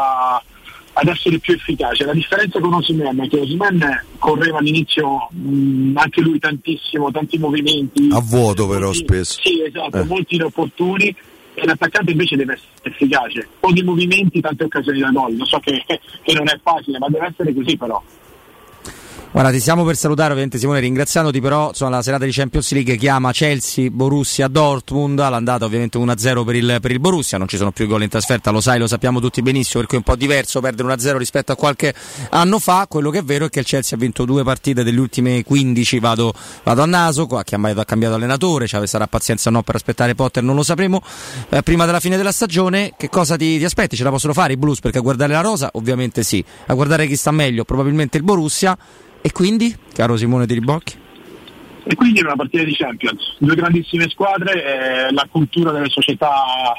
ad essere più efficace. La differenza con Osimhen è che Osimhen correva all'inizio anche lui tantissimo, tanti movimenti a vuoto, però spesso sì, esatto, molti inopportuni, e l'attaccante invece deve essere efficace, pochi movimenti, tante occasioni da gol. Lo so che non è facile, ma deve essere così. Però guarda, ti stiamo per salutare ovviamente, Simone, ringraziandoti, però insomma, la serata di Champions League chiama Chelsea, Borussia, Dortmund, all'andata ovviamente 1-0 per il Borussia, non ci sono più gol in trasferta, lo sai, lo sappiamo tutti benissimo, per cui è un po' diverso perdere 1-0 rispetto a qualche anno fa. Quello che è vero è che il Chelsea ha vinto 2 partite delle ultime 15, vado a naso, ha cambiato allenatore, sarà pazienza o no per aspettare Potter, non lo sapremo prima della fine della stagione. Che cosa ti aspetti? Ce la possono fare i Blues? Perché a guardare la rosa ovviamente sì, a guardare chi sta meglio probabilmente il Borussia. E quindi, caro Simone Di Ribocchi? E quindi è una partita di Champions, 2 grandissime squadre, la cultura delle società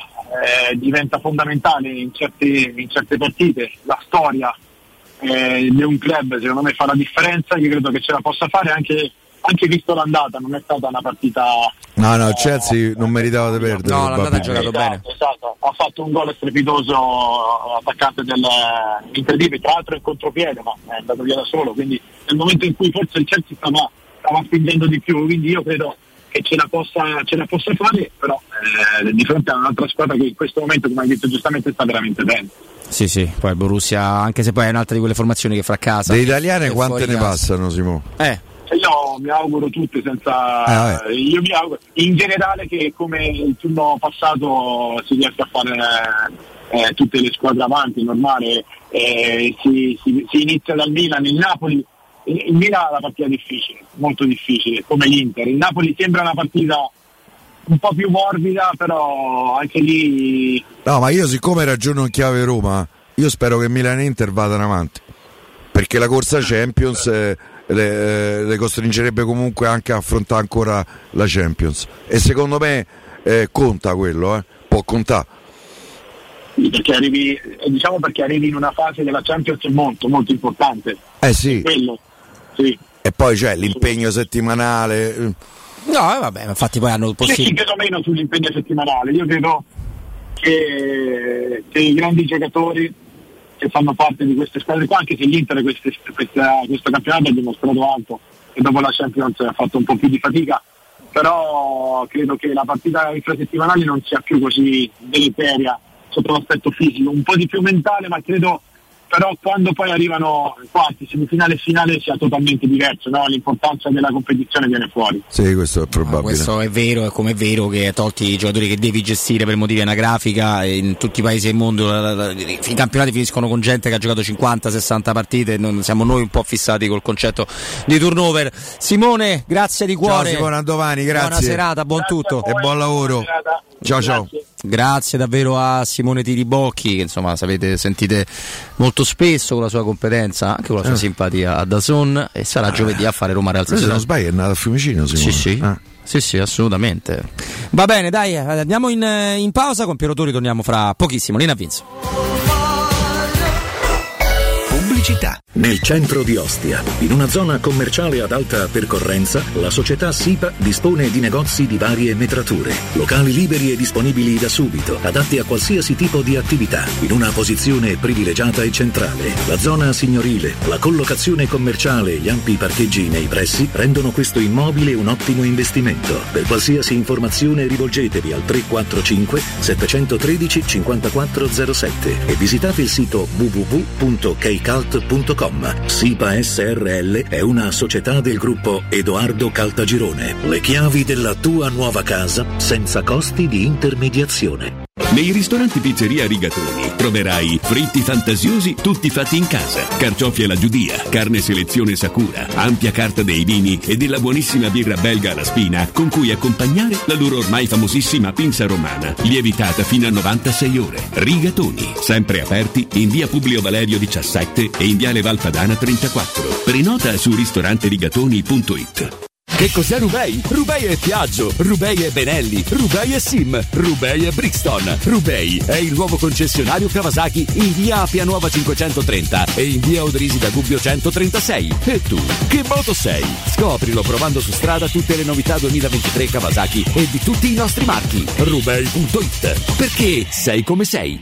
diventa fondamentale in certe partite, la storia di un club secondo me fa la differenza. Io credo che ce la possa fare anche visto l'andata, non è stata una partita. No, il Chelsea non meritava di perdere. No, l'andata ha giocato bene. Esatto, ha fatto un gol strepitoso l'attaccante incredibile, tra l'altro in contropiede, ma è andato via da solo, quindi nel momento in cui forse il Chelsea stava spingendo di più, quindi io credo che ce la possa fare, però di fronte a un'altra squadra che in questo momento, come hai detto giustamente, sta veramente bene. Sì, poi il Borussia, anche se poi è un'altra di quelle formazioni che fracassa. Le italiane quante ne passano, Simone? Io mi auguro tutte senza. Io mi auguro in generale che come il turno passato si riesca a fare tutte le squadre avanti, normale. Si inizia dal Milan, il Napoli. Il Milan ha una partita difficile, molto difficile, come l'Inter. Il Napoli sembra una partita un po' più morbida, però anche lì. No, ma io siccome ragiono in chiave Roma, io spero che Milan e Inter vadano avanti, perché la corsa Champions le costringerebbe comunque anche a affrontare ancora la Champions, e secondo me conta quello, può contare, perché arrivi in una fase della Champions molto molto importante. Sì. Quello, sì. E poi c'è l'impegno settimanale. No, vabbè, infatti poi hanno possibilità. Sì, credo meno sull'impegno settimanale. Io credo che i grandi giocatori che fanno parte di queste squadre qua, anche se l'Inter questo campionato ha dimostrato alto e dopo la Champions ha fatto un po' più di fatica, però credo che la partita infrasettimanale non sia più così deleteria sotto l'aspetto fisico, un po' di più mentale, ma credo però quando poi arrivano quarti, semifinale e finale sia totalmente diverso, no? L'importanza della competizione viene fuori. Sì, questo è probabile. Questo è vero, è come è vero che tolti i giocatori che devi gestire per motivi anagrafica, in tutti i paesi del mondo i campionati finiscono con gente che ha giocato 50-60 partite, siamo noi un po' fissati col concetto di turnover. Simone, grazie di cuore. Ciao Simone, a domani, grazie. Buona serata, buon tutto e buon lavoro. Ciao. Grazie davvero a Simone Tiribocchi, che insomma sentite molto spesso con la sua competenza, anche con la sua simpatia a DAZN, e sarà giovedì a fare Roma Real Sociedad. Se non sbaglio è nato a Fiumicino, Simone. Sì, assolutamente. Va bene, dai, andiamo in pausa, con Piero Tori torniamo fra pochissimo. Lina Vince. Pubblicità. Nel centro di Ostia, in una zona commerciale ad alta percorrenza, la società SIPA dispone di negozi di varie metrature, locali liberi e disponibili da subito, adatti a qualsiasi tipo di attività, in una posizione privilegiata e centrale. La zona signorile, la collocazione commerciale e gli ampi parcheggi nei pressi rendono questo immobile un ottimo investimento. Per qualsiasi informazione rivolgetevi al 345 713 5407 e visitate il sito www.kcalt.com. SIPA SRL è una società del gruppo Edoardo Caltagirone. Le chiavi della tua nuova casa senza costi di intermediazione. Nei ristoranti Pizzeria Rigatoni troverai fritti fantasiosi tutti fatti in casa, carciofi alla giudia, carne selezione Sakura, ampia carta dei vini e della buonissima birra belga alla spina con cui accompagnare la loro ormai famosissima pinza romana, lievitata fino a 96 ore. Rigatoni, sempre aperti in via Publio Valerio 17 e in viale Valpadana 34. Prenota su ristoranterigatoni.it. Che cos'è Rubei? Rubei è Piaggio, Rubei è Benelli, Rubei è Sim, Rubei è Brixton. Rubei è il nuovo concessionario Kawasaki in via Appia Nuova 530 e in via Odrisi da Gubbio 136. E tu, che moto sei? Scoprilo provando su strada tutte le novità 2023 Kawasaki e di tutti i nostri marchi. Rubei.it, perché sei come sei.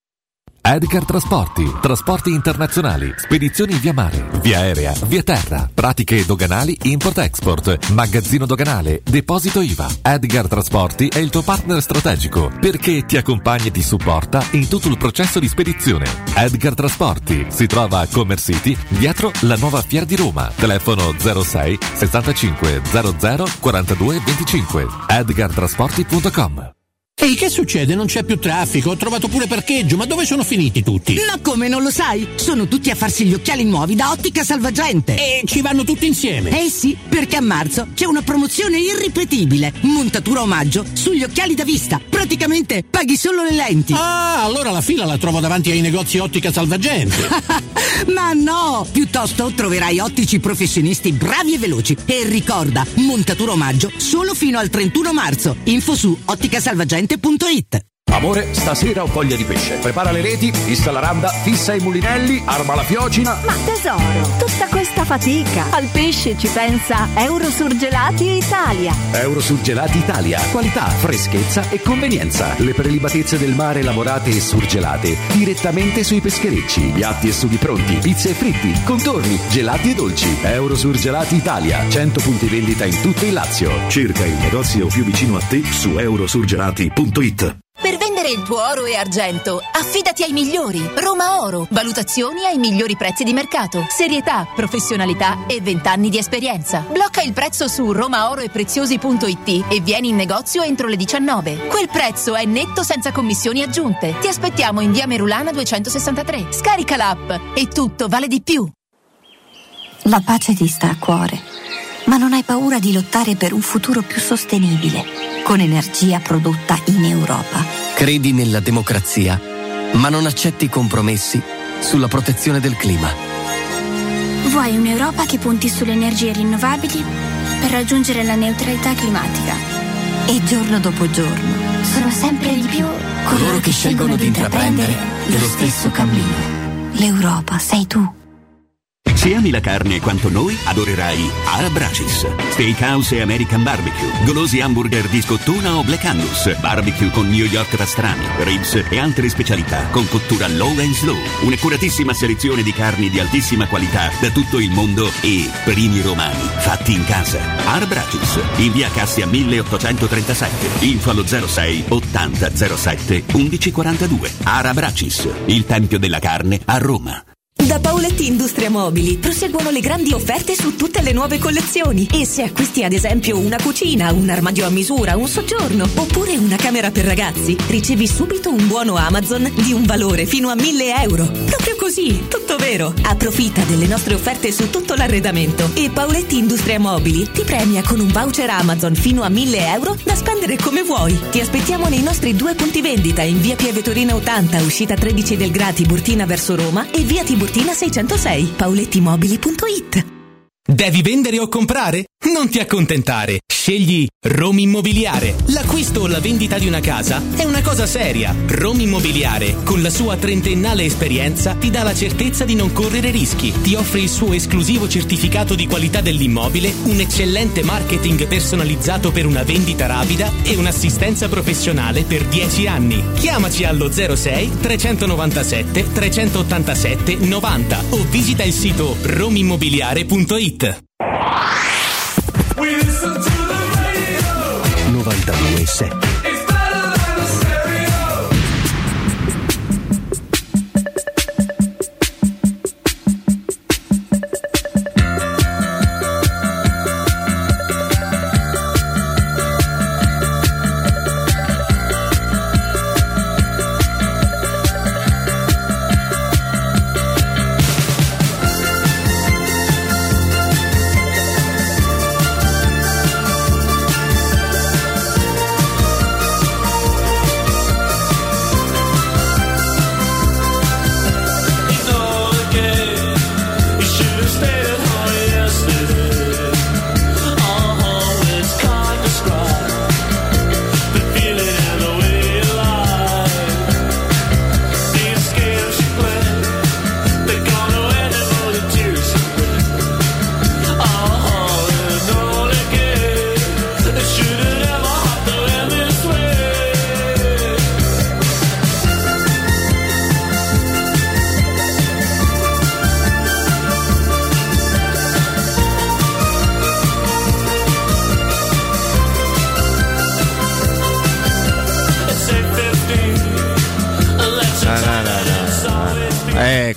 Edgar trasporti internazionali, spedizioni via mare, via aerea, via terra, pratiche doganali, import-export, magazzino doganale, deposito IVA. Edgar Trasporti è il tuo partner strategico perché ti accompagna e ti supporta in tutto il processo di spedizione. Edgar Trasporti si trova a Commerce City, dietro la nuova Fiera di Roma. Telefono 06 65 00 42 25. edgartrasporti.com. Ehi, che succede? Non c'è più traffico, ho trovato pure parcheggio, ma dove sono finiti tutti? Ma come, non lo sai? Sono tutti a farsi gli occhiali nuovi da Ottica Salvagente. E ci vanno tutti insieme? Eh sì, perché a marzo c'è una promozione irripetibile. Montatura omaggio sugli occhiali da vista. Praticamente paghi solo le lenti. Ah, allora la fila la trovo davanti ai negozi Ottica Salvagente. Ma no, piuttosto troverai ottici professionisti bravi e veloci. E ricorda, montatura omaggio solo fino al 31 marzo. Info su otticasalvagente.it. Amore, stasera ho voglia di pesce. Prepara le reti, fissa la randa, fissa i mulinelli, arma la fiocina. Ma tesoro, tutta questa fatica. Al pesce ci pensa Eurosurgelati Italia. Eurosurgelati Italia. Qualità, freschezza e convenienza. Le prelibatezze del mare lavorate e surgelate direttamente sui pescherecci. Piatti e sughi pronti, pizze e fritti, contorni, gelati e dolci. Eurosurgelati Italia. 100 punti vendita in tutto il Lazio. Cerca il negozio più vicino a te su eurosurgelati.it. Per vendere il tuo oro e argento, affidati ai migliori. Roma Oro. Valutazioni ai migliori prezzi di mercato. Serietà, professionalità e 20 anni di esperienza. Blocca il prezzo su romaoroepreziosi.it e vieni in negozio entro le 19. Quel prezzo è netto senza commissioni aggiunte. Ti aspettiamo in via Merulana 263. Scarica l'app e tutto vale di più. La pace ti sta a cuore, ma non hai paura di lottare per un futuro più sostenibile, con energia prodotta in Europa. Credi nella democrazia, ma non accetti compromessi sulla protezione del clima. Vuoi un'Europa che punti sulle energie rinnovabili per raggiungere la neutralità climatica. E giorno dopo giorno sono sempre di più coloro che scelgono di intraprendere lo stesso cammino. L'Europa sei tu. Se ami la carne quanto noi, adorerai Arabracis. Steakhouse e American Barbecue, golosi hamburger di scottuna o Black Angus, barbecue con New York pastrami, ribs e altre specialità con cottura low and slow. Un'accuratissima selezione di carni di altissima qualità da tutto il mondo e primi romani fatti in casa. Arabracis, in via Cassia 1837. Info allo 06 80 07 1142. Arabracis, il tempio della carne a Roma. Da Paoletti Industria Mobili proseguono le grandi offerte su tutte le nuove collezioni e se acquisti ad esempio una cucina, un armadio a misura, un soggiorno oppure una camera per ragazzi, ricevi subito un buono Amazon di un valore fino a 1.000 euro. Proprio così, tutto vero. Approfitta delle nostre offerte su tutto l'arredamento e Paoletti Industria Mobili ti premia con un voucher Amazon fino a 1.000 euro da spendere come vuoi. Ti aspettiamo nei nostri 2 punti vendita in via Pieve Torina 80, uscita 13 del Gra Tiburtina verso Roma e via Tiburtina 606, paolettimobili.it. Devi vendere o comprare? Non ti accontentare. Scegli Roma Immobiliare. L'acquisto o la vendita di una casa è una cosa seria. Roma Immobiliare, con la sua trentennale esperienza, ti dà la certezza di non correre rischi. Ti offre il suo esclusivo certificato di qualità dell'immobile, un eccellente marketing personalizzato per una vendita rapida e un'assistenza professionale per 10 anni. Chiamaci allo 06 397 387 90 o visita il sito romimmobiliare.it. 92.7.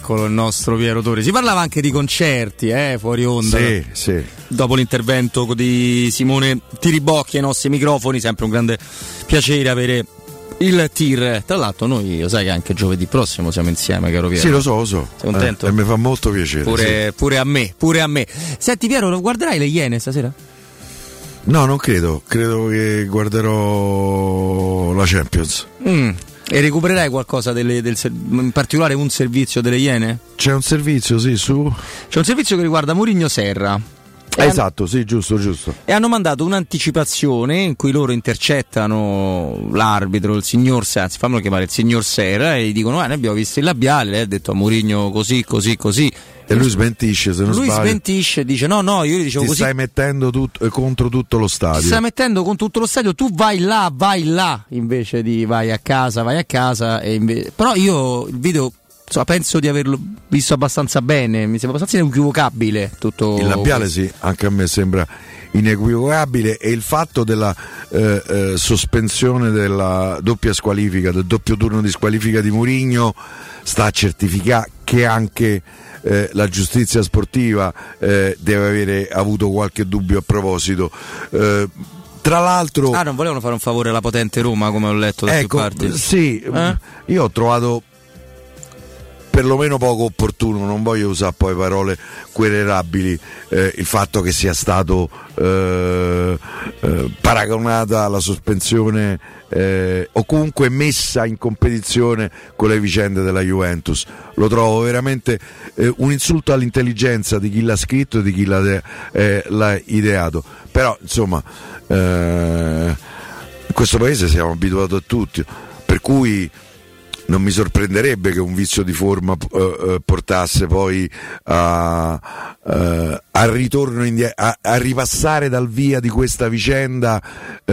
Eccolo il nostro Piero Torri. Si parlava anche di concerti, fuori onda. Sì. Dopo l'intervento di Simone Tiribocchi ai nostri microfoni, sempre un grande piacere avere il tir. Tra l'altro noi, lo sai che anche giovedì prossimo siamo insieme, caro Piero. Sì, lo so. Sei contento? E mi fa molto piacere. Pure a me. Senti Piero, guarderai le Iene stasera? No, non credo. Credo che guarderò la Champions. E recupererai qualcosa in particolare un servizio delle Iene? C'è un servizio, sì, su. C'è un servizio che riguarda Mourinho Serra. Esatto, sì, giusto. E hanno mandato un'anticipazione in cui loro intercettano l'arbitro, il signor Serra, anzi fammelo chiamare il signor Serra, e gli dicono: noi abbiamo visto il labiale, lei ha detto a Mourinho così. E lui smentisce, se non sbaglio. Lui smentisce, dice no, io gli dicevo ti così. Stai mettendo contro tutto lo stadio. Ti stai mettendo contro tutto lo stadio, tu vai là, invece di vai a casa, però io il video penso di averlo visto abbastanza bene, mi sembra abbastanza inequivocabile tutto. Il labiale sì, anche a me sembra inequivocabile, e il fatto della sospensione della doppia squalifica, del doppio turno di squalifica di Mourinho sta a certificare che anche la giustizia sportiva deve avere avuto qualche dubbio a proposito. Tra l'altro non volevano fare un favore alla potente Roma, come ho letto da più parti. Sì, io ho trovato perlomeno poco opportuno, non voglio usare poi parole querelabili, il fatto che sia stato paragonata alla sospensione o comunque messa in competizione con le vicende della Juventus. Lo trovo veramente un insulto all'intelligenza di chi l'ha scritto e di chi l'ha ideato, però insomma in questo paese siamo abituati a tutti, per cui non mi sorprenderebbe che un vizio di forma portasse poi al ritorno a ripassare dal via di questa vicenda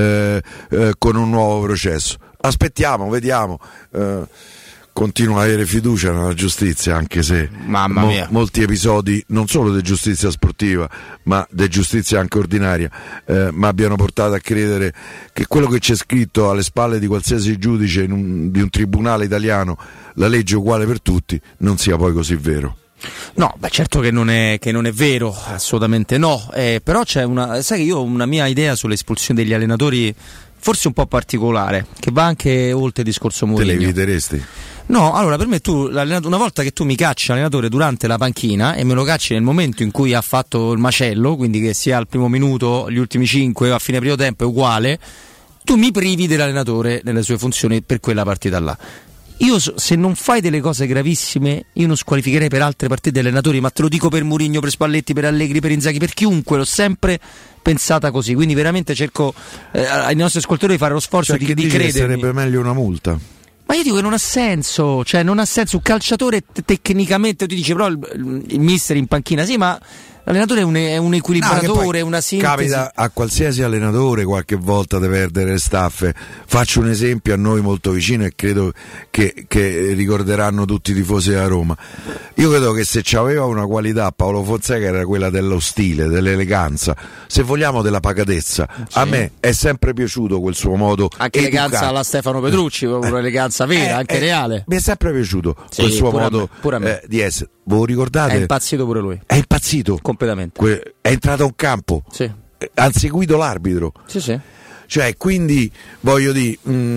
con un nuovo processo. Aspettiamo, vediamo. Continuo ad avere fiducia nella giustizia, anche se molti episodi, non solo di giustizia sportiva ma di giustizia anche ordinaria, mi abbiano portato a credere che quello che c'è scritto alle spalle di qualsiasi giudice di un tribunale italiano, la legge è uguale per tutti, non sia poi così vero. No, certo che non è vero, assolutamente no, però sai che io ho una mia idea sull'espulsione degli allenatori forse un po' particolare, che va anche oltre il discorso Mourinho. Te le eviteresti? No, allora per me una volta che tu mi cacci l'allenatore durante la panchina e me lo cacci nel momento in cui ha fatto il macello, quindi che sia al primo minuto, gli ultimi 5 o a fine primo tempo è uguale, tu mi privi dell'allenatore nelle sue funzioni per quella partita là. Io se non fai delle cose gravissime, io non squalificherei per altre partite degli allenatori, ma te lo dico per Mourinho, per Spalletti, per Allegri, per Inzaghi, per chiunque, l'ho sempre pensata così, quindi veramente cerco ai nostri ascoltatori di fare lo sforzo di credermi. Sarebbe meglio una multa. Ma io dico che non ha senso, non ha senso. Un calciatore tecnicamente, tu dici, però il mister in panchina, sì, ma l'allenatore è un equilibratore, una sintesi. Capita a qualsiasi allenatore qualche volta di perdere le staffe. Faccio un esempio a noi molto vicino e credo che ricorderanno tutti i tifosi della Roma. Io credo che se c'aveva una qualità Paolo Fonseca era quella dello stile, dell'eleganza, se vogliamo della pacatezza. Sì. A me è sempre piaciuto quel suo modo anche l'eleganza alla Stefano Petrucci, un'eleganza vera, anche reale. Mi è sempre piaciuto quel suo modo di essere. Voi ricordate? È impazzito pure lui. È impazzito completamente. È entrato in campo. Sì. Ha seguito l'arbitro. Sì. Cioè, quindi voglio dire,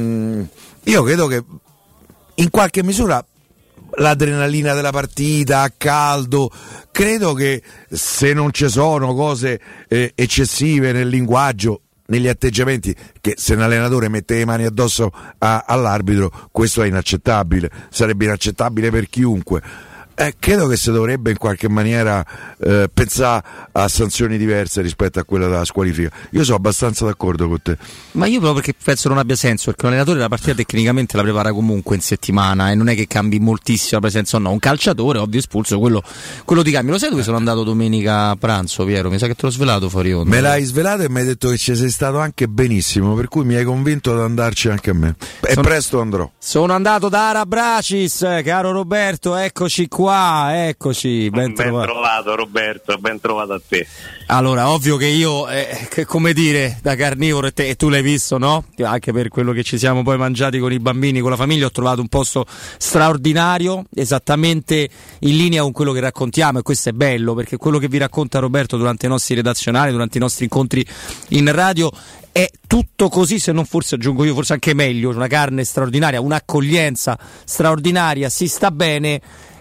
io credo che in qualche misura l'adrenalina della partita a caldo, credo che se non ci sono cose eccessive nel linguaggio, negli atteggiamenti, che se un allenatore mette le mani addosso all'arbitro, questo è inaccettabile, sarebbe inaccettabile per chiunque. Credo che si dovrebbe in qualche maniera pensare a sanzioni diverse rispetto a quella della squalifica. Io sono abbastanza d'accordo con te. Ma io proprio perché penso non abbia senso, perché un allenatore la partita tecnicamente la prepara comunque in settimana e non è che cambi moltissimo la presenza o no. Un calciatore, ovvio, espulso, quello ti cambi. Lo sai dove sono andato domenica a pranzo, Piero? Mi sa che te l'ho svelato fuori onda. Me l'hai svelato e mi hai detto che ci sei stato anche benissimo, per cui mi hai convinto ad andarci anche a me. E presto andrò. Sono andato da Arabracis, caro Roberto, eccoci qua. eccoci, ben trovato Roberto, ben trovato a te. Allora, ovvio che io, come dire, da carnivoro, e tu l'hai visto, no? Anche per quello che ci siamo poi mangiati con i bambini, con la famiglia, ho trovato un posto straordinario, esattamente in linea con quello che raccontiamo, e questo è bello, perché quello che vi racconta Roberto durante i nostri redazionali, durante i nostri incontri in radio, è tutto così, se non forse aggiungo io, forse anche meglio. Una carne straordinaria, un'accoglienza straordinaria, si sta bene,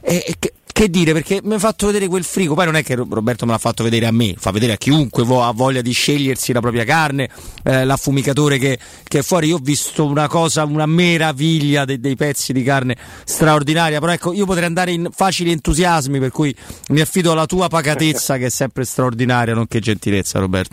che dire, perché mi ha fatto vedere quel frigo. Poi non è che Roberto me l'ha fatto vedere a me, fa vedere a chiunque ha voglia di scegliersi la propria carne, l'affumicatore che è fuori. Io ho visto una cosa, una meraviglia dei pezzi di carne straordinaria, però ecco, io potrei andare in facili entusiasmi, per cui mi affido alla tua pacatezza che è sempre straordinaria, nonché gentilezza, Roberto.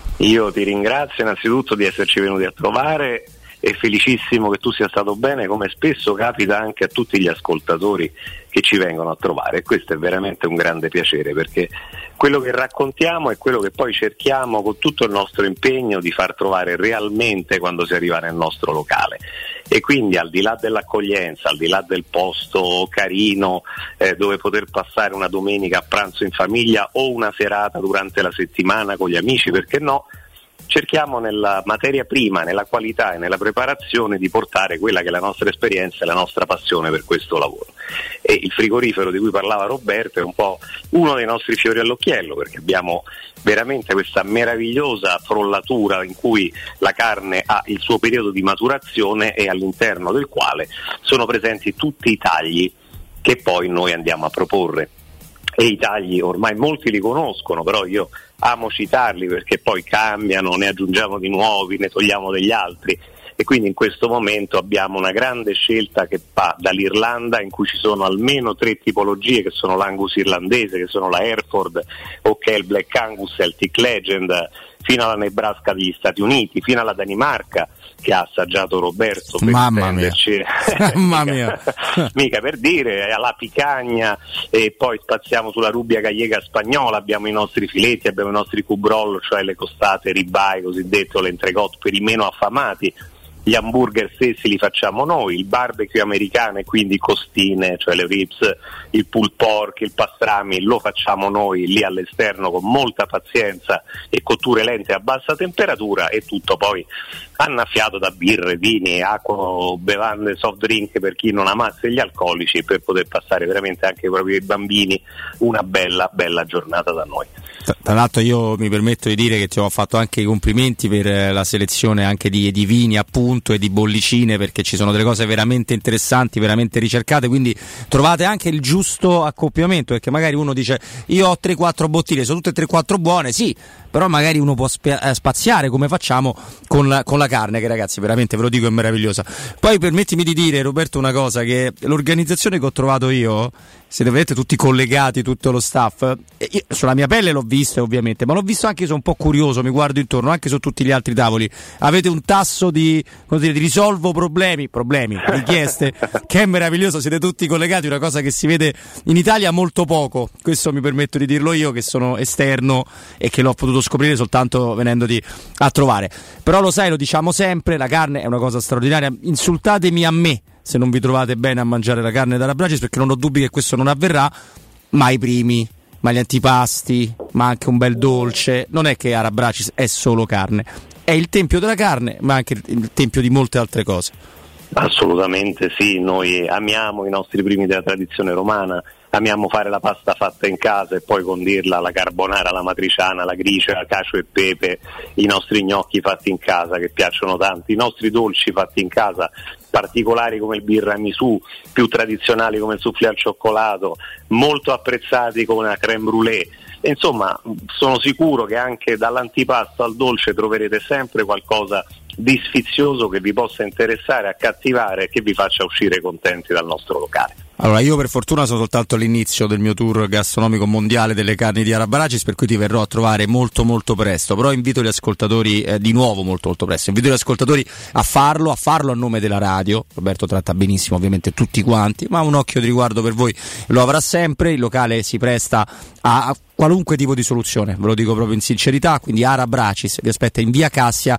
Io ti ringrazio innanzitutto di esserci venuti a trovare, e felicissimo che tu sia stato bene, come spesso capita anche a tutti gli ascoltatori che ci vengono a trovare, e questo è veramente un grande piacere, perché quello che raccontiamo è quello che poi cerchiamo con tutto il nostro impegno di far trovare realmente quando si arriva nel nostro locale. E quindi, al di là dell'accoglienza, al di là del posto carino dove poter passare una domenica a pranzo in famiglia o una serata durante la settimana con gli amici, perché no, cerchiamo nella materia prima, nella qualità e nella preparazione di portare quella che è la nostra esperienza e la nostra passione per questo lavoro. E il frigorifero di cui parlava Roberto è un po' uno dei nostri fiori all'occhiello, perché abbiamo veramente questa meravigliosa frollatura in cui la carne ha il suo periodo di maturazione e all'interno del quale sono presenti tutti i tagli che poi noi andiamo a proporre. E i tagli ormai molti li conoscono, però io amo citarli perché poi cambiano, ne aggiungiamo di nuovi, ne togliamo degli altri, e quindi in questo momento abbiamo una grande scelta che va dall'Irlanda, in cui ci sono almeno 3 tipologie, che sono l'Angus irlandese, che sono la Hereford, ok, il Black Angus, Celtic Legend, fino alla Nebraska degli Stati Uniti, fino alla Danimarca, che ha assaggiato Roberto, per mamma mia. Mamma mia. Mica per dire, alla picagna, e poi spaziamo sulla Rubbia Gallega spagnola, abbiamo i nostri filetti, abbiamo i nostri cub-roll, cioè le costate ribeye cosiddette, o le entrecôte per i meno affamati. Gli hamburger stessi li facciamo noi, il barbecue americano, e quindi costine, cioè le ribs, il pulled pork, il pastrami, lo facciamo noi lì all'esterno con molta pazienza e cotture lente a bassa temperatura, e tutto poi annaffiato da birre, vini, acqua, bevande, soft drink per chi non amasse gli alcolici, per poter passare veramente anche proprio ai bambini una bella giornata da noi. Tra l'altro io mi permetto di dire che ti ho fatto anche i complimenti per la selezione anche di vini, appunto, e di bollicine, perché ci sono delle cose veramente interessanti, veramente ricercate, quindi trovate anche il giusto accoppiamento, perché magari uno dice io ho 3-4 bottiglie, sono tutte 3-4 buone, sì, però magari uno può spaziare, come facciamo con la carne, che ragazzi veramente ve lo dico è meravigliosa. Poi permettimi di dire, Roberto, una cosa, che l'organizzazione che ho trovato io, siete vedete tutti collegati, tutto lo staff, io sulla mia pelle l'ho visto ovviamente, ma l'ho visto anche, sono un po' curioso, mi guardo intorno, anche su tutti gli altri tavoli avete un tasso di risolvo problemi, richieste che è meraviglioso, siete tutti collegati, una cosa che si vede in Italia molto poco, questo mi permetto di dirlo io che sono esterno e che l'ho potuto scoprire soltanto venendoti a trovare. Però lo sai, lo diciamo sempre, la carne è una cosa straordinaria, insultatemi a me se non vi trovate bene a mangiare la carne d'Arabracis, perché non ho dubbi che questo non avverrà, ma i primi, ma gli antipasti, ma anche un bel dolce, non è che Arabracis è solo carne, è il tempio della carne, ma anche il tempio di molte altre cose. Assolutamente sì, noi amiamo i nostri primi della tradizione romana, amiamo fare la pasta fatta in casa e poi condirla, la carbonara, la matriciana, la gricia, cacio e pepe, i nostri gnocchi fatti in casa che piacciono tanto, i nostri dolci fatti in casa, particolari come il birramisù, più tradizionali come il soufflé al cioccolato, molto apprezzati come la crème brûlée. Insomma, sono sicuro che anche dall'antipasto al dolce troverete sempre qualcosa di sfizioso che vi possa interessare, accattivare e che vi faccia uscire contenti dal nostro locale. Allora, io per fortuna sono soltanto all'inizio del mio tour gastronomico mondiale delle carni di Arabracis, per cui ti verrò a trovare molto molto presto, però invito gli ascoltatori di nuovo molto presto, invito gli ascoltatori a farlo a nome della radio. Roberto tratta benissimo ovviamente tutti quanti, ma un occhio di riguardo per voi lo avrà sempre, il locale si presta a qualunque tipo di soluzione, ve lo dico proprio in sincerità, quindi Arabracis vi aspetta in via Cassia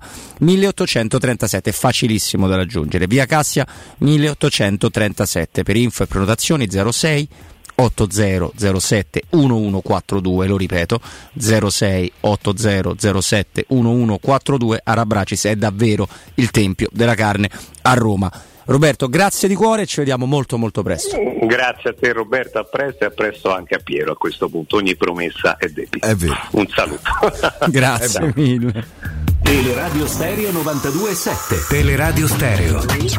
1837, è facilissimo da raggiungere, via Cassia 1837, per info e prenotazioni 06 8007 1142, lo ripeto 06 8007 1142. Arabracis è davvero il tempio della carne a Roma. Roberto, grazie di cuore e ci vediamo molto molto presto. Grazie a te Roberto, a presto e a presto anche a Piero. A questo punto ogni promessa è debita. È vero. Un saluto. Grazie mille. Teleradio Stereo 92.7. Teleradio Stereo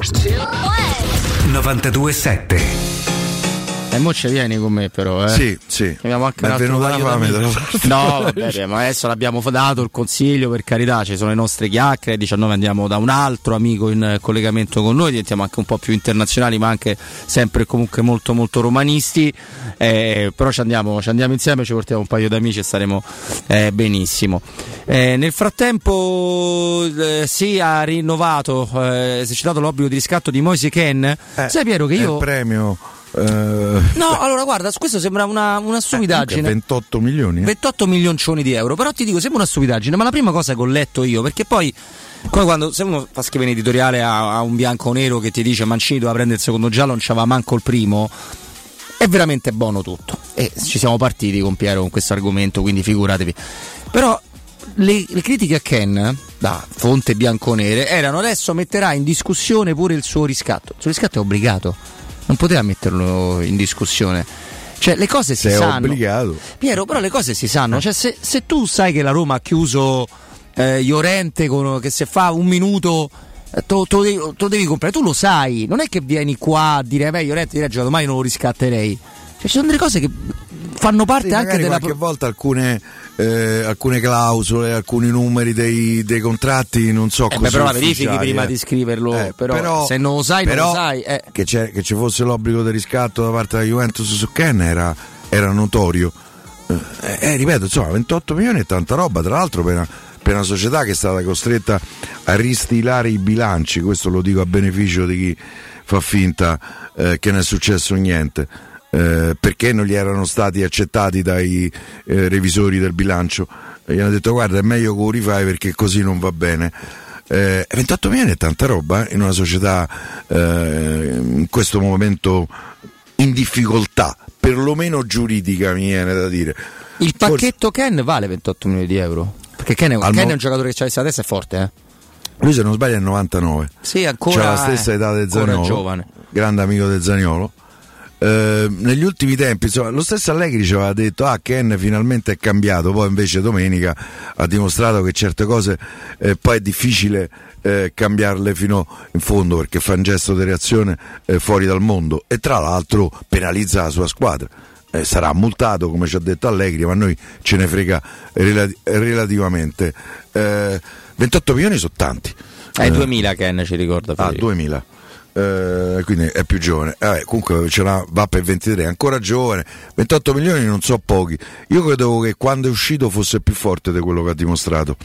92.7. E mo ci vieni con me però, Sì. Abbiamo anche mi è venuta la fame. No, vabbè, ma adesso l'abbiamo dato il consiglio, per carità, ci sono le nostre chiacchiere. 19 andiamo da un altro amico in collegamento con noi, diventiamo anche un po' più internazionali, ma anche sempre comunque molto molto romanisti. Però ci andiamo insieme, ci portiamo un paio d'amici e staremo benissimo. Nel frattempo si ha rinnovato, esercitato l'obbligo di riscatto di Moise Kean. Sai Piero che io il premio. No, allora guarda, questo sembra una stupidaggine. 28 milioni. 28 milioncioni di euro, però ti dico, sembra una stupidaggine, ma la prima cosa che ho letto io, perché poi come quando se uno fa scrivere un editoriale a un bianco o nero che ti dice Mancini doveva prendere il secondo giallo, non c'aveva manco il primo, è veramente buono tutto. E ci siamo partiti con Piero con questo argomento, quindi figuratevi. Però le critiche a Kean da fonte bianconere erano: adesso metterà in discussione pure il suo riscatto. Il suo riscatto è obbligato, non poteva metterlo in discussione. Cioè le cose si sanno. Obbligato. Piero, però le cose si sanno. Cioè se tu sai che la Roma ha chiuso Llorente che se fa un minuto tu devi comprare, tu lo sai, non è che vieni qua a dire Llorente ha giocato, mai non lo riscatterei. Cioè ci sono delle cose che fanno parte anche della qualche volta alcune clausole, alcuni numeri dei contratti non so cosa. Però la verifichi prima di scriverlo, però se non lo sai non lo sai. Che ci fosse l'obbligo di riscatto da parte della Juventus su Kean era notorio. Ripeto, insomma, 28 milioni è tanta roba, tra l'altro per una società che è stata costretta a ristilare i bilanci. Questo lo dico a beneficio di chi fa finta che non è successo niente. Perché non gli erano stati accettati dai revisori del bilancio. Gli hanno detto guarda, è meglio che lo rifai perché così non va bene. 28 milioni è tanta roba in una società in questo momento in difficoltà, perlomeno giuridica, mi viene da dire. Il pacchetto Kean vale 28 milioni di euro? Perché Kean è un giocatore che c'ha adesso è forte, Lui, se non sbaglio, è 99. Sì, ancora c'ha la stessa età del Zaniolo, giovane, grande amico del Zaniolo. Negli ultimi tempi, insomma, lo stesso Allegri ci aveva detto Kean finalmente è cambiato, poi invece domenica ha dimostrato che certe cose poi è difficile cambiarle fino in fondo, perché fa un gesto di reazione fuori dal mondo e tra l'altro penalizza la sua squadra. Sarà multato, come ci ha detto Allegri, ma a noi ce ne frega relativamente. 28 milioni sono tanti. 2000 Kean, ci ricorda. 2000. Quindi è più giovane. Comunque va per 23, ancora giovane. 28 milioni non so pochi. Io credevo che quando è uscito fosse più forte di quello che ha dimostrato.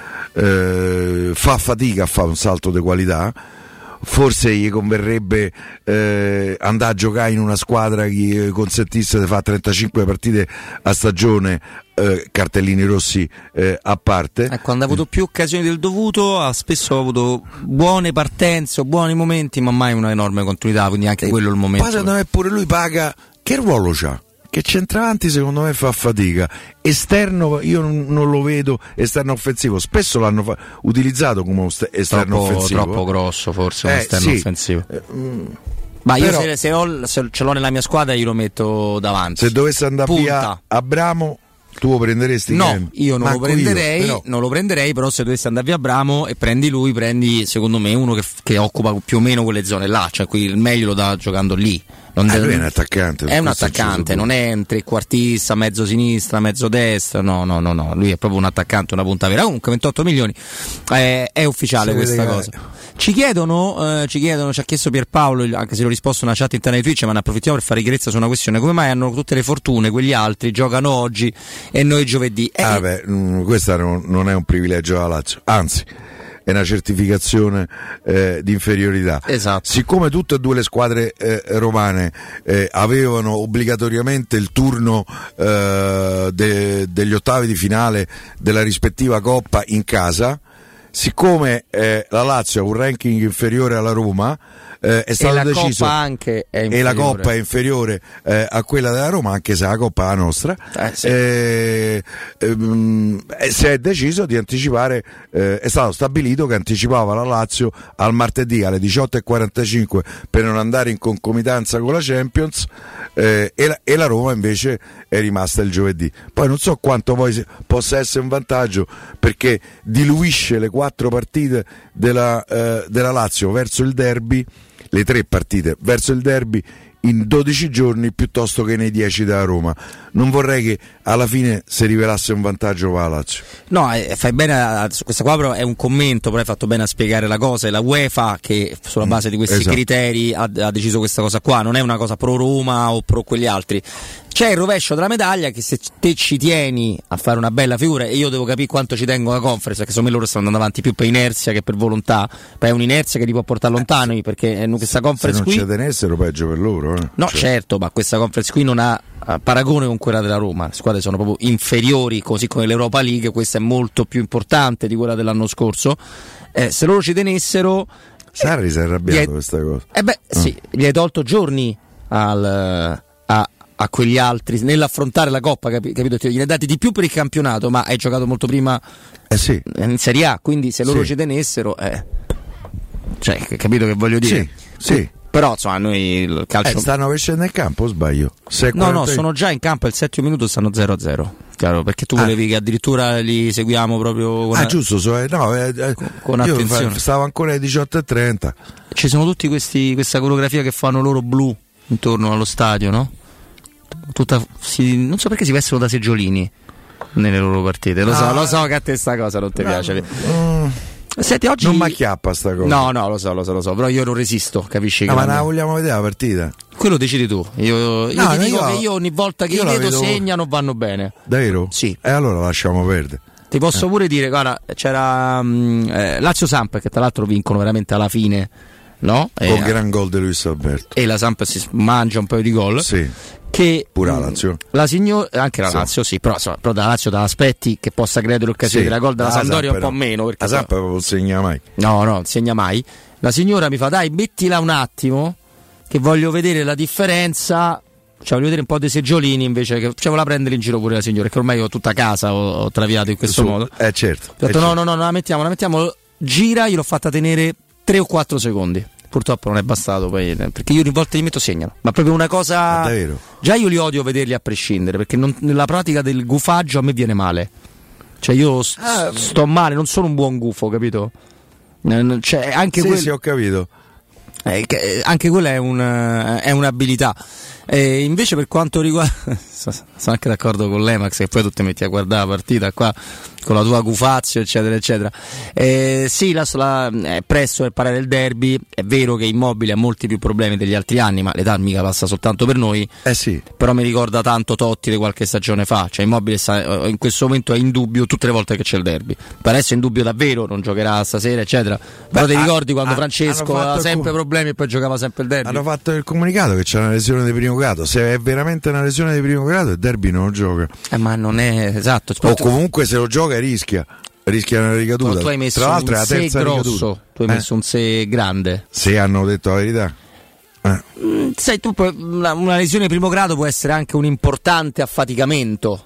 Fa fatica a fare un salto di qualità. Forse gli converrebbe andare a giocare in una squadra che consentisse di fare 35 partite a stagione, cartellini rossi a parte. Quando ha avuto più occasioni del dovuto ha spesso avuto buone partenze o buoni momenti, ma mai una enorme continuità, quindi anche quello è il momento. Poi secondo me pure lui paga. Che ruolo c'ha? Che centravanti secondo me fa fatica. Esterno io non lo vedo esterno offensivo, spesso l'hanno utilizzato come esterno offensivo. Troppo grosso forse un esterno offensivo. Ma però, io se ce l'ho nella mia squadra io lo metto davanti. Se dovesse andare via Abramo, tu lo prenderesti? No, io non lo prenderei, non lo prenderei, però se dovesse andare via Abramo e prendi lui, prendi secondo me uno che occupa più o meno quelle zone là, cioè qui il meglio lo dà giocando lì. Lui è un attaccante. È un attaccante, non è un trequartista, mezzo sinistra, mezzo destra, no, lui è proprio un attaccante, una punta vera. Comunque 28 milioni è ufficiale questa cosa. Ci chiedono, ci ha chiesto Pierpaolo, anche se l'ho risposto una chat interna di Twitch, ma ne approfittiamo per fare chiarezza su una questione: come mai hanno tutte le fortune quegli altri, giocano oggi e noi giovedì? Questo non è un privilegio alla Lazio, anzi è una certificazione di inferiorità. Esatto. Siccome tutte e due le squadre romane avevano obbligatoriamente il turno degli ottavi di finale della rispettiva Coppa in casa, siccome la Lazio ha un ranking inferiore alla Roma, è stato deciso Coppa anche è inferiore. E la Coppa è inferiore a quella della Roma, anche se la Coppa è la nostra, sì. Si è deciso di anticipare, è stato stabilito che anticipava la Lazio al martedì alle 18:45 per non andare in concomitanza con la Champions, e la Roma invece è rimasta il giovedì. Poi non so quanto poi possa essere un vantaggio, perché diluisce le 4 partite della Lazio verso il derby, le 3 partite verso il derby in 12 giorni piuttosto che nei 10 della Roma. Non vorrei che alla fine si rivelasse un vantaggio per la Lazio. No, fai bene questa qua, però è un commento, però hai fatto bene a spiegare la cosa. È la UEFA che sulla base di questi criteri ha deciso questa cosa qua, non è una cosa pro Roma o pro quegli altri. C'è il rovescio della medaglia, che se te ci tieni a fare una bella figura, e io devo capire quanto ci tengo la Conference, perché secondo me loro stanno andando avanti più per inerzia che per volontà, poi è un'inerzia che li può portare lontano, perché questa Conference se non qui ci tenessero peggio per loro, no, certo, ma questa Conference qui non ha paragone con quella della Roma, le squadre sono proprio inferiori, così come l'Europa League, questa è molto più importante di quella dell'anno scorso. Se loro ci tenessero, Sarri si è arrabbiato questa cosa. Sì, gli hai tolto giorni a quegli altri nell'affrontare la Coppa, capito? Gliene hai dati di più per il campionato, ma hai giocato molto prima in Serie A, quindi se loro ci tenessero, cioè, capito che voglio dire? Sì. Però insomma, noi il calcio stanno per scendere in campo, o sbaglio? No, sono già in campo, al 7° minuto stanno 0-0. Chiaro, perché tu volevi che addirittura li seguiamo proprio con giusto, con attenzione. Stavo ancora alle 18:30. Ci sono tutti questa coreografia che fanno loro blu intorno allo stadio, no? Non so perché si vestono da seggiolini nelle loro partite. Lo so che a te sta cosa non ti piace. Senti, oggi non mi acchiappa sta cosa. No, lo so, però io non resisto, capisci? Ma la vogliamo vedere la partita? Quello decidi tu. Io ti dico che io ogni volta che vedo segnano vanno bene. Davvero? Sì. E allora lasciamo perdere. Ti posso pure dire, guarda, c'era Lazio-Samp, che tra l'altro vincono veramente alla fine, no? Con gran gol di Luis Alberto. E la Samp si mangia un paio di gol. Sì. Che pure la Lazio, anche la Lazio, sì, però da Lazio te aspetti che possa credere l'occasione della gol della Sampdoria un po' meno, perché la Samp non segna mai. No, non segna mai. La signora mi fa: dai, mettila un attimo che voglio vedere la differenza, cioè voglio vedere un po' dei seggiolini, invece che voleva prendere in giro pure la signora, che ormai ho tutta casa, ho traviato in questo modo. Certo. Ho detto no, la mettiamo, gira, gliel'ho fatta tenere 3 o 4 secondi. Purtroppo non è bastato, poi, perché io ogni volta li metto segnano, ma proprio una cosa. Davvero? Già io li odio vederli a prescindere, perché nella pratica del gufaggio a me viene male, cioè io sto male, non sono un buon gufo, capito? Cioè, anche sì, ho capito. Anche quella è un'abilità. Invece per quanto riguarda sono anche d'accordo con l'Emax, che poi tu ti metti a guardare la partita qua con la tua Gufazio eccetera eccetera. Sì, è presto per parlare del derby. È vero che Immobile ha molti più problemi degli altri anni, ma l'età mica passa soltanto per noi. Sì. Però mi ricorda tanto Totti di qualche stagione fa, cioè Immobile in questo momento è in dubbio tutte le volte che c'è il derby. Per adesso è in dubbio davvero, non giocherà stasera eccetera. Però ti ricordi quando Francesco aveva sempre problemi e poi giocava sempre il derby? Hanno fatto il comunicato che c'è una lesione di primo grado. Se è veramente una lesione di primo grado, il derby non lo gioca. Ma non è esatto. O comunque se lo gioca rischia una ricaduta. Tu hai messo tra l'altro un è la terza grosso, ricaduta. Tu hai messo un se grande. Se hanno detto la verità. Sai, tu una lesione di primo grado può essere anche un importante affaticamento.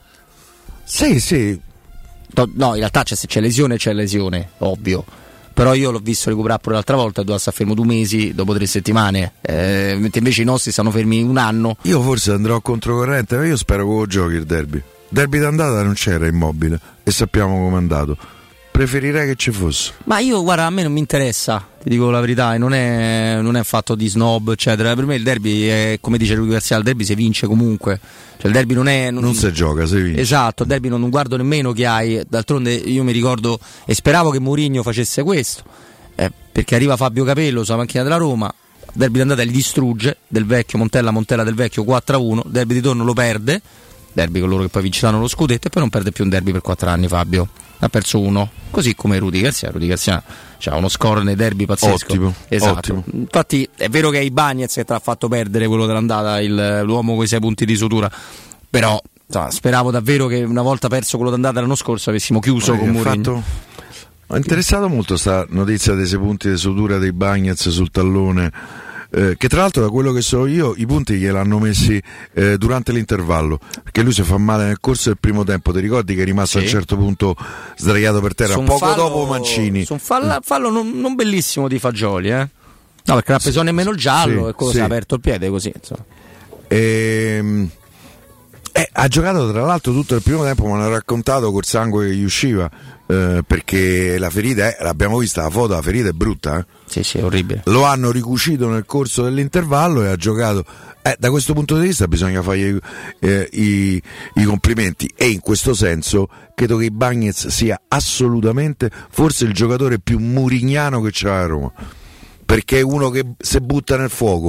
Sì. No, in realtà se c'è lesione, ovvio. Però io l'ho visto recuperare pure l'altra volta, doveva stare fermo 2 mesi dopo 3 settimane, mentre invece i nostri stanno fermi 1 anno. Io forse andrò controcorrente, ma io spero che lo giochi il derby. Derby d'andata non c'era Immobile e sappiamo com'è andato. Preferirei che ci fosse. Ma io, guarda, a me non mi interessa, ti dico la verità, e non è fatto di snob eccetera. Per me il derby è, come dice Luigi Garcia, il derby si vince comunque. Cioè il derby non si gioca, si vince. Esatto, il derby non guardo nemmeno chi hai. D'altronde io mi ricordo e speravo che Mourinho facesse questo, perché arriva Fabio Capello sulla macchina della Roma, derby d'andata li distrugge, del vecchio Montella del vecchio 4-1, derby di torno lo perde, derby con loro che poi vinceranno lo scudetto, e poi non perde più un derby per 4 anni Fabio. Ha perso 1, così come Rudy Garcia c'ha uno score nei derby pazzesco. Ottimo, esatto. Ottimo. Infatti è vero che è Ibañez che ti ha fatto perdere quello dell'andata, l'uomo con i 6 punti di sutura, però speravo davvero che una volta perso quello d'andata l'anno scorso avessimo chiuso con Mourinho. Ho interessato molto sta notizia dei 6 punti di sutura dei Bagnets sul tallone, che tra l'altro da quello che so io i punti gliel'hanno messi durante l'intervallo, perché lui si fa male nel corso del primo tempo. Ti ricordi che è rimasto a un certo punto sdraiato per terra poco dopo Mancini su un fallo non bellissimo di Fagioli, no, perché non ha preso nemmeno il giallo, e quello si è aperto il piede così, insomma. Ha giocato tra l'altro tutto il primo tempo, ma l'ha raccontato col sangue che gli usciva, perché la ferita l'abbiamo vista, la foto, la ferita è brutta, Sì, è orribile. Lo hanno ricucito nel corso dell'intervallo e ha giocato. Da questo punto di vista bisogna fargli i complimenti, e in questo senso credo che Bagnez sia assolutamente forse il giocatore più murignano che c'ha a Roma, perché è uno che si butta nel fuoco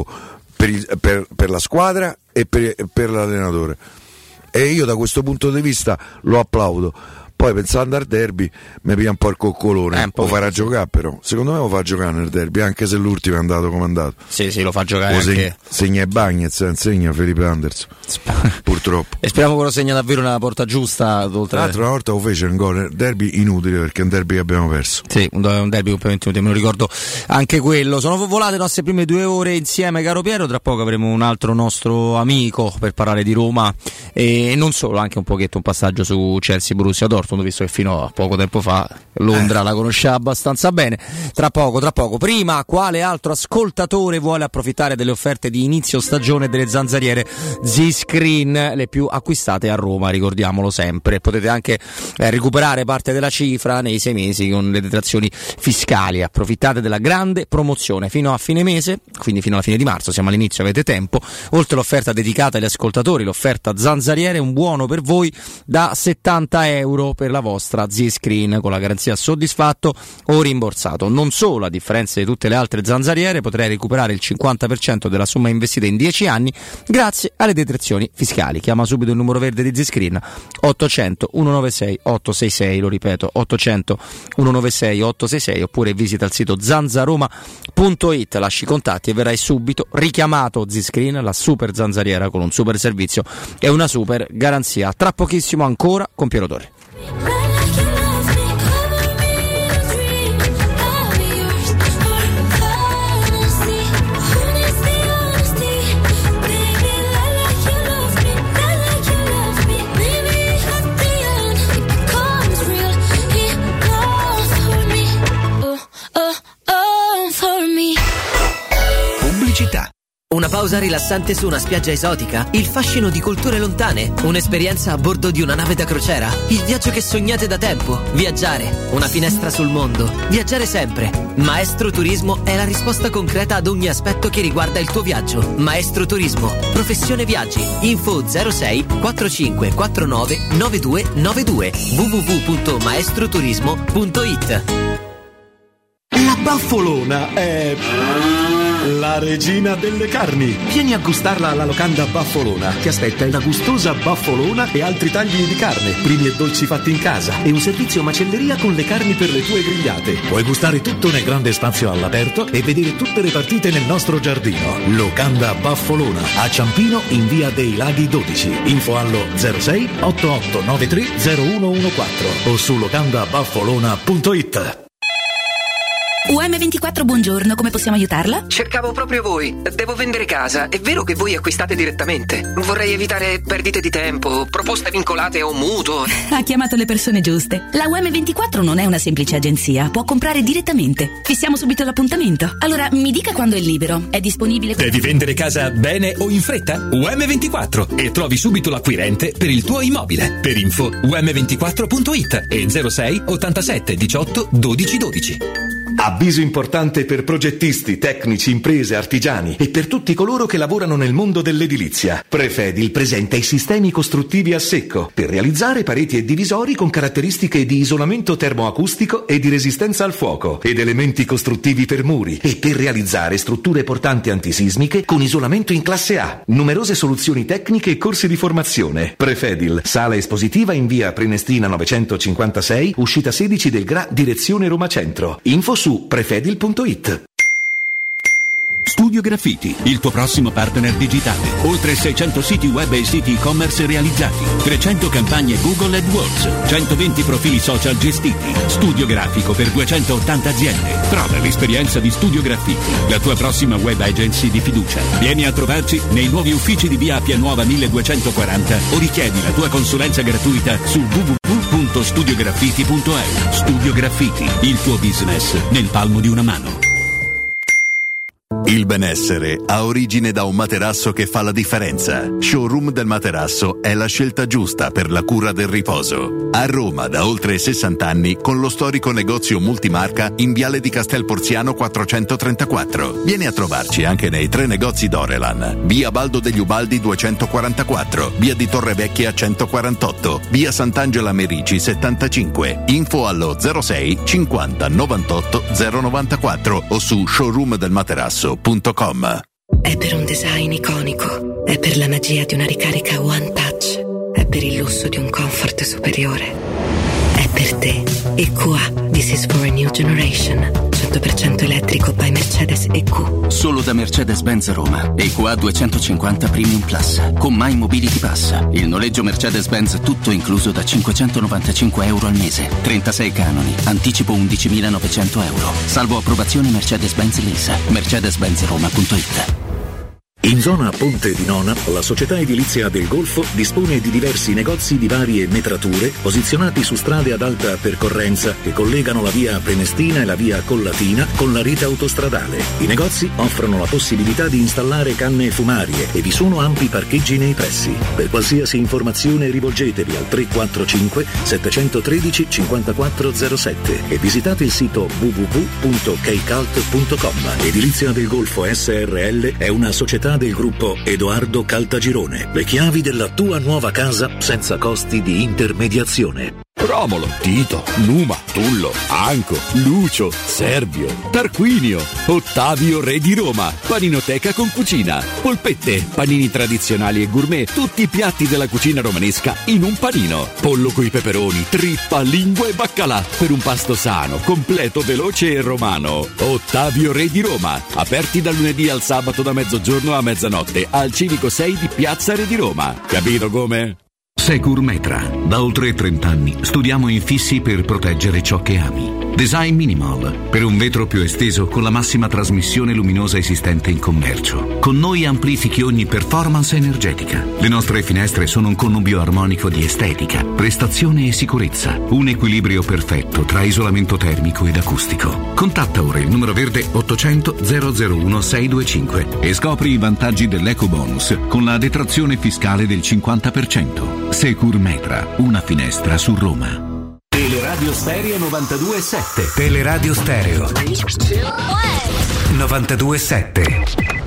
per la squadra e per l'allenatore, e io da questo punto di vista lo applaudo. Poi pensando al derby mi piglia un po' il coccolone, lo farà giocare, però secondo me lo fa giocare nel derby, anche se l'ultimo è andato come è andato. Sì, lo fa giocare anche. Segna i Bagnez, insegna Felipe Anderson, purtroppo. E speriamo che lo segna davvero nella porta giusta. Tra l'altro una volta lo fece un gol, derby inutile, perché è un derby che abbiamo perso. Sì, un derby completamente inutile, me lo ricordo anche quello. Sono volate le nostre prime 2 ore insieme, caro Piero. Tra poco avremo un altro nostro amico per parlare di Roma, e non solo, anche un pochetto un passaggio su Chelsea Borussia Dortmund, visto che fino a poco tempo fa Londra la conosceva abbastanza bene. Tra poco. Prima, quale altro ascoltatore vuole approfittare delle offerte di inizio stagione delle zanzariere Z-Screen, le più acquistate a Roma, ricordiamolo sempre. Potete anche recuperare parte della cifra nei 6 mesi con le detrazioni fiscali. Approfittate della grande promozione fino a fine mese, quindi fino alla fine di marzo, siamo all'inizio, avete tempo. Oltre all'offerta dedicata agli ascoltatori, l'offerta zanzariere, un buono per voi da €70 per la vostra Z-Screen, con la garanzia soddisfatto o rimborsato. Non solo, a differenza di tutte le altre zanzariere, potrai recuperare il 50% della somma investita in 10 anni grazie alle detrazioni fiscali. Chiama subito il numero verde di Z-Screen, 800 196 866, lo ripeto, 800 196 866, oppure visita il sito zanzaroma.it, lasci i contatti e verrai subito richiamato. Z-Screen, la super zanzariera con un super servizio e una super garanzia. Tra pochissimo ancora con Piero Torri. Pubblicità. Una pausa rilassante su una spiaggia esotica? Il fascino di culture lontane? Un'esperienza a bordo di una nave da crociera? Il viaggio che sognate da tempo? Viaggiare, una finestra sul mondo. Viaggiare sempre. Maestro Turismo è la risposta concreta ad ogni aspetto che riguarda il tuo viaggio. Maestro Turismo, professione viaggi. Info 06 45 49 9292 www.maestroturismo.it. La Baffolona è la regina delle carni. Vieni a gustarla alla locanda Baffolona. Ti aspetta una gustosa baffolona e altri tagli di carne, primi e dolci fatti in casa, e un servizio macelleria con le carni per le tue grigliate. Puoi gustare tutto nel grande spazio all'aperto e vedere tutte le partite nel nostro giardino. Locanda Baffolona, a Ciampino in via dei Laghi 12. Info allo 06 8893 0114 o su locandabaffolona.it. UM24, buongiorno, come possiamo aiutarla? Cercavo proprio voi. Devo vendere casa. È vero che voi acquistate direttamente? Vorrei evitare perdite di tempo, proposte vincolate o mutuo. Ha chiamato le persone giuste. La UM24 non è una semplice agenzia, può comprare direttamente. Fissiamo subito l'appuntamento. Allora, mi dica quando è libero. È disponibile? Devi vendere casa bene o in fretta? UM24 e trovi subito l'acquirente per il tuo immobile. Per info um24.it e 06 87 18 12 12. Avviso importante per progettisti, tecnici, imprese, artigiani e per tutti coloro che lavorano nel mondo dell'edilizia. Prefedil presenta i sistemi costruttivi a secco per realizzare pareti e divisori con caratteristiche di isolamento termoacustico e di resistenza al fuoco, ed elementi costruttivi per muri, e per realizzare strutture portanti antisismiche con isolamento in classe A. Numerose soluzioni tecniche e corsi di formazione. Prefedil, sala espositiva in via Prenestina 956, uscita 16 del Gra, direzione Roma Centro. Info su prefedil.it. Studio Studio Graffiti, il tuo prossimo partner digitale. Oltre 600 siti web e siti e-commerce realizzati, 300 campagne Google AdWords, 120 profili social gestiti, studio grafico per 280 aziende. Prova l'esperienza di Studio Graffiti, la tua prossima web agency di fiducia. Vieni a trovarci nei nuovi uffici di via Appia Nuova 1240 o richiedi la tua consulenza gratuita su www.studiograffiti.eu. Studio Graffiti, il tuo business nel palmo di una mano. Il benessere ha origine da un materasso che fa la differenza. Showroom del Materasso è la scelta giusta per la cura del riposo. A Roma da oltre 60 anni con lo storico negozio multimarca in Viale di Castel Porziano 434. Vieni a trovarci anche nei 3 negozi Dorelan. Via Baldo degli Ubaldi 244, via di Torrevecchia 148, via Sant'Angela Merici 75. Info allo 06 50 98 094 o su showroomdelmaterasso.com. È per un design iconico, è per la magia di una ricarica One Touch, è per il lusso di un comfort superiore, è per te. EQA, This is for a new generation, 100% elettrico by Mercedes EQ. Solo da Mercedes-Benz Roma. EQA 250 Premium Plus con My Mobility Pass, il noleggio Mercedes-Benz tutto incluso da €595 al mese, 36 canoni, anticipo 11.900 euro, salvo approvazione Mercedes-Benz Lease. Mercedes-Benzroma.it. In zona Ponte di Nona, la società edilizia del Golfo dispone di diversi negozi di varie metrature posizionati su strade ad alta percorrenza che collegano la via Prenestina e la via Collatina con la rete autostradale. I negozi offrono la possibilità di installare canne fumarie e vi sono ampi parcheggi nei pressi. Per qualsiasi informazione rivolgetevi al 345 713 5407 e visitate il sito www.kcalt.com. Edilizia del Golfo SRL è una società del gruppo Edoardo Caltagirone. Le chiavi della tua nuova casa senza costi di intermediazione. Romolo, Tito, Numa, Tullo, Anco, Lucio, Servio, Tarquinio, Ottavio Re di Roma, paninoteca con cucina, polpette, panini tradizionali e gourmet, tutti i piatti della cucina romanesca in un panino, pollo coi peperoni, trippa, lingua e baccalà, per un pasto sano, completo, veloce e romano. Ottavio Re di Roma, aperti dal lunedì al sabato da mezzogiorno a mezzanotte, al Civico 6 di Piazza Re di Roma. Capito come? Securmetra. Da oltre 30 anni studiamo infissi per proteggere ciò che ami. Design Minimal, per un vetro più esteso con la massima trasmissione luminosa esistente in commercio. Con noi amplifichi ogni performance energetica. Le nostre finestre sono un connubio armonico di estetica, prestazione e sicurezza. Un equilibrio perfetto tra isolamento termico ed acustico. Contatta ora il numero verde 800 001 625 e scopri i vantaggi dell'Eco Bonus con la detrazione fiscale del 50%. Securmetra, una finestra su Roma. Teleradio Stereo 92.7. Teleradio Stereo 92.7.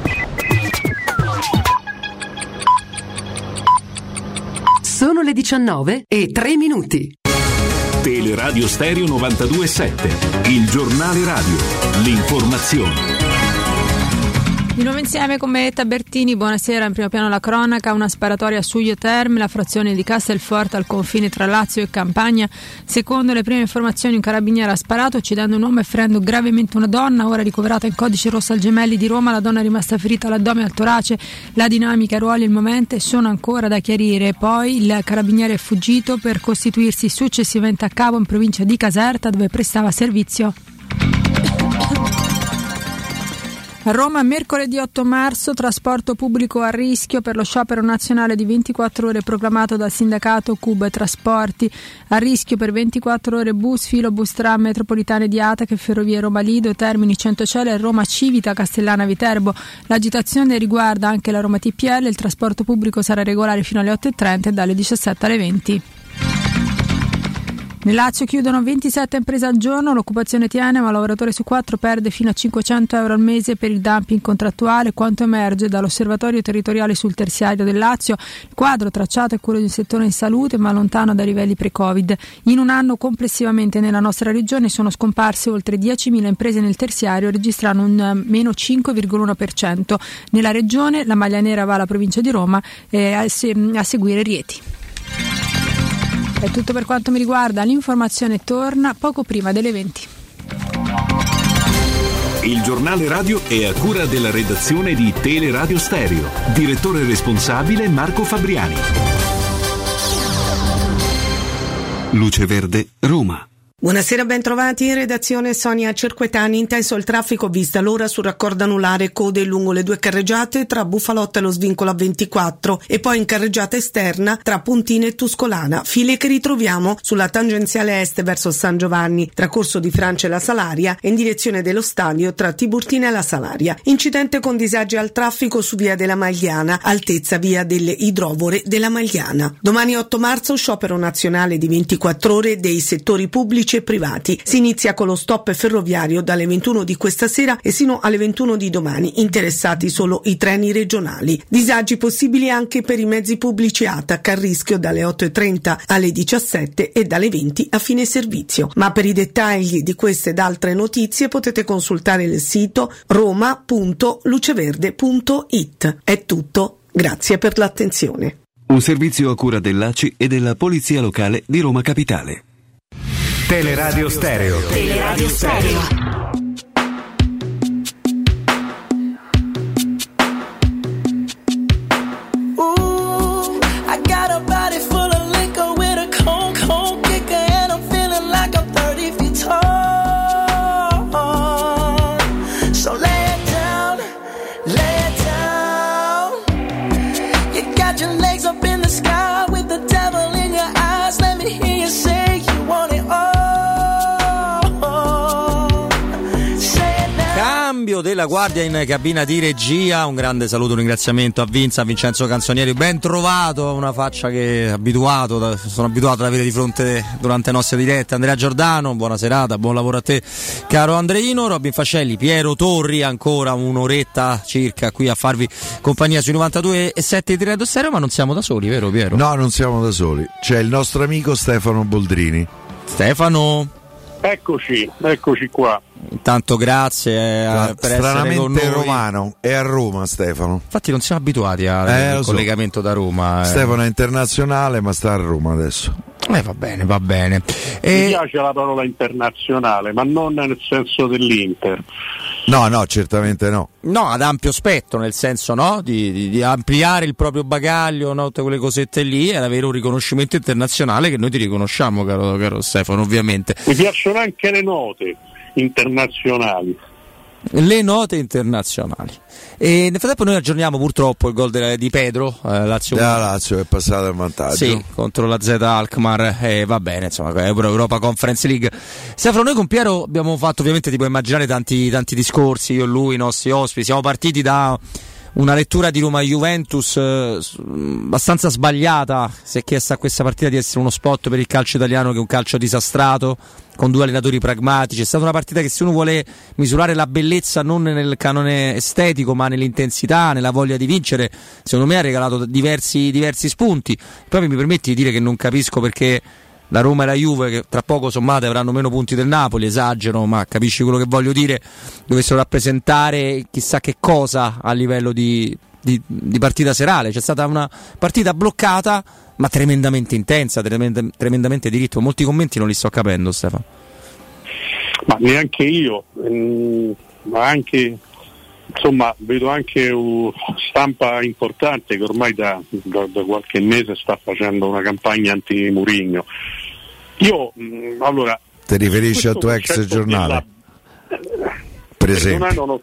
Sono le 19:03. Teleradio Stereo 92.7, il giornale radio, l'informazione. Di nuovo insieme con Benedetta Bertini, buonasera. In primo piano la cronaca, una sparatoria a Suglio Terme, la frazione di Castelforte al confine tra Lazio e Campania. Secondo le prime informazioni un carabiniere ha sparato uccidendo un uomo e ferendo gravemente una donna, ora ricoverata in codice rosso al Gemelli di Roma. La donna è rimasta ferita all'addome e al torace. La dinamica, i ruoli e il momento sono ancora da chiarire. Poi il carabiniere è fuggito per costituirsi successivamente a capo in provincia di Caserta, dove prestava servizio. A Roma, mercoledì 8 marzo, trasporto pubblico a rischio per lo sciopero nazionale di 24 ore proclamato dal sindacato Cube Trasporti. A rischio per 24 ore bus, filobus, tram, metropolitane di Ataca e ferrovie Roma Lido, Termini, Centocelle e Roma Civita, Castellana, Viterbo. L'agitazione riguarda anche la Roma TPL. Il trasporto pubblico sarà regolare fino alle 8:30 e dalle 17 alle 20. Nel Lazio chiudono 27 imprese al giorno, l'occupazione tiene ma un lavoratore su 4 perde fino a 500 euro al mese per il dumping contrattuale, quanto emerge dall'osservatorio territoriale sul terziario del Lazio. Il quadro tracciato è quello di un settore in salute ma lontano dai livelli pre-Covid. In un anno complessivamente nella nostra regione sono scomparse oltre 10.000 imprese nel terziario, registrando un meno 5,1%. Nella regione la maglia nera va alla provincia di Roma a seguire Rieti. È tutto per quanto mi riguarda, l'informazione torna poco prima delle 20. Il giornale radio è a cura della redazione di Teleradio Stereo. Direttore responsabile Marco Fabriani. Luce Verde, Roma. Buonasera, ben trovati in redazione. Sonia Cerquetani. Intenso il traffico, vista l'ora sul raccordo anulare, code lungo le due carreggiate tra Bufalotta e lo svincolo A24 e poi in carreggiata esterna tra Pontina e Tuscolana, file che ritroviamo sulla tangenziale est verso San Giovanni tra Corso di Francia e la Salaria e in direzione dello stadio tra Tiburtina e la Salaria. Incidente con disagi al traffico su via della Magliana, altezza via delle Idrovore della Magliana. Domani 8 marzo sciopero nazionale di 24 ore dei settori pubblici e privati. Si inizia con lo stop ferroviario dalle 21 di questa sera e sino alle 21 di domani. Interessati solo i treni regionali. Disagi possibili anche per i mezzi pubblici ATAC, a rischio dalle 8:30 alle 17 e dalle 20 a fine servizio. Ma per i dettagli di queste ed altre notizie potete consultare il sito roma.luceverde.it. È tutto. Grazie per l'attenzione. Un servizio a cura dell'ACI e della Polizia Locale di Roma Capitale. Teleradio Stereo. Teleradio Stereo. Della guardia in cabina di regia, un grande saluto, un ringraziamento a Vincenzo Canzonieri, ben trovato, una faccia che sono abituato ad avere di fronte durante le nostre dirette. Andrea Giordano, buona serata, buon lavoro a te caro Andreino. Robin Fascelli, Piero Torri, ancora un'oretta circa qui a farvi compagnia sui 92.7 di Radio Stereo, ma non siamo da soli, vero Piero? No, non siamo da soli, c'è il nostro amico Stefano Boldrini. Stefano, eccoci qua. Intanto grazie per essere con noi. Romano, è a Roma Stefano. Infatti non siamo abituati al collegamento da Roma. Stefano è internazionale ma sta a Roma adesso. Va bene. Mi piace la parola internazionale, ma non nel senso dell'Inter. No, certamente no. No, ad ampio spettro, nel senso di ampliare il proprio bagaglio, tutte quelle cosette lì, e avere un riconoscimento internazionale che noi ti riconosciamo, caro Stefano, ovviamente. Mi piacciono anche le note internazionali. Le note internazionali. E nel frattempo noi aggiorniamo purtroppo il gol di Pedro. Lazio è passata in vantaggio. Sì, contro la Z Alkmaar. Va bene, insomma, Europa Conference League. Stefano, noi con Piero abbiamo fatto, ovviamente ti puoi immaginare, tanti discorsi, io e lui, i nostri ospiti. Siamo partiti da una lettura di Roma-Juventus abbastanza sbagliata. Si è chiesta a questa partita di essere uno spot per il calcio italiano, che è un calcio disastrato, con due allenatori pragmatici. È stata una partita che, se uno vuole misurare la bellezza non nel canone estetico ma nell'intensità, nella voglia di vincere, secondo me ha regalato diversi spunti. Poi mi permetti di dire che non capisco perché la Roma e la Juve, che tra poco sommate avranno meno punti del Napoli, esagero, ma capisci quello che voglio dire, dovessero rappresentare chissà che cosa a livello di partita serale. C'è stata una partita bloccata ma tremendamente intensa, tremendamente diritto. Molti commenti non li sto capendo, Stefano. Ma neanche io, ma anche, insomma, vedo anche stampa importante che ormai da qualche mese sta facendo una campagna anti-Mourinho. Io, allora... Ti riferisci al tuo ex giornale? Per esempio.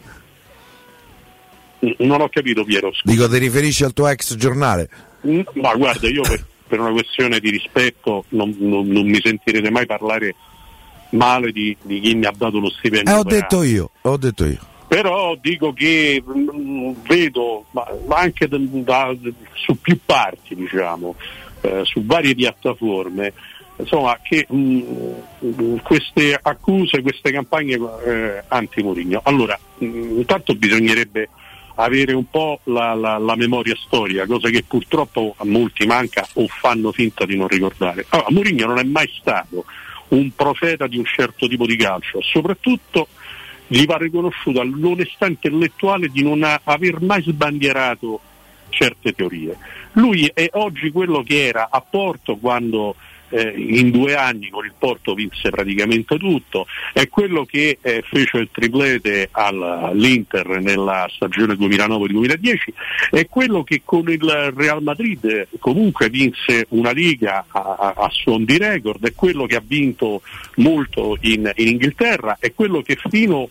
Non ho capito, Piero. Scusa. Dico, ti riferisci al tuo ex giornale? Ma guarda, io per una questione di rispetto non mi sentirete mai parlare male di chi mi ha dato lo stipendio. Ho detto io. Però dico che vedo, ma anche su più parti, diciamo, su varie piattaforme, insomma, che queste accuse, queste campagne anti-Mourinho. Allora, intanto bisognerebbe avere un po' la memoria storica, cosa che purtroppo a molti manca o fanno finta di non ricordare. Allora, Mourinho non è mai stato un profeta di un certo tipo di calcio, soprattutto gli va riconosciuta l'onestà intellettuale di non aver mai sbandierato certe teorie. Lui è oggi quello che era a Porto quando in 2 anni con il Porto vinse praticamente tutto, è quello che fece il triplete all'Inter nella stagione 2009-2010, è quello che con il Real Madrid comunque vinse una Liga a suon di record, è quello che ha vinto molto in Inghilterra, è quello che fino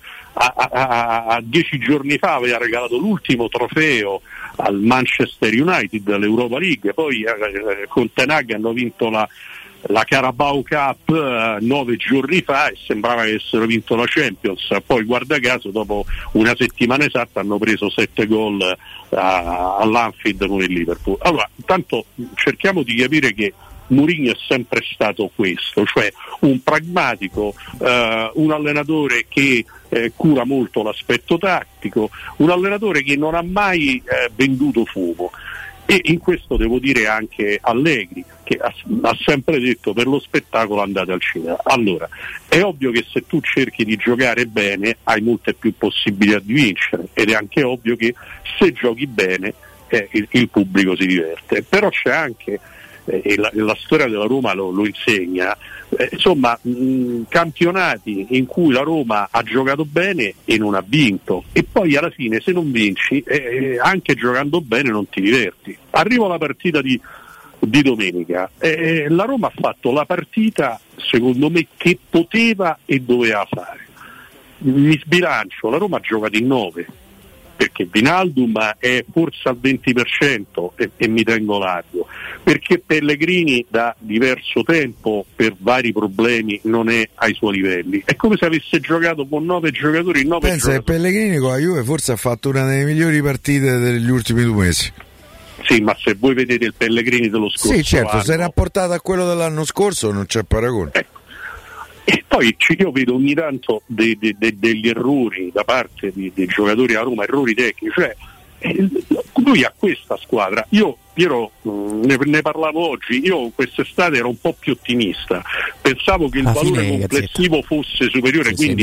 a 10 giorni fa aveva regalato l'ultimo trofeo al Manchester United, l'Europa League, poi con Ten Hag hanno vinto la Carabao Cup 9 giorni fa e sembrava che avessero vinto la Champions, poi guarda caso dopo una settimana esatta hanno preso 7 gol all'Anfield con il Liverpool. Allora, intanto cerchiamo di capire che Mourinho è sempre stato questo, cioè un pragmatico, un allenatore che cura molto l'aspetto tattico, un allenatore che non ha mai venduto fumo. E in questo devo dire anche Allegri, che ha sempre detto per lo spettacolo andate al cinema. Allora, è ovvio che se tu cerchi di giocare bene hai molte più possibilità di vincere, ed è anche ovvio che se giochi bene il pubblico si diverte. Però c'è anche, e la storia della Roma lo insegna, insomma, campionati in cui la Roma ha giocato bene e non ha vinto, e poi alla fine se non vinci anche giocando bene non ti diverti. Arriva la partita di domenica, la Roma ha fatto la partita secondo me che poteva e doveva fare. Mi sbilancio, la Roma ha giocato in 9 perché Wijnaldum è forse al 20% e mi tengo largo, perché Pellegrini da diverso tempo per vari problemi non è ai suoi livelli. È come se avesse giocato con 9 giocatori in 9 Pensa giocatori. che Pellegrini con la Juve forse ha fatto una delle migliori partite degli ultimi 2 mesi. Sì, ma se voi vedete il Pellegrini dello scorso sì, certo, anno, se era portato a quello dell'anno scorso non c'è paragone. E poi io vedo ogni tanto degli errori da parte dei giocatori a Roma, errori tecnici, cioè lui ha questa squadra, io ne parlavo oggi, io quest'estate ero un po' più ottimista, pensavo che il valore complessivo fosse superiore, quindi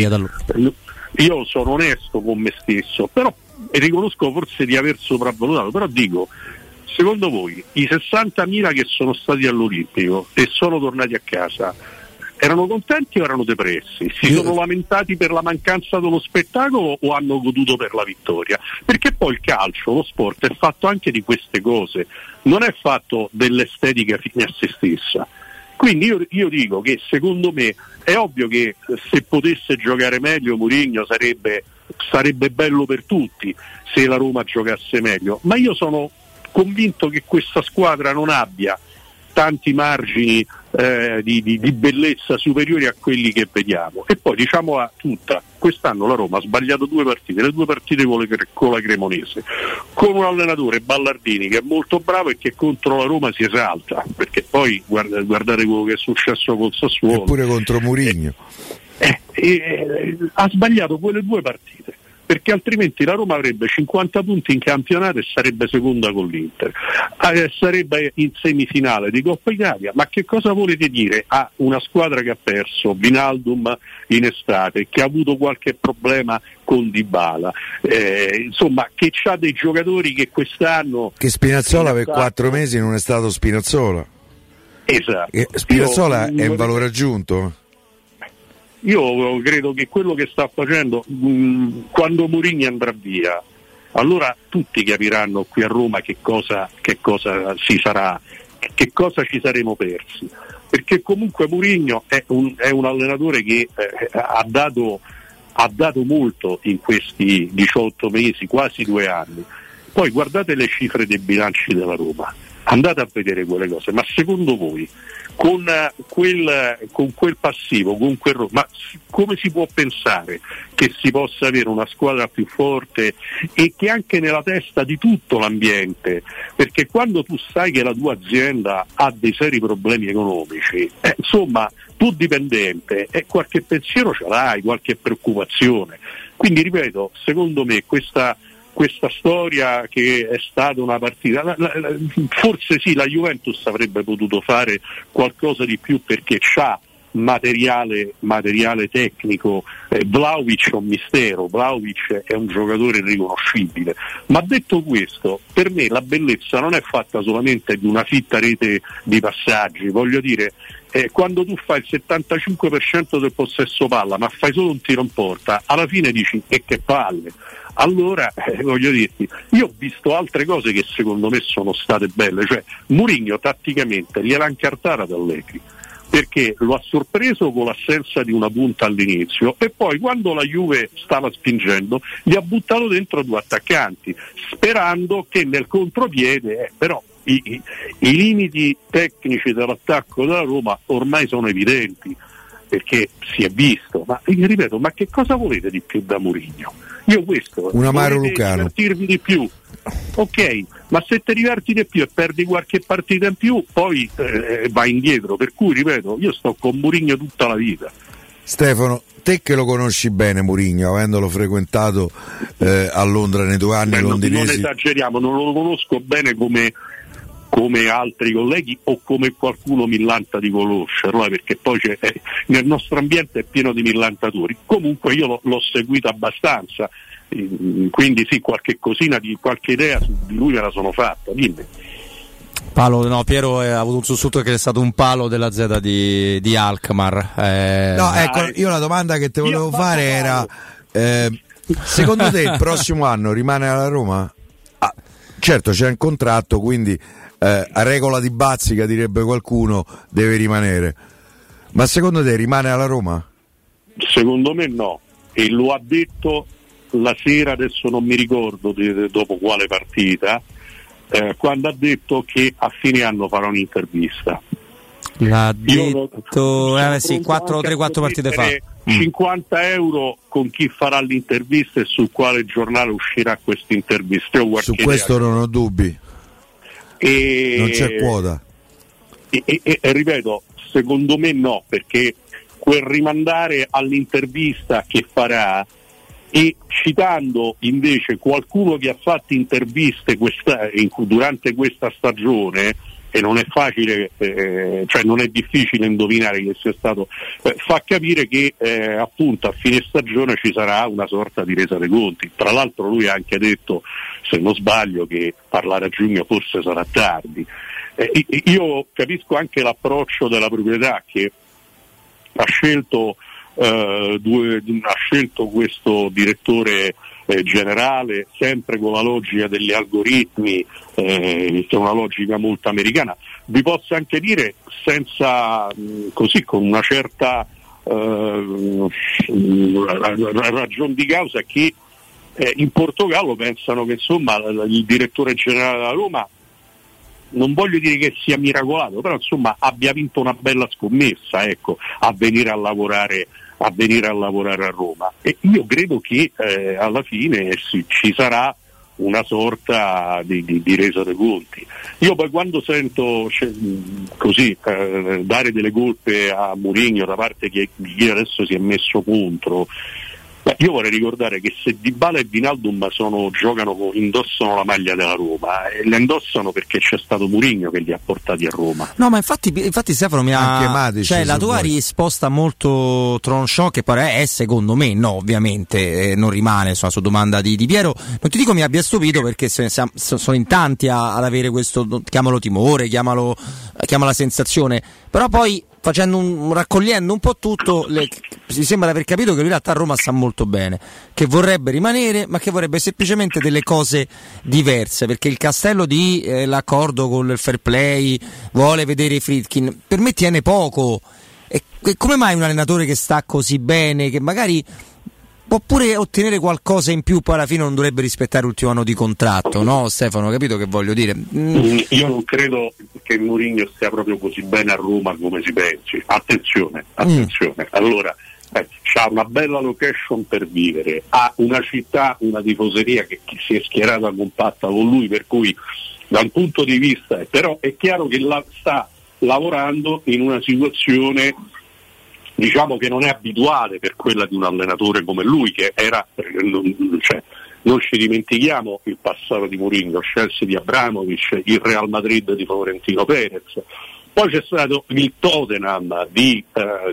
io sono onesto con me stesso, però riconosco forse di aver sopravvalutato, però dico, secondo voi i 60.000 che sono stati all'Olimpico e sono tornati a casa erano contenti o erano depressi? Si sono lamentati per la mancanza dello spettacolo o hanno goduto per la vittoria? Perché poi il calcio, lo sport, è fatto anche di queste cose, non è fatto dell'estetica fine a se stessa. Quindi io dico che secondo me è ovvio che se potesse giocare meglio Mourinho sarebbe bello per tutti se la Roma giocasse meglio, ma io sono convinto che questa squadra non abbia tanti margini di bellezza superiori a quelli che vediamo. E poi diciamola tutta, quest'anno la Roma ha sbagliato 2 partite, le 2 partite con la Cremonese, con un allenatore, Ballardini, che è molto bravo e che contro la Roma si esalta, perché poi guardate quello che è successo col Sassuolo, eppure contro Mourinho ha sbagliato quelle 2 partite, perché altrimenti la Roma avrebbe 50 punti in campionato e sarebbe seconda con l'Inter, sarebbe in semifinale di Coppa Italia. Ma che cosa volete dire a una squadra che ha perso Wijnaldum in estate, che ha avuto qualche problema con Dybala, insomma, che c'ha dei giocatori che quest'anno, che Spinazzola per 4 mesi non è stato Spinazzola. Esatto. Spinazzola è un valore aggiunto? Io credo che quello che sta facendo, quando Mourinho andrà via, allora tutti capiranno qui a Roma che cosa si sarà, che cosa ci saremo persi, perché comunque Mourinho è un allenatore che ha dato molto in questi 18 mesi, quasi 2 anni. Poi guardate le cifre dei bilanci della Roma, andate a vedere quelle cose, ma secondo voi con quel passivo, con quel ma come si può pensare che si possa avere una squadra più forte e che anche nella testa di tutto l'ambiente, perché quando tu sai che la tua azienda ha dei seri problemi economici, insomma, tu dipendente, qualche pensiero ce l'hai, qualche preoccupazione. Quindi ripeto, secondo me questa storia che è stata una partita, forse sì, la Juventus avrebbe potuto fare qualcosa di più perché c'ha materiale tecnico, Vlahovic è un mistero, Vlahovic è un giocatore irriconoscibile, ma detto questo, per me la bellezza non è fatta solamente di una fitta rete di passaggi, voglio dire, quando tu fai il 75% del possesso palla ma fai solo un tiro in porta, alla fine dici che palle. Allora voglio dirti, io ho visto altre cose che secondo me sono state belle, cioè Mourinho tatticamente gliel'ha incartata da Allegri, perché lo ha sorpreso con l'assenza di una punta all'inizio e poi quando la Juve stava spingendo gli ha buttato dentro 2 attaccanti sperando che nel contropiede però i limiti tecnici dell'attacco della Roma ormai sono evidenti, perché si è visto, ma io ripeto, ma che cosa volete di più da Mourinho? Io questo, un amaro lucano, divertirvi di più, ok, ma se ti diverti di più e perdi qualche partita in più poi vai indietro, per cui ripeto, io sto con Mourinho tutta la vita. Stefano, te che lo conosci bene Mourinho, avendolo frequentato a Londra nei 2 anni londinesi. Non esageriamo, non lo conosco bene come altri colleghi o come qualcuno millanta di conoscerlo, perché poi nel nostro ambiente è pieno di millantatori. Comunque io l'ho seguito abbastanza, quindi sì, qualche cosina di qualche idea su di lui me la sono fatta. Dimmi. Palo, no, Piero ha avuto un sussulto che è stato un palo della Z di Alkmaar. No, ecco, io la domanda che te volevo fare era secondo te il prossimo anno rimane alla Roma? Certo, c'è un contratto, quindi a regola di bazzica direbbe qualcuno deve rimanere, ma secondo te rimane alla Roma? Secondo me no, e lo ha detto la sera, adesso non mi ricordo dopo quale partita, quando ha detto che a fine anno farà un'intervista. L'ha detto 3-4 partite fa. 50 euro con chi farà l'intervista e sul quale giornale uscirà questa intervista. Su questo non ho dubbi. Non c'è quota. E ripeto, secondo me no, perché quel rimandare all'intervista che farà e citando invece qualcuno che ha fatto interviste durante questa stagione, e non è facile, cioè non è difficile indovinare che sia stato, fa capire che appunto a fine stagione ci sarà una sorta di resa dei conti. Tra l'altro lui ha anche detto, se non sbaglio, che parlare a giugno forse sarà tardi. Io capisco anche l'approccio della proprietà che ha scelto questo direttore generale sempre con la logica degli algoritmi, che è una logica molto americana. Vi posso anche dire senza così, con una certa ragion di causa, che in Portogallo pensano che insomma il direttore generale della Roma, non voglio dire che sia miracolato, però insomma abbia vinto una bella scommessa, ecco, a venire a lavorare a Roma. E io credo che alla fine ci sarà una sorta di resa dei conti. Io poi quando sento così dare delle colpe a Mourinho da parte di chi adesso si è messo contro, io vorrei ricordare che se Dybala e Wijnaldum indossano la maglia della Roma, e la indossano perché c'è stato Mourinho che li ha portati a Roma. No, ma infatti Stefano mi ha, anche Matic, cioè la tua risposta molto tranchant, che poi è secondo me no, ovviamente non rimane, insomma, su domanda di Piero. Non ti dico mi abbia stupito, perché sono in tanti ad avere questo, chiamalo timore, chiamala sensazione, però poi raccogliendo un po' tutto, si sembra di aver capito che lui in realtà a Roma sta molto bene, che vorrebbe rimanere, ma che vorrebbe semplicemente delle cose diverse, perché il castello di l'accordo con il fair play, vuole vedere i Friedkin, per me tiene poco. E come mai un allenatore che sta così bene, che magari può pure ottenere qualcosa in più, poi alla fine non dovrebbe rispettare l'ultimo anno di contratto, no Stefano? Capito che voglio dire? Io non credo che Mourinho stia proprio così bene a Roma come si pensi. Attenzione. Allora, c'ha una bella location per vivere, ha una città, una tifoseria che si è schierata compatta con lui, per cui da un punto di vista, però è chiaro che sta lavorando in una situazione, diciamo, che non è abituale per quella di un allenatore come lui, che era, non ci dimentichiamo il passato di Mourinho, Chelsea di Abramovich, il Real Madrid di Florentino Perez, poi c'è stato il Tottenham di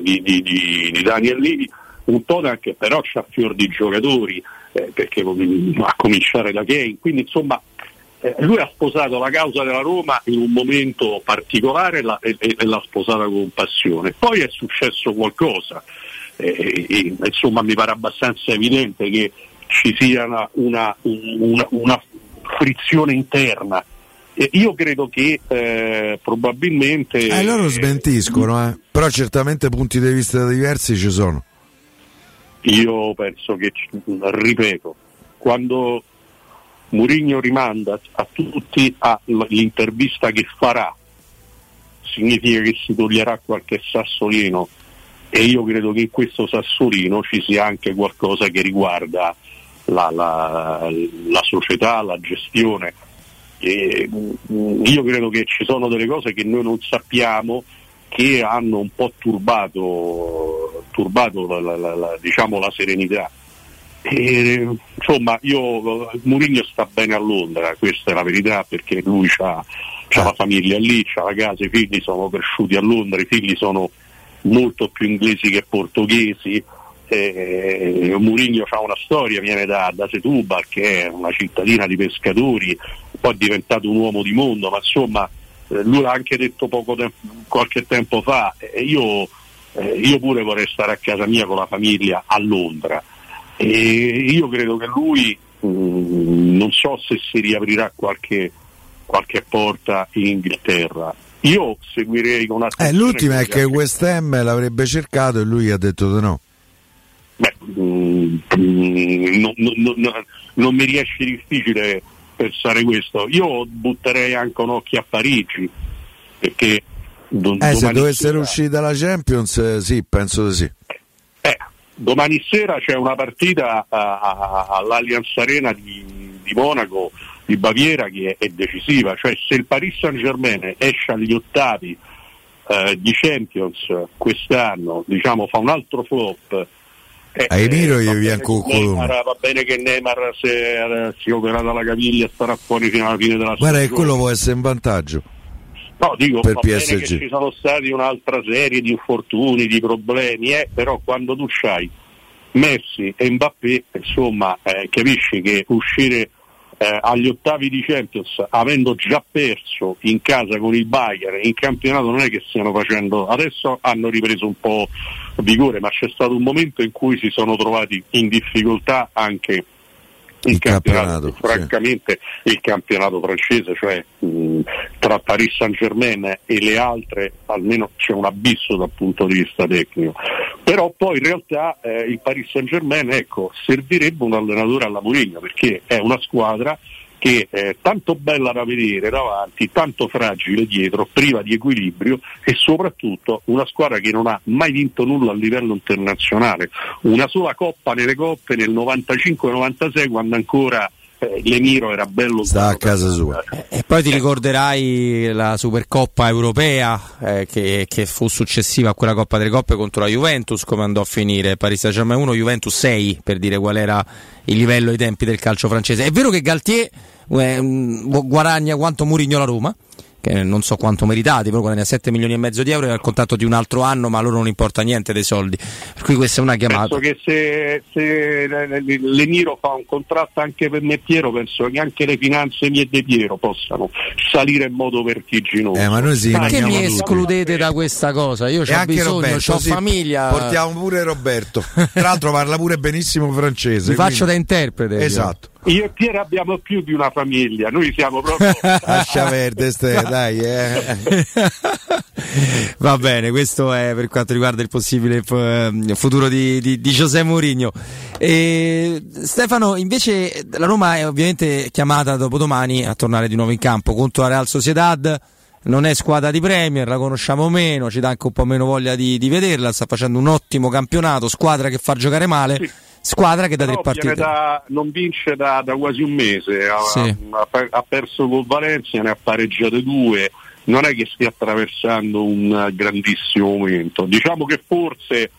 Daniel Levy, un Tottenham che però c'ha fior di giocatori, perché a cominciare da Kane, quindi insomma lui ha sposato la causa della Roma in un momento particolare e l'ha sposata con passione. Poi è successo qualcosa, insomma mi pare abbastanza evidente che ci sia una frizione interna. Io credo che probabilmente loro smentiscono, però certamente punti di vista diversi ci sono. Io penso che, ripeto, quando Mourinho rimanda a tutti all'intervista che farà, significa che si toglierà qualche sassolino, e io credo che in questo sassolino ci sia anche qualcosa che riguarda la società, la gestione. E io credo che ci sono delle cose che noi non sappiamo, che hanno un po' turbato la serenità. Insomma, Mourinho sta bene a Londra, questa è la verità, perché lui c'ha la famiglia lì, c'ha la casa, i figli sono cresciuti a Londra, i figli sono molto più inglesi che portoghesi. Mourinho ha una storia, viene da Setúbal, che è una cittadina di pescatori, poi è diventato un uomo di mondo, ma insomma lui l'ha anche detto qualche tempo fa, io pure vorrei stare a casa mia con la famiglia a Londra, e io credo che lui non so se si riaprirà qualche porta in Inghilterra. Io seguirei con attenzione. L'ultima è che West Ham l'avrebbe cercato e lui ha detto di no. Non mi riesce difficile pensare questo. Io butterei anche un occhio a Parigi, perché se dovessero uscire dalla Champions, sì, penso di sì. Domani sera c'è una partita all'Allianz Arena di Monaco, di Baviera, che è decisiva, cioè se il Paris Saint-Germain esce agli ottavi di Champions quest'anno, diciamo fa un altro flop, va bene che Neymar si è operato alla caviglia, starà fuori fino alla fine della stagione. Guarda che quello può essere in vantaggio. No, dico, per va PSG. Bene che ci sono stati un'altra serie di infortuni, di problemi, però quando tu c'hai Messi e Mbappé, insomma, capisci che uscire agli ottavi di Champions avendo già perso in casa con il Bayern, in campionato non è che stiano facendo, adesso hanno ripreso un po' vigore, ma c'è stato un momento in cui si sono trovati in difficoltà anche il campionato, francamente sì. Il campionato francese, cioè tra Paris Saint-Germain e le altre almeno c'è un abisso dal punto di vista tecnico, però poi in realtà il Paris Saint-Germain, ecco, servirebbe un allenatore alla Mourinho, perché è una squadra che è tanto bella da vedere davanti, tanto fragile dietro, priva di equilibrio, e soprattutto una squadra che non ha mai vinto nulla a livello internazionale, una sola coppa nelle coppe nel 95-96, quando ancora l'Emiro era bello, sta a casa sua. E poi ti ricorderai la Supercoppa europea che fu successiva a quella Coppa delle Coppe contro la Juventus, come andò a finire. Paris Saint-Germain 1, Juventus 6, per dire qual era il livello ai tempi del calcio francese. È vero che Galtier guadagna quanto Mourinho la Roma, che non so quanto meritati, però guadagna 7 milioni e mezzo di euro e al contratto di un altro anno, ma a loro non importa niente dei soldi, per cui questa è una chiamata. Penso che se l'Emiro fa un contratto anche per me Piero, penso che anche le finanze mie di Piero possano salire in modo vertiginoso. Ma noi perché mi escludete da questa cosa? Io ho bisogno, ho famiglia. Portiamo pure Roberto, tra l'altro parla pure benissimo francese. Mi faccio da interprete. Esatto. Io e Piero abbiamo più di una famiglia, noi siamo proprio lascia verde dai Va bene, questo è per quanto riguarda il possibile futuro di José Mourinho. E Stefano, invece la Roma è ovviamente chiamata dopodomani a tornare di nuovo in campo contro la Real Sociedad. Non è squadra di Premier, la conosciamo meno, ci dà anche un po' meno voglia di vederla, sta facendo un ottimo campionato, squadra che fa giocare male. Sì. Squadra che da 3 partite non vince da quasi un mese, sì. ha perso con Valencia, ne ha pareggiate 2, non è che stia attraversando un grandissimo momento. Diciamo che forse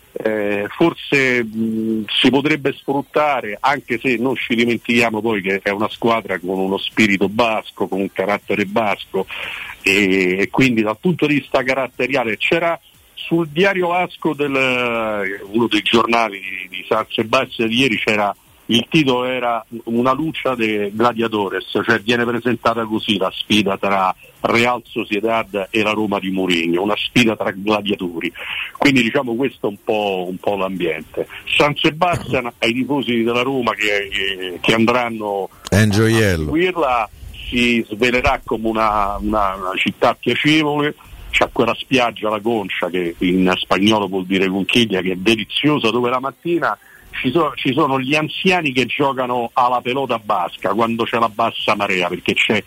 si potrebbe sfruttare, anche se non ci dimentichiamo poi che è una squadra con uno spirito basco, con un carattere basco, e quindi dal punto di vista caratteriale c'era sul diario Vasco uno dei giornali di San Sebastiano di ieri, c'era il titolo era Una lucha de gladiadores, cioè viene presentata così la sfida tra Real Sociedad e la Roma di Mourinho, una sfida tra gladiatori. Quindi diciamo questo è un po' l'ambiente. San Sebastian ai tifosi della Roma che andranno a seguirla si svelerà come una città piacevole. C'è quella spiaggia, la Concha, che in spagnolo vuol dire conchiglia, che è deliziosa, dove la mattina ci sono gli anziani che giocano alla pelota basca quando c'è la bassa marea, perché c'è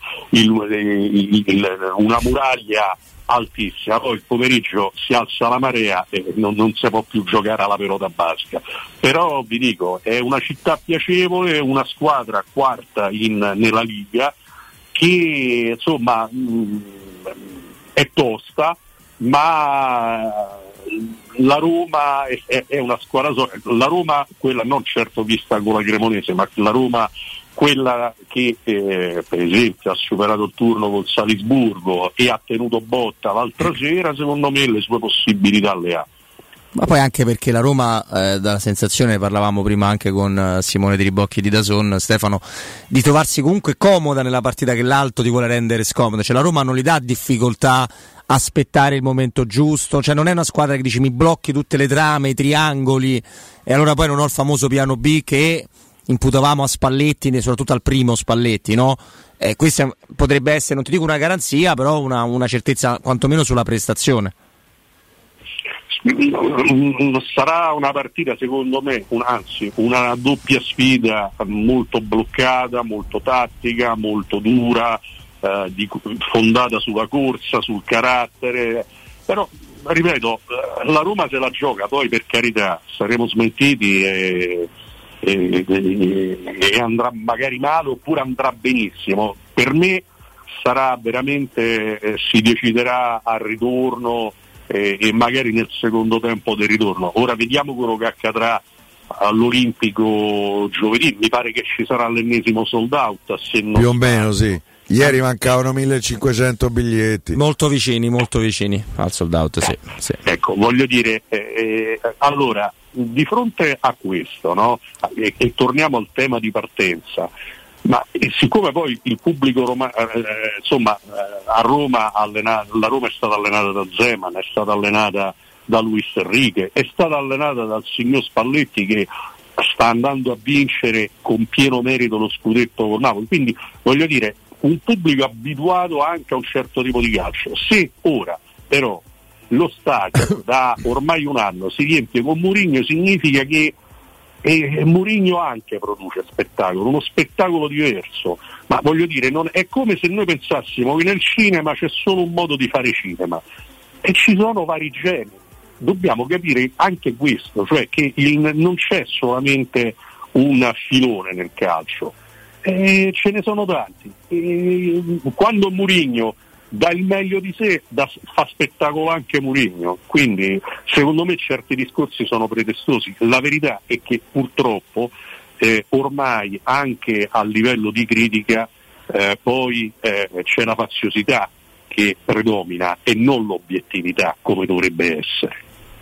una muraglia altissima, poi il pomeriggio si alza la marea e non si può più giocare alla pelota basca. Però vi dico, è una città piacevole, una squadra quarta nella Liga che insomma è tosta, ma la Roma è una squadra la Roma quella non certo vista con la Cremonese, ma la Roma quella che per esempio ha superato il turno col Salisburgo e ha tenuto botta l'altra sera, secondo me le sue possibilità le ha. Ma poi anche perché la Roma, dalla sensazione, parlavamo prima anche con Simone Di Ribocchi di DAZN, Stefano, di trovarsi comunque comoda nella partita che l'alto ti vuole rendere scomoda, cioè la Roma non gli dà difficoltà aspettare il momento giusto, cioè non è una squadra che dici mi blocchi tutte le trame, i triangoli, e allora poi non ho il famoso piano B che imputavamo a Spalletti, soprattutto al primo Spalletti, no? Questa potrebbe essere, non ti dico una garanzia, però una certezza quantomeno sulla prestazione. Sarà una partita secondo me, una doppia sfida molto bloccata, molto tattica, molto dura, fondata sulla corsa, sul carattere, però ripeto, la Roma se la gioca, poi per carità saremo smentiti e andrà magari male oppure andrà benissimo. Per me sarà veramente, si deciderà al ritorno e magari nel secondo tempo del ritorno. Ora vediamo quello che accadrà all'Olimpico giovedì, mi pare che ci sarà l'ennesimo sold out, se non più o meno sì. Ieri mancavano 1500 biglietti. Molto vicini al sold out, sì. Ecco, voglio dire, allora, di fronte a questo, no? E torniamo al tema di partenza, ma siccome poi il pubblico a Roma la Roma è stata allenata da Zeman, è stata allenata da Luis Enrique, è stata allenata dal signor Spalletti che sta andando a vincere con pieno merito lo scudetto con Napoli, quindi voglio dire un pubblico abituato anche a un certo tipo di calcio. Se ora però lo stadio da ormai un anno si riempie con Mourinho, significa che Mourinho anche produce spettacolo, uno spettacolo diverso, ma voglio dire, è come se noi pensassimo che nel cinema c'è solo un modo di fare cinema e ci sono vari generi, dobbiamo capire anche questo, cioè che non c'è solamente un filone nel calcio, ce ne sono tanti, quando Mourinho dà il meglio di sé, fa spettacolo anche Mourinho, quindi secondo me certi discorsi sono pretestuosi. La verità è che purtroppo ormai anche a livello di critica poi c'è la faziosità che predomina e non l'obiettività come dovrebbe essere.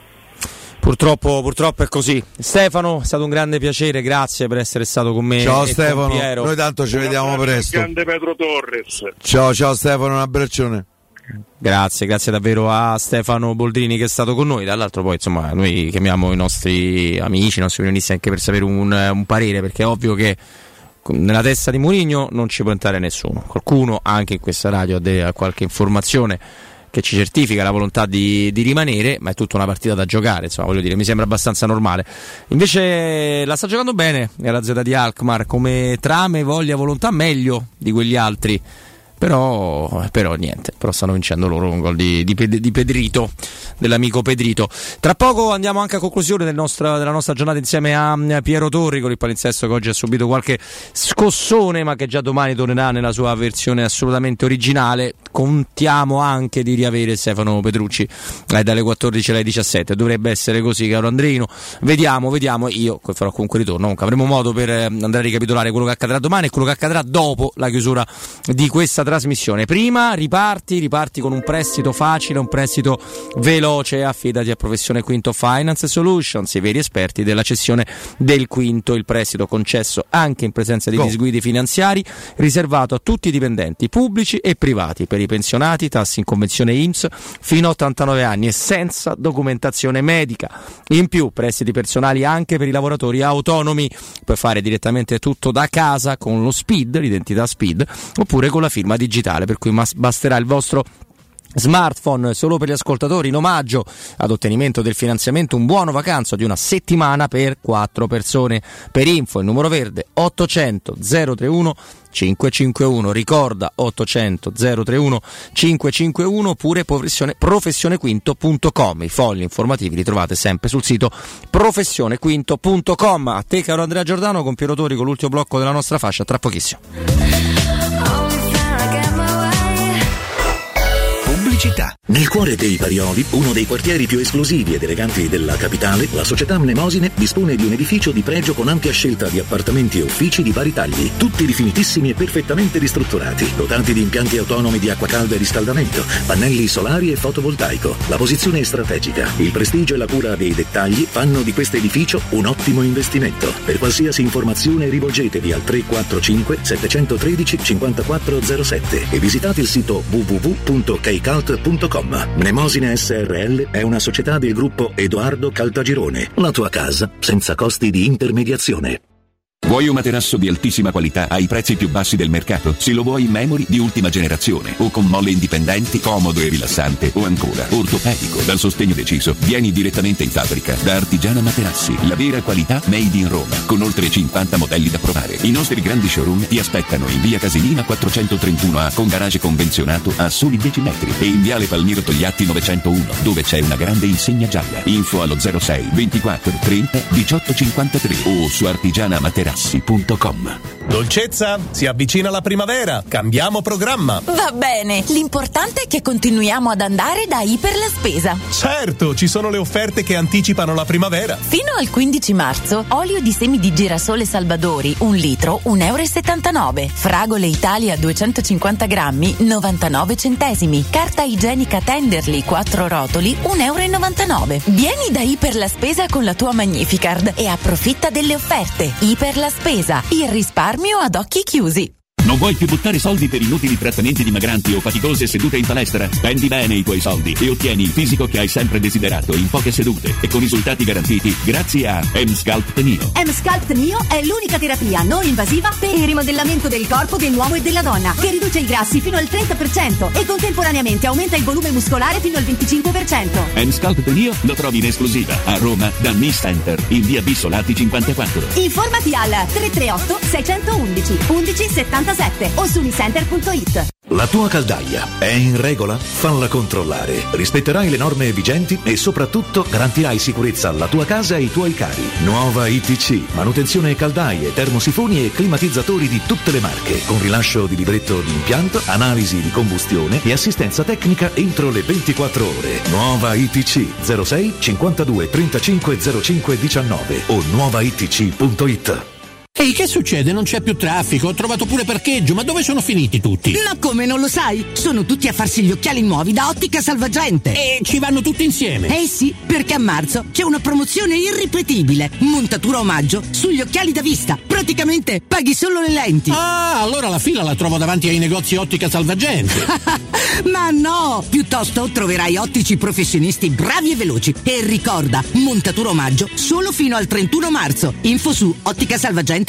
Purtroppo è così. Stefano, è stato un grande piacere, grazie per essere stato con me. Ciao Stefano, noi tanto ci vediamo presto. Grande Pedro Torres. Ciao Stefano, un abbraccione. Grazie davvero a Stefano Boldrini che è stato con noi. Dall'altro poi insomma noi chiamiamo i nostri amici, i nostri opinionisti anche per sapere un parere, perché è ovvio che nella testa di Mourinho non ci può entrare nessuno. Qualcuno anche in questa radio ha qualche informazione che ci certifica la volontà di rimanere, ma è tutta una partita da giocare, insomma, voglio dire, mi sembra abbastanza normale. Invece la sta giocando bene la Z di Alkmaar, come trame, voglia, volontà, meglio di quegli altri, però niente, però stanno vincendo loro un gol di Pedrito, dell'amico Pedrito. Tra poco andiamo anche a conclusione della nostra giornata insieme a Piero Torri con il palinsesto che oggi ha subito qualche scossone, ma che già domani tornerà nella sua versione assolutamente originale. Contiamo anche di riavere Stefano Petrucci dalle 14 alle 17, dovrebbe essere così, caro Andreino. Vediamo, io farò comunque ritorno, comunque avremo modo per andare a ricapitolare quello che accadrà domani e quello che accadrà dopo la chiusura di questa trasmissione. Prima riparti con un prestito facile, un prestito veloce, affidati a Professione Quinto Finance Solutions, i veri esperti della cessione del quinto, il prestito concesso anche in presenza di disguidi finanziari, riservato a tutti i dipendenti pubblici e privati, per i pensionati, tassi in convenzione INPS fino a 89 anni e senza documentazione medica. In più, prestiti personali anche per i lavoratori autonomi, puoi fare direttamente tutto da casa con lo SPID, l'identità SPID, oppure con la firma digitale, per cui basterà il vostro smartphone. Solo per gli ascoltatori, in omaggio ad ottenimento del finanziamento, un buono vacanza di una settimana per 4 persone. Per info il numero verde 800 031 551, ricorda 800 031 551, oppure professionequinto.com. I fogli informativi li trovate sempre sul sito professionequinto.com. A te caro Andrea Giordano, con Piero Tori con l'ultimo blocco della nostra fascia, tra pochissimo. Pubblicità. Nel cuore dei Parioli, uno dei quartieri più esclusivi ed eleganti della capitale, la società Mnemosine dispone di un edificio di pregio con ampia scelta di appartamenti e uffici di vari tagli, tutti rifinitissimi e perfettamente ristrutturati, dotati di impianti autonomi di acqua calda e riscaldamento, pannelli solari e fotovoltaico. La posizione è strategica, il prestigio e la cura dei dettagli fanno di questo edificio un ottimo investimento. Per qualsiasi informazione rivolgetevi al 345 713 5407 e visitate il sito www.keicalt.com. Mnemosine SRL è una società del gruppo Edoardo Caltagirone. La tua casa senza costi di intermediazione. Vuoi un materasso di altissima qualità ai prezzi più bassi del mercato? Se lo vuoi in memory di ultima generazione o con molle indipendenti, comodo e rilassante, o ancora ortopedico dal sostegno deciso, vieni direttamente in fabbrica da Artigiana Materassi, la vera qualità made in Roma, con oltre 50 modelli da provare. I nostri grandi showroom ti aspettano in via Casilina 431A con garage convenzionato a soli 10 metri e in viale Palmiro Togliatti 901, dove c'è una grande insegna gialla. Info allo 06 24 30 18 53 o su artigianamaterassi.com. Dolcezza, si avvicina la primavera, cambiamo programma. Va bene, l'importante è che continuiamo ad andare da Iper la Spesa. Certo, ci sono le offerte che anticipano la primavera. Fino al 15 marzo, olio di semi di girasole Salvadori, 1 litro, 1,79 €. Fragole Italia 250 grammi, 99 centesimi. Carta igienica Tenderly, 4 rotoli, 1,99 €. Vieni da Iper la Spesa con la tua Magnificard e approfitta delle offerte. Iper la Spesa, il risparmio ad occhi chiusi. Non vuoi più buttare soldi per inutili trattamenti dimagranti o faticose sedute in palestra? Spendi bene i tuoi soldi e ottieni il fisico che hai sempre desiderato in poche sedute e con risultati garantiti grazie a M-Sculpt Neo. M-Sculpt Neo è l'unica terapia non invasiva per il rimodellamento del corpo dell'uomo e della donna, che riduce i grassi fino al 30% e contemporaneamente aumenta il volume muscolare fino al 25%. M-Sculpt Neo lo trovi in esclusiva a Roma da Knee Center in via Bissolati 54. Informati al 338 611 1177 o su unicenter.it. La tua caldaia è in regola? Falla controllare. Rispetterai le norme vigenti e soprattutto garantirai sicurezza alla tua casa e ai tuoi cari. Nuova ITC, manutenzione caldaie, termosifoni e climatizzatori di tutte le marche, con rilascio di libretto di impianto, analisi di combustione e assistenza tecnica entro le 24 ore. Nuova ITC 06 52 35 05 19 o nuovaitc.it. Ehi, che succede? Non c'è più traffico, ho trovato pure parcheggio, ma dove sono finiti tutti? Ma come, non lo sai? Sono tutti a farsi gli occhiali nuovi da Ottica Salvagente. E ci vanno tutti insieme? Eh sì, perché a marzo c'è una promozione irripetibile. Montatura omaggio sugli occhiali da vista. Praticamente paghi solo le lenti. Ah, allora la fila la trovo davanti ai negozi Ottica Salvagente. Ma no, piuttosto troverai ottici professionisti bravi e veloci. E ricorda, montatura omaggio solo fino al 31 marzo. Info su otticasalvagente.it.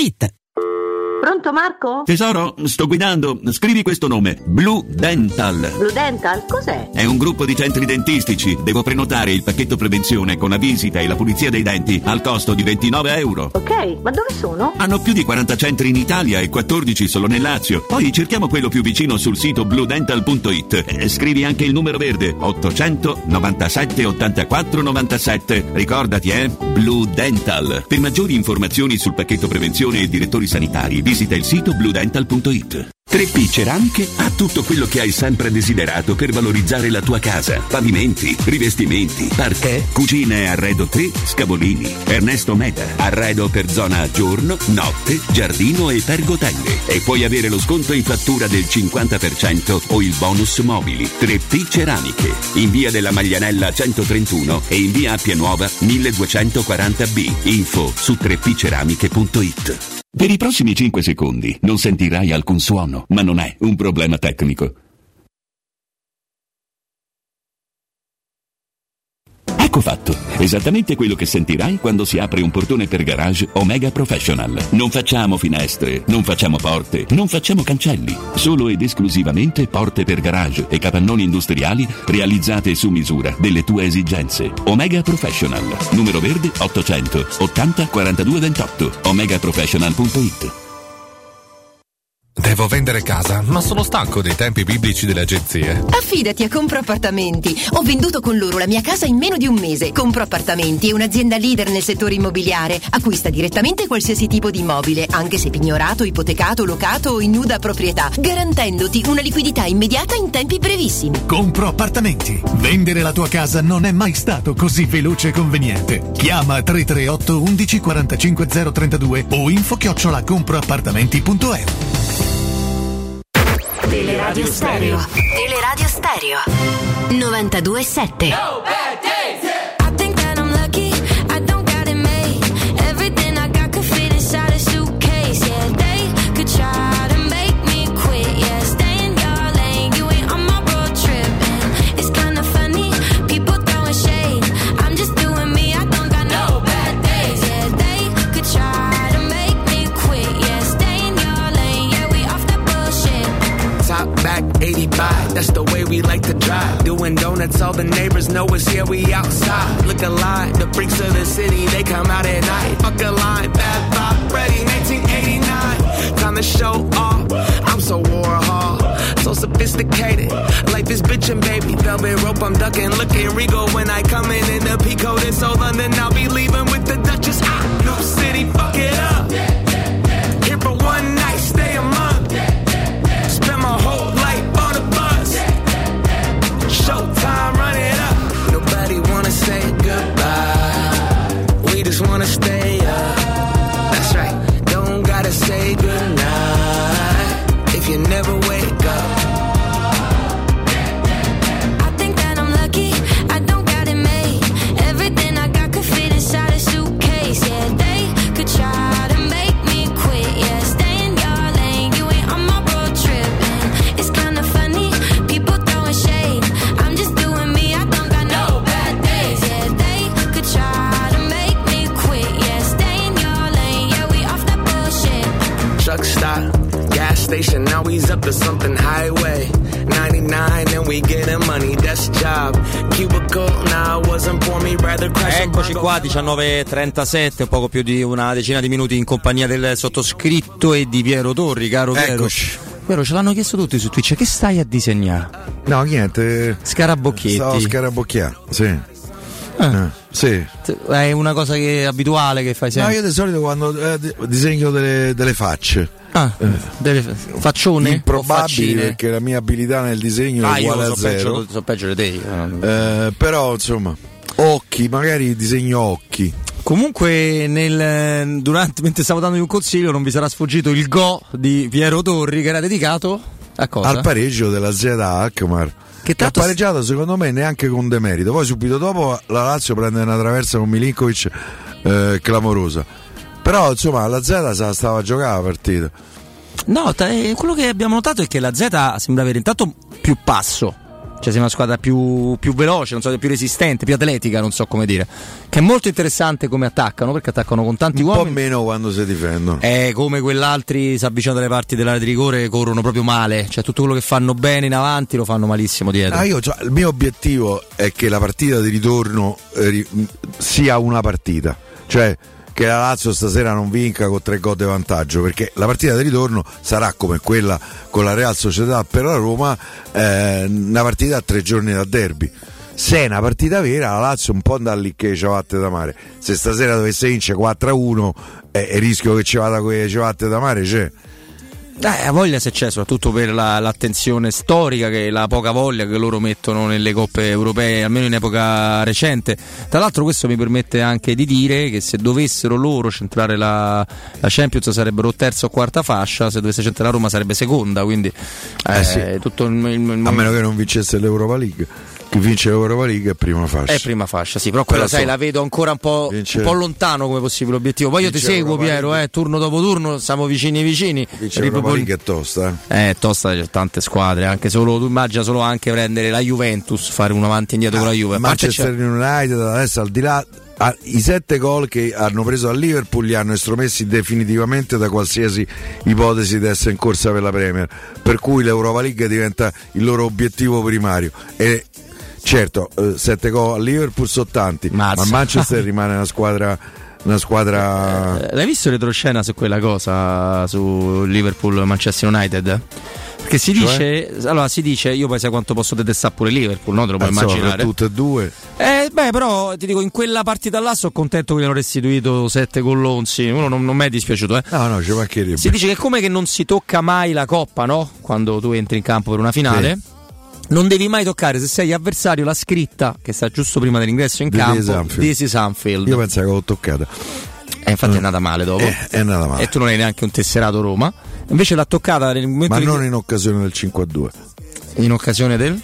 Pronto Marco? Tesoro, sto guidando. Scrivi questo nome: Blue Dental. Blue Dental? Cos'è? È un gruppo di centri dentistici. Devo prenotare il pacchetto prevenzione con la visita e la pulizia dei denti al costo di 29 €. Ok, ma dove sono? Hanno più di 40 centri in Italia e 14 solo nel Lazio. Poi cerchiamo quello più vicino sul sito bluedental.it. Scrivi anche il numero verde 800 97 84 97. Ricordati, Blue Dental. Per maggiori informazioni sul pacchetto prevenzione e direttori sanitari visita il sito bluedental.it. 3P Ceramiche ha tutto quello che hai sempre desiderato per valorizzare la tua casa. Pavimenti, rivestimenti, parquet, cucina e arredo 3, Scavolini. Ernesto Meda, arredo per zona giorno, notte, giardino e pergotelle. E puoi avere lo sconto in fattura del 50% o il bonus mobili. 3P Ceramiche, in via della Maglianella 131 e in via Appia Nuova 1240B. Info su 3pceramiche.it. Per i prossimi 5 secondi non sentirai alcun suono, ma non è un problema tecnico. Ecco fatto, esattamente quello che sentirai quando si apre un portone per garage Omega Professional. Non facciamo finestre, non facciamo porte, non facciamo cancelli, solo ed esclusivamente porte per garage e capannoni industriali realizzate su misura delle tue esigenze. Omega Professional, numero verde 800 80 42 28, omegaprofessional.it. Devo vendere casa, ma sono stanco dei tempi biblici delle agenzie. Affidati a Compro Appartamenti. Ho venduto con loro la mia casa in meno di un mese. Compro Appartamenti è un'azienda leader nel settore immobiliare. Acquista direttamente qualsiasi tipo di immobile, anche se pignorato, ipotecato, locato o in nuda proprietà, garantendoti una liquidità immediata in tempi brevissimi. Compro Appartamenti. Vendere la tua casa non è mai stato così veloce e conveniente. Chiama 338 11 45 032 o info@comproappartamenti.eu. Teleradio Stereo. Teleradio Stereo. 92.7. No bad days. I think that I'm lucky. I don't got it made. Everything I got could fit inside a suitcase. Yeah, they could try to make me quit. Yeah, stay in your lane. You ain't on my road trip. And it's kind of funny. People throwing shade. I'm just doing me. I don't got no bad days. Yeah, they could try to make me quit. Yeah, stay in your lane. Yeah, we off that bullshit. Top back 85, that's the way we like to drive. Doing donuts, all the neighbors know us here, we outside. Look alive, the freaks of the city, they come out at night. Fuck a line, bad vibe, ready, 1989. Time to show off, I'm so Warhol, so sophisticated. Life is bitchin', baby, velvet rope, I'm ducking. Looking regal when I come in the Pico, this so London, I'll be leaving with the Duchess. New city, fuck it up. Here for one night, stay a month. Spend my whole life on a bus. Showtime, run it up. Nobody wanna say goodbye. We just wanna stay up. That's right. Don't gotta say goodnight if you never wake up. I think that I'm lucky. I don't got it made. Everything I got could fit inside a suitcase. Yeah, they could try to make me quit. Yeah, stay in your lane. You ain't on my road trip. And it's kind of funny. People throwing shade. I'm just doing me. I don't got no bad days. Yeah, they could try to make me quit. Yeah, stay in your lane. Yeah, we off that bullshit. Truck stop, gas station, now he's up to something highway. 99 and we getting money, that's job. Cubicle, now wasn't for me, rather crash. Eccoci qua, 19:37, un poco più di una decina di minuti in compagnia del sottoscritto e di Piero Torri, caro Piero. Eccoci. Piero, ce l'hanno chiesto tutti su Twitch, che stai a disegnare? No, niente. Scarabocchietti. Stavo scarabocchiando, sì. Sì. È una cosa che è abituale che fai sempre? No, io di solito quando disegno delle facce. Delle faccione? Improbabili, perché la mia abilità nel disegno è uguale a zero. So peggio di te. Però insomma, occhi, magari disegno occhi. Comunque mentre stavo dando un consiglio non vi sarà sfuggito il go di Piero Torri, che era dedicato a cosa? Al pareggio della Z Alkmaar. Che ha pareggiato secondo me neanche con demerito. Poi subito dopo la Lazio prende una traversa con Milinkovic clamorosa. Però insomma la Z stava a giocare la partita. No, quello che abbiamo notato è che la Z sembra avere intanto più passo. Cioè sembra una squadra più veloce, non so, più resistente, più atletica, non so come dire. Che è molto interessante come attaccano, perché attaccano con tanti uomini. Un po' meno quando si difendono. Come quell'altri si avvicinano dalle parti dell'area di rigore, corrono proprio male. Cioè tutto quello che fanno bene in avanti lo fanno malissimo dietro. Il mio obiettivo è che la partita di ritorno sia una partita. Cioè che la Lazio stasera non vinca con 3 gol di vantaggio, perché la partita di ritorno sarà come quella con la Real Società per la Roma, una partita a 3 giorni da derby. Se è una partita vera, la Lazio un po' andrà lì che ci vatte da mare. Se stasera dovesse vincere 4-1, il rischio che ci vada con le ciabatte da mare c'è. A voglia se c'è, soprattutto per l'attenzione storica, che la poca voglia che loro mettono nelle coppe europee, almeno in epoca recente. Tra l'altro questo mi permette anche di dire che se dovessero loro centrare la Champions sarebbero terza o quarta fascia, se dovesse centrare la Roma sarebbe seconda, quindi sì. tutto a meno che non vincesse l'Europa League. Chi vince l'Europa League è prima fascia. È prima fascia, sì, però quella sai, la vedo ancora un po' lontano come possibile obiettivo. Poi io ti seguo, Piero, turno dopo turno, siamo vicini. Vince l'Europa League è tosta. Tosta, c'è tante squadre, anche solo tu immagina solo anche prendere la Juventus, fare un avanti e indietro con la Juve. Manchester United adesso, al di là i 7 gol che hanno preso a Liverpool li hanno estromessi definitivamente da qualsiasi ipotesi di essere in corsa per la Premier, per cui l'Europa League diventa il loro obiettivo primario. E certo, 7 gol a Liverpool sono tanti, ma Manchester rimane una squadra. L'hai visto retroscena su quella cosa su Liverpool Manchester United? Perché si dice, io poi sai quanto posso detestare pure Liverpool, no? Te lo puoi immaginare. Tutte e due. Però ti dico, in quella partita là sono contento che gli hanno restituito 7 gollonzi. Uno non mi è dispiaciuto, No, ci mancherebbe. Si dice che come che non si tocca mai la coppa, no? Quando tu entri in campo per una finale. Sì. Non devi mai toccare, se sei avversario, la scritta che sta giusto prima dell'ingresso in campo, This is Anfield. Io pensavo che l'ho toccata. Infatti è andata male dopo. È andata male. E tu non hai neanche un tesserato Roma. Invece l'ha toccata nel momento. Ma non in occasione del 5-2. In occasione del?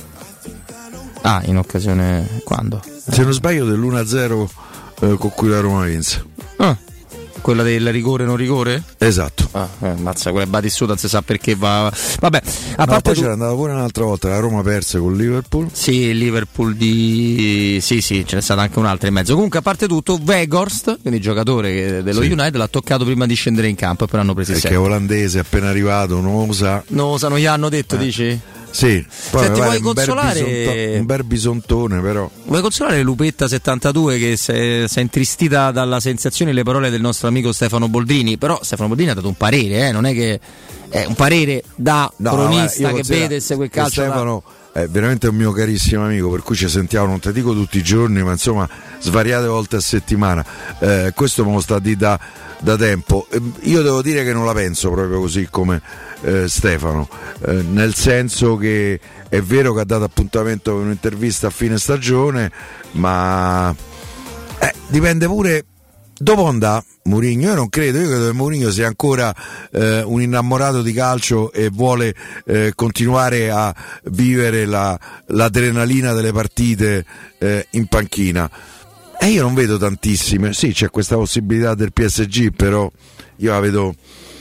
In occasione quando? Se non sbaglio dell'1-0 con cui la Roma vinse. Quella del rigore non rigore? Esatto. Mazza, quella è Batistuta, non si sa perché va. Vabbè, a parte poi c'era andata pure un'altra volta, la Roma perse con Liverpool. Sì, il Liverpool di. Sì, ce n'è stata anche un'altra in mezzo. Comunque, a parte tutto, Weghorst, quindi giocatore dello United, l'ha toccato prima di scendere in campo e poi l'hanno preso. Perché è olandese, appena arrivato, non gli hanno detto, dici? Sì, poi senti, vuoi consolare un bel bisontone, però. Vuoi consolare Lupetta 72 che si è intristita dalla sensazione e le parole del nostro amico Stefano Boldrini? Però Stefano Boldrini ha dato un parere, non è che è un parere da cronista che vede e segue il calcio. Stefano è veramente un mio carissimo amico, per cui ci sentiamo, non ti dico tutti i giorni, ma insomma svariate volte a settimana. Questo me lo sta di da tempo. Io devo dire che non la penso proprio così come Stefano, nel senso che è vero che ha dato appuntamento per un'intervista a fine stagione, ma dipende pure dopo andà Mourinho. Io credo che Mourinho sia ancora un innamorato di calcio e vuole continuare a vivere l'adrenalina delle partite in panchina. E io non vedo tantissime. Sì, c'è questa possibilità del PSG, però io la vedo.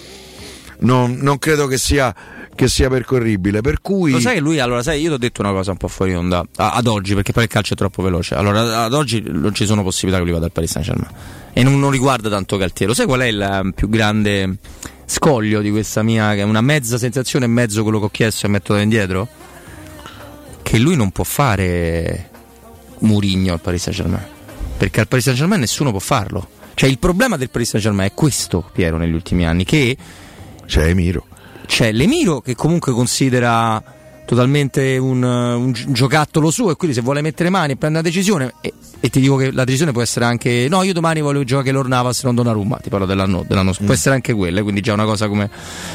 Non credo che sia percorribile, per cui. Lo sai che lui, io ti ho detto una cosa un po' fuori onda ad oggi, perché poi il calcio è troppo veloce. Allora, ad oggi non ci sono possibilità che lui vada al Paris Saint-Germain e non riguarda tanto Galtier. Lo sai qual è il più grande scoglio di questa mia, che è una mezza sensazione e mezzo quello che ho chiesto e metto da indietro? Che lui non può fare Mourinho al Paris Saint-Germain, perché al Paris Saint-Germain nessuno può farlo. Cioè il problema del Paris Saint-Germain è questo, Piero, negli ultimi anni, che c'è l'Emiro che comunque considera totalmente un giocattolo suo, e quindi se vuole mettere mani e prendere una decisione, e ti dico che la decisione può essere anche io domani voglio giocare Lord Navas non Donnarumma, ti parlo dell'anno può essere anche quella, quindi già una cosa come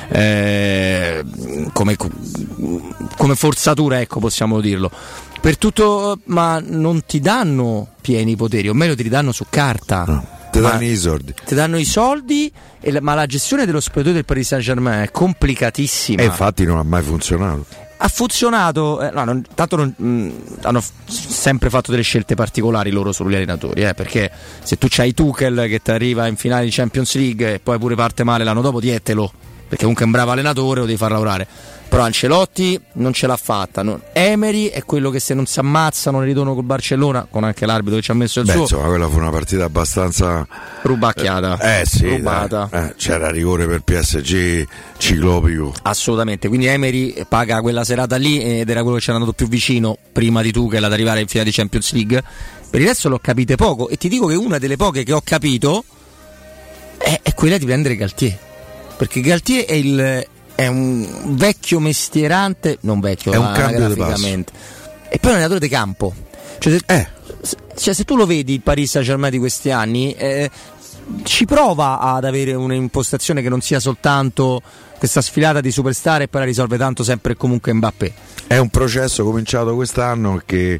forzatura, ecco, possiamo dirlo per tutto, ma non ti danno pieni poteri, o meglio ti danno su carta. Ti danno i soldi. Ti danno i soldi, ma la gestione dello spogliatoio del Paris Saint-Germain è complicatissima. E infatti non ha mai funzionato. Ha funzionato, hanno sempre fatto delle scelte particolari loro sugli allenatori, perché se tu c'hai Tuchel che ti arriva in finale di Champions League e poi pure parte male l'anno dopo, diettelo, perché comunque è un bravo allenatore, lo devi far lavorare. Però Ancelotti non ce l'ha fatta. Emery è quello che se non si ammazza non ritorno col Barcellona, con anche l'arbitro che ci ha messo il suo. Insomma, quella fu una partita abbastanza rubacchiata. Rubata. C'era rigore per PSG ciclopico. Assolutamente. Quindi Emery paga quella serata lì ed era quello che ci era andato più vicino prima di Tuchel ad arrivare in finale di Champions League. Per il resto l'ho capite poco, e ti dico che una delle poche che ho capito è quella di prendere Galtier, perché Galtier è un vecchio mestierante, non vecchio, è un cambio di passo, e poi un allenatore di campo. Se tu lo vedi il Paris Saint-Germain di questi anni, ci prova ad avere un'impostazione che non sia soltanto questa sfilata di superstar e poi la risolve tanto sempre e comunque Mbappé. È un processo cominciato quest'anno che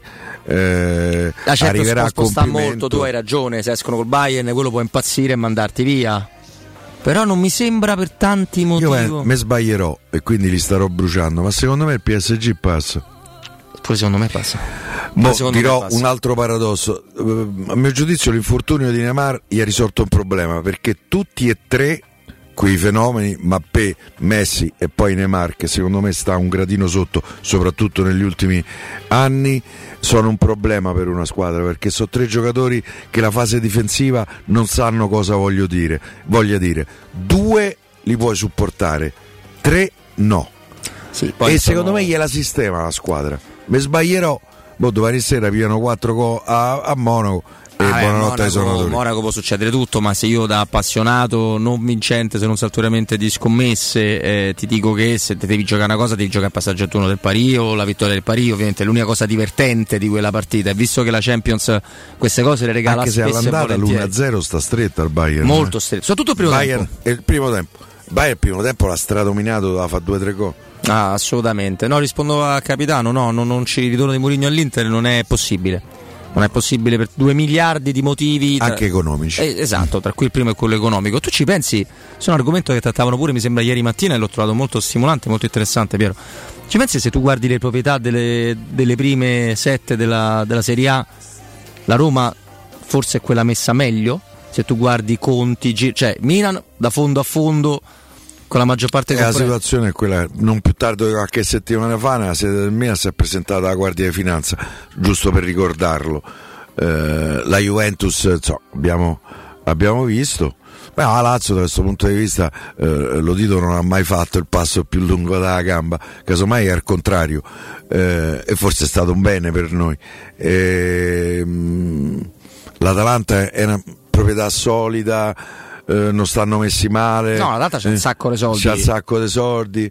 arriverà a sposta compimento. Molto, tu hai ragione, se escono col Bayern quello può impazzire e mandarti via, però non mi sembra per tanti motivi. Io me sbaglierò e quindi li starò bruciando, ma secondo me il PSG passa. Pure secondo me passa. Dirò un altro paradosso. A mio giudizio l'infortunio di Neymar gli ha risolto un problema, perché tutti e tre quei fenomeni, Mbappé, Messi e poi Neymar, che secondo me sta un gradino sotto soprattutto negli ultimi anni, sono un problema per una squadra, perché sono tre giocatori che la fase difensiva non sanno cosa voglia dire. 2 li puoi supportare, 3 no. Sì, poi e secondo me gliela sistema la squadra. Mi sbaglierò, domani sera pigliano 4 gol a Monaco. Buonanotte ai suonatori. Monaco può succedere tutto, ma se io da appassionato non vincente, se non saltuariamente di scommesse, ti dico che se devi giocare una cosa devi giocare il passaggio a turno del pari o la vittoria del pari, ovviamente è l'unica cosa divertente di quella partita, e visto che la Champions queste cose le regala anche se spesso all'andata e volentieri. l'1-0 sta stretta al Bayern, molto stretta, soprattutto il primo tempo. E il primo tempo Bayern il primo tempo l'ha stradominato, doveva fare 2-3 gol. Assolutamente, no, rispondo a capitano, non ci ritorno di Mourinho all'Inter, non è possibile. Non è possibile per 2 miliardi di motivi anche economici. Esatto, tra cui il primo è quello economico. Tu ci pensi, su un argomento che trattavano pure mi sembra ieri mattina e l'ho trovato molto stimolante, molto interessante, Piero. Ci pensi, se tu guardi le proprietà delle prime 7 della Serie A, la Roma forse è quella messa meglio? Se tu guardi i conti, cioè Milan da fondo a fondo con la maggior parte la situazione è quella. Non più tardi di qualche settimana fa nella sede del Milan si è presentata la Guardia di Finanza, giusto per ricordarlo. La Juventus, abbiamo visto. La Lazio da questo punto di vista, lo Tito non ha mai fatto il passo più lungo dalla gamba, casomai è al contrario, e forse è stato un bene per noi. L'Atalanta è una proprietà solida, non stanno messi male. No, la data c'è un sacco di soldi. C'è un sacco di soldi.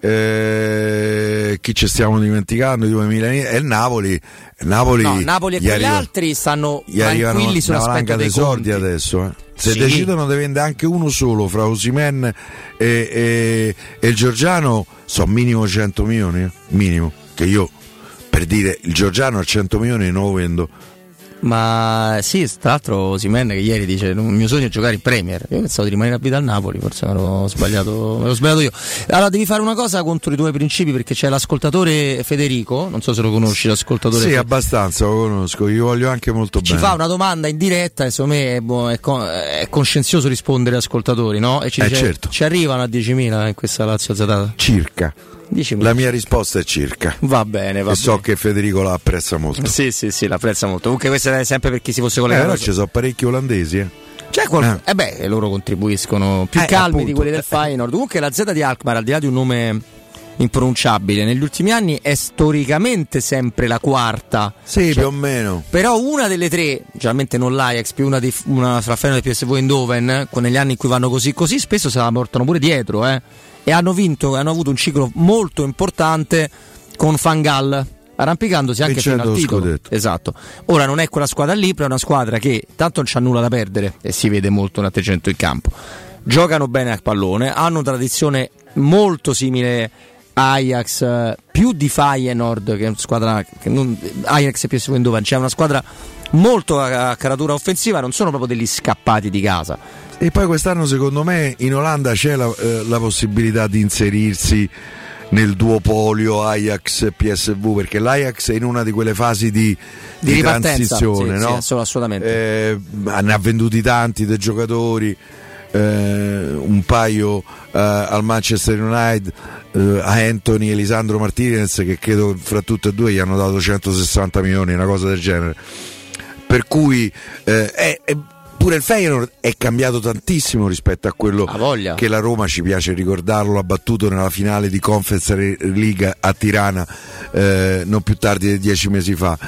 Chi ci stiamo dimenticando? I 2 Milani e il Napoli. Napoli e quegli altri stanno tranquilli sull'aspetto dei soldi adesso. Se decidono di vendere anche uno solo fra Osimhen e il Giorgiano, sono minimo 100 milioni. Minimo. Che io, per dire, il Giorgiano a 100 milioni non lo vendo. Ma sì, tra l'altro Osimhen che ieri dice il mio sogno è giocare in Premier. Io pensavo di rimanere a vita al Napoli, forse me l'ho sbagliato io. Allora devi fare una cosa contro i tuoi principi, perché c'è l'ascoltatore Federico, non so se lo conosci l'ascoltatore. Sì, abbastanza lo conosco, gli voglio anche molto bene. Ci fa una domanda in diretta e secondo me è coscienzioso rispondere agli ascoltatori, no? E ci dice, certo. Ci arrivano a 10.000 in questa Lazio Zatata? Circa. La mia risposta è circa. Va bene, e so che Federico la apprezza molto. Sì, la apprezza molto. Comunque questo è sempre per chi si fosse collegato. Però ci sono parecchi olandesi. Loro contribuiscono più calmi appunto, di quelli del Feyenoord. Comunque la Z di Alkmaar, al di là di un nome impronunciabile, negli ultimi anni è storicamente sempre la quarta. Sì, più o meno. Però una delle tre, generalmente non l'Ajax, più una fra Feyenoord e PSV Eindhoven, negli anni in cui vanno così spesso se la portano pure dietro, e hanno avuto un ciclo molto importante con Van Gaal, arrampicandosi anche fino al titolo. Scudetto. Esatto. Ora non è quella squadra lì, però è una squadra che tanto non c'ha nulla da perdere e si vede molto un atteggiamento in campo. Giocano bene a pallone, hanno una tradizione molto simile a Ajax, più di Feyenoord, che è una squadra che non, Ajax e PSV Eindhoven, c'è una squadra molto a caratura offensiva, non sono proprio degli scappati di casa. E poi quest'anno secondo me in Olanda c'è la possibilità di inserirsi nel duopolio Ajax-PSV, perché l'Ajax è in una di quelle fasi di transizione, no? Sì, assolutamente. Ne ha venduti tanti dei giocatori, un paio al Manchester United, a Anthony e Lisandro Martinez, che credo fra tutte e due gli hanno dato 160 milioni, una cosa del genere, per cui pure il Feyenoord è cambiato tantissimo rispetto a quello che la Roma, ci piace ricordarlo, ha battuto nella finale di Conference League a Tirana non più tardi di 10 mesi fa.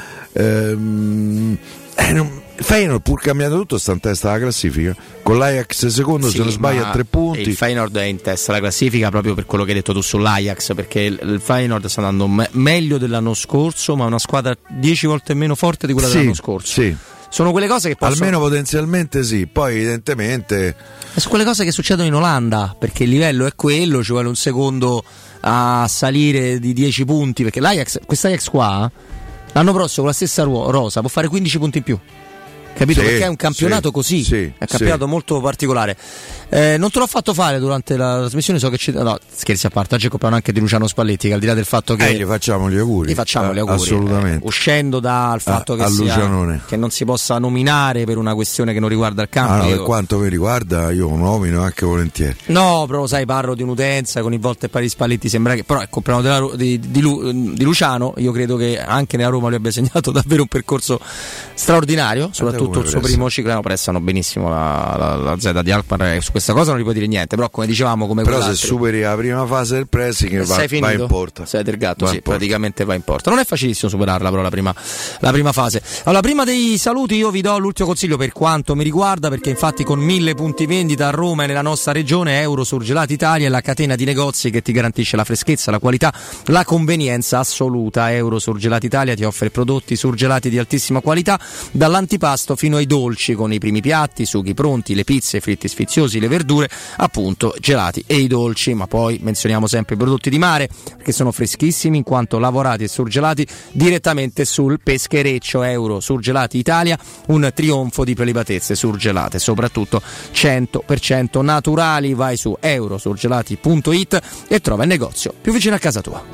Il Feyenoord, pur cambiando tutto, sta in testa alla classifica, con l'Ajax secondo, se non sbaglio, a 3 punti. Il Feyenoord è in testa alla classifica proprio per quello che hai detto tu sull'Ajax, perché il Feyenoord sta andando meglio dell'anno scorso, ma è una squadra 10 volte meno forte di quella dell'anno scorso. sono quelle cose che possono... Almeno potenzialmente sì, poi evidentemente... Sono quelle cose che succedono in Olanda, perché il livello è quello, ci vuole un secondo a salire di 10 punti, perché quest'Ajax qua l'anno prossimo con la stessa rosa può fare 15 punti in più. Capito? Sì, perché è un campionato così, è un campionato molto particolare. Non te l'ho fatto fare durante la trasmissione, so che no, scherzi a parte, oggi compriamo anche di Luciano Spalletti, che al di là del fatto che gli facciamo gli auguri. Gli facciamo gli auguri, assolutamente. Uscendo dal fatto che che non si possa nominare per una questione che non riguarda il campo. Per quanto mi riguarda io nomino anche volentieri. No, però sai, parlo di un'utenza con il volte e pari di Spalletti, sembra che però compriamo di Luciano, io credo che anche nella Roma lui abbia segnato davvero un percorso straordinario, soprattutto il suo primo ciclo. Prestano benissimo la Z di Alkmaar, su questa cosa non gli puoi dire niente, però come dicevamo, però se superi la prima fase del pressing va in porta. Sei del gatto, sì, praticamente va in porta. Non è facilissimo superarla però la prima fase. Allora, prima dei saluti io vi do l'ultimo consiglio per quanto mi riguarda, perché infatti con 1000 punti vendita a Roma e nella nostra regione, Eurosurgelati Italia è la catena di negozi che ti garantisce la freschezza, la qualità, la convenienza assoluta. Eurosurgelati Italia ti offre prodotti surgelati di altissima qualità, dall'antipasto fino ai dolci, con i primi piatti, sughi pronti, le pizze, i fritti sfiziosi, le verdure, appunto gelati e i dolci. Ma poi menzioniamo sempre i prodotti di mare, perché sono freschissimi in quanto lavorati e surgelati direttamente sul peschereccio. Eurosurgelati Italia, un trionfo di prelibatezze surgelate, soprattutto 100% naturali. Vai su eurosurgelati.it e trova il negozio più vicino a casa tua.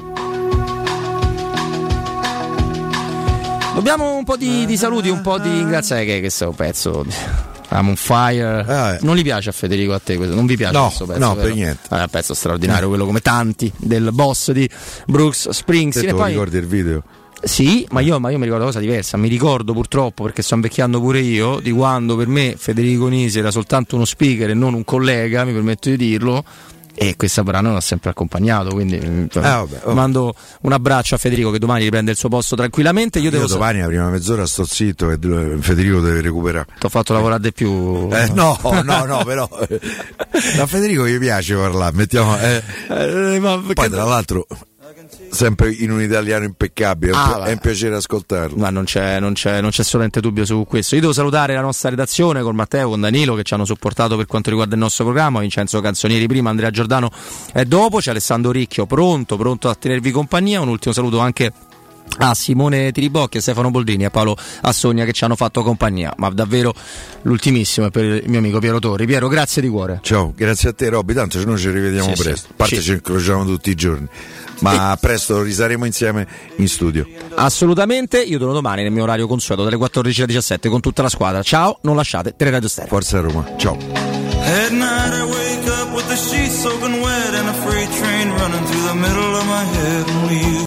Dobbiamo un po' di saluti, un po' di ringraziare, che questo pezzo I'm on fire. Non gli piace a Federico, a te questo? Non vi piace questo pezzo? No, per niente. È un pezzo straordinario, quello come tanti del boss di Bruce Springsteen. E poi ricordi il video? Sì, ma io mi ricordo una cosa diversa. Mi ricordo purtroppo, perché sto invecchiando pure io, di quando per me Federico Nisi era soltanto uno speaker e non un collega, mi permetto di dirlo. E questa brano l'ha sempre accompagnato, quindi mando un abbraccio a Federico, che domani riprende il suo posto tranquillamente. Io domani la prima mezz'ora sto zitto e Federico deve recuperare. Ti ho fatto lavorare di più. No, però a Federico gli piace parlare, mettiamo poi tra l'altro sempre in un italiano impeccabile, è un piacere ascoltarlo. Ma non c'è assolutamente dubbio su questo. Io devo salutare la nostra redazione con Matteo, con Danilo, che ci hanno supportato per quanto riguarda il nostro programma, Vincenzo Canzonieri prima, Andrea Giordano dopo, c'è Alessandro Ricchio pronto a tenervi compagnia. Un ultimo saluto anche a Simone Tiribocchi, a Stefano Boldrini, a Paolo Assogna, che ci hanno fatto compagnia. Ma davvero l'ultimissimo è per il mio amico Piero Torri. Piero, grazie di cuore. Ciao, grazie a te Robby, tanto noi ci rivediamo presto. A parte ci incrociamo tutti i giorni, ma presto risaremo insieme in studio. Assolutamente, io torno domani nel mio orario consueto dalle 14 alle 17 con tutta la squadra. Ciao, non lasciate Teleradio Stereo. Forza Roma, ciao. At night I wake up with the sheets soaking wet and a freight train running through the middle of my head.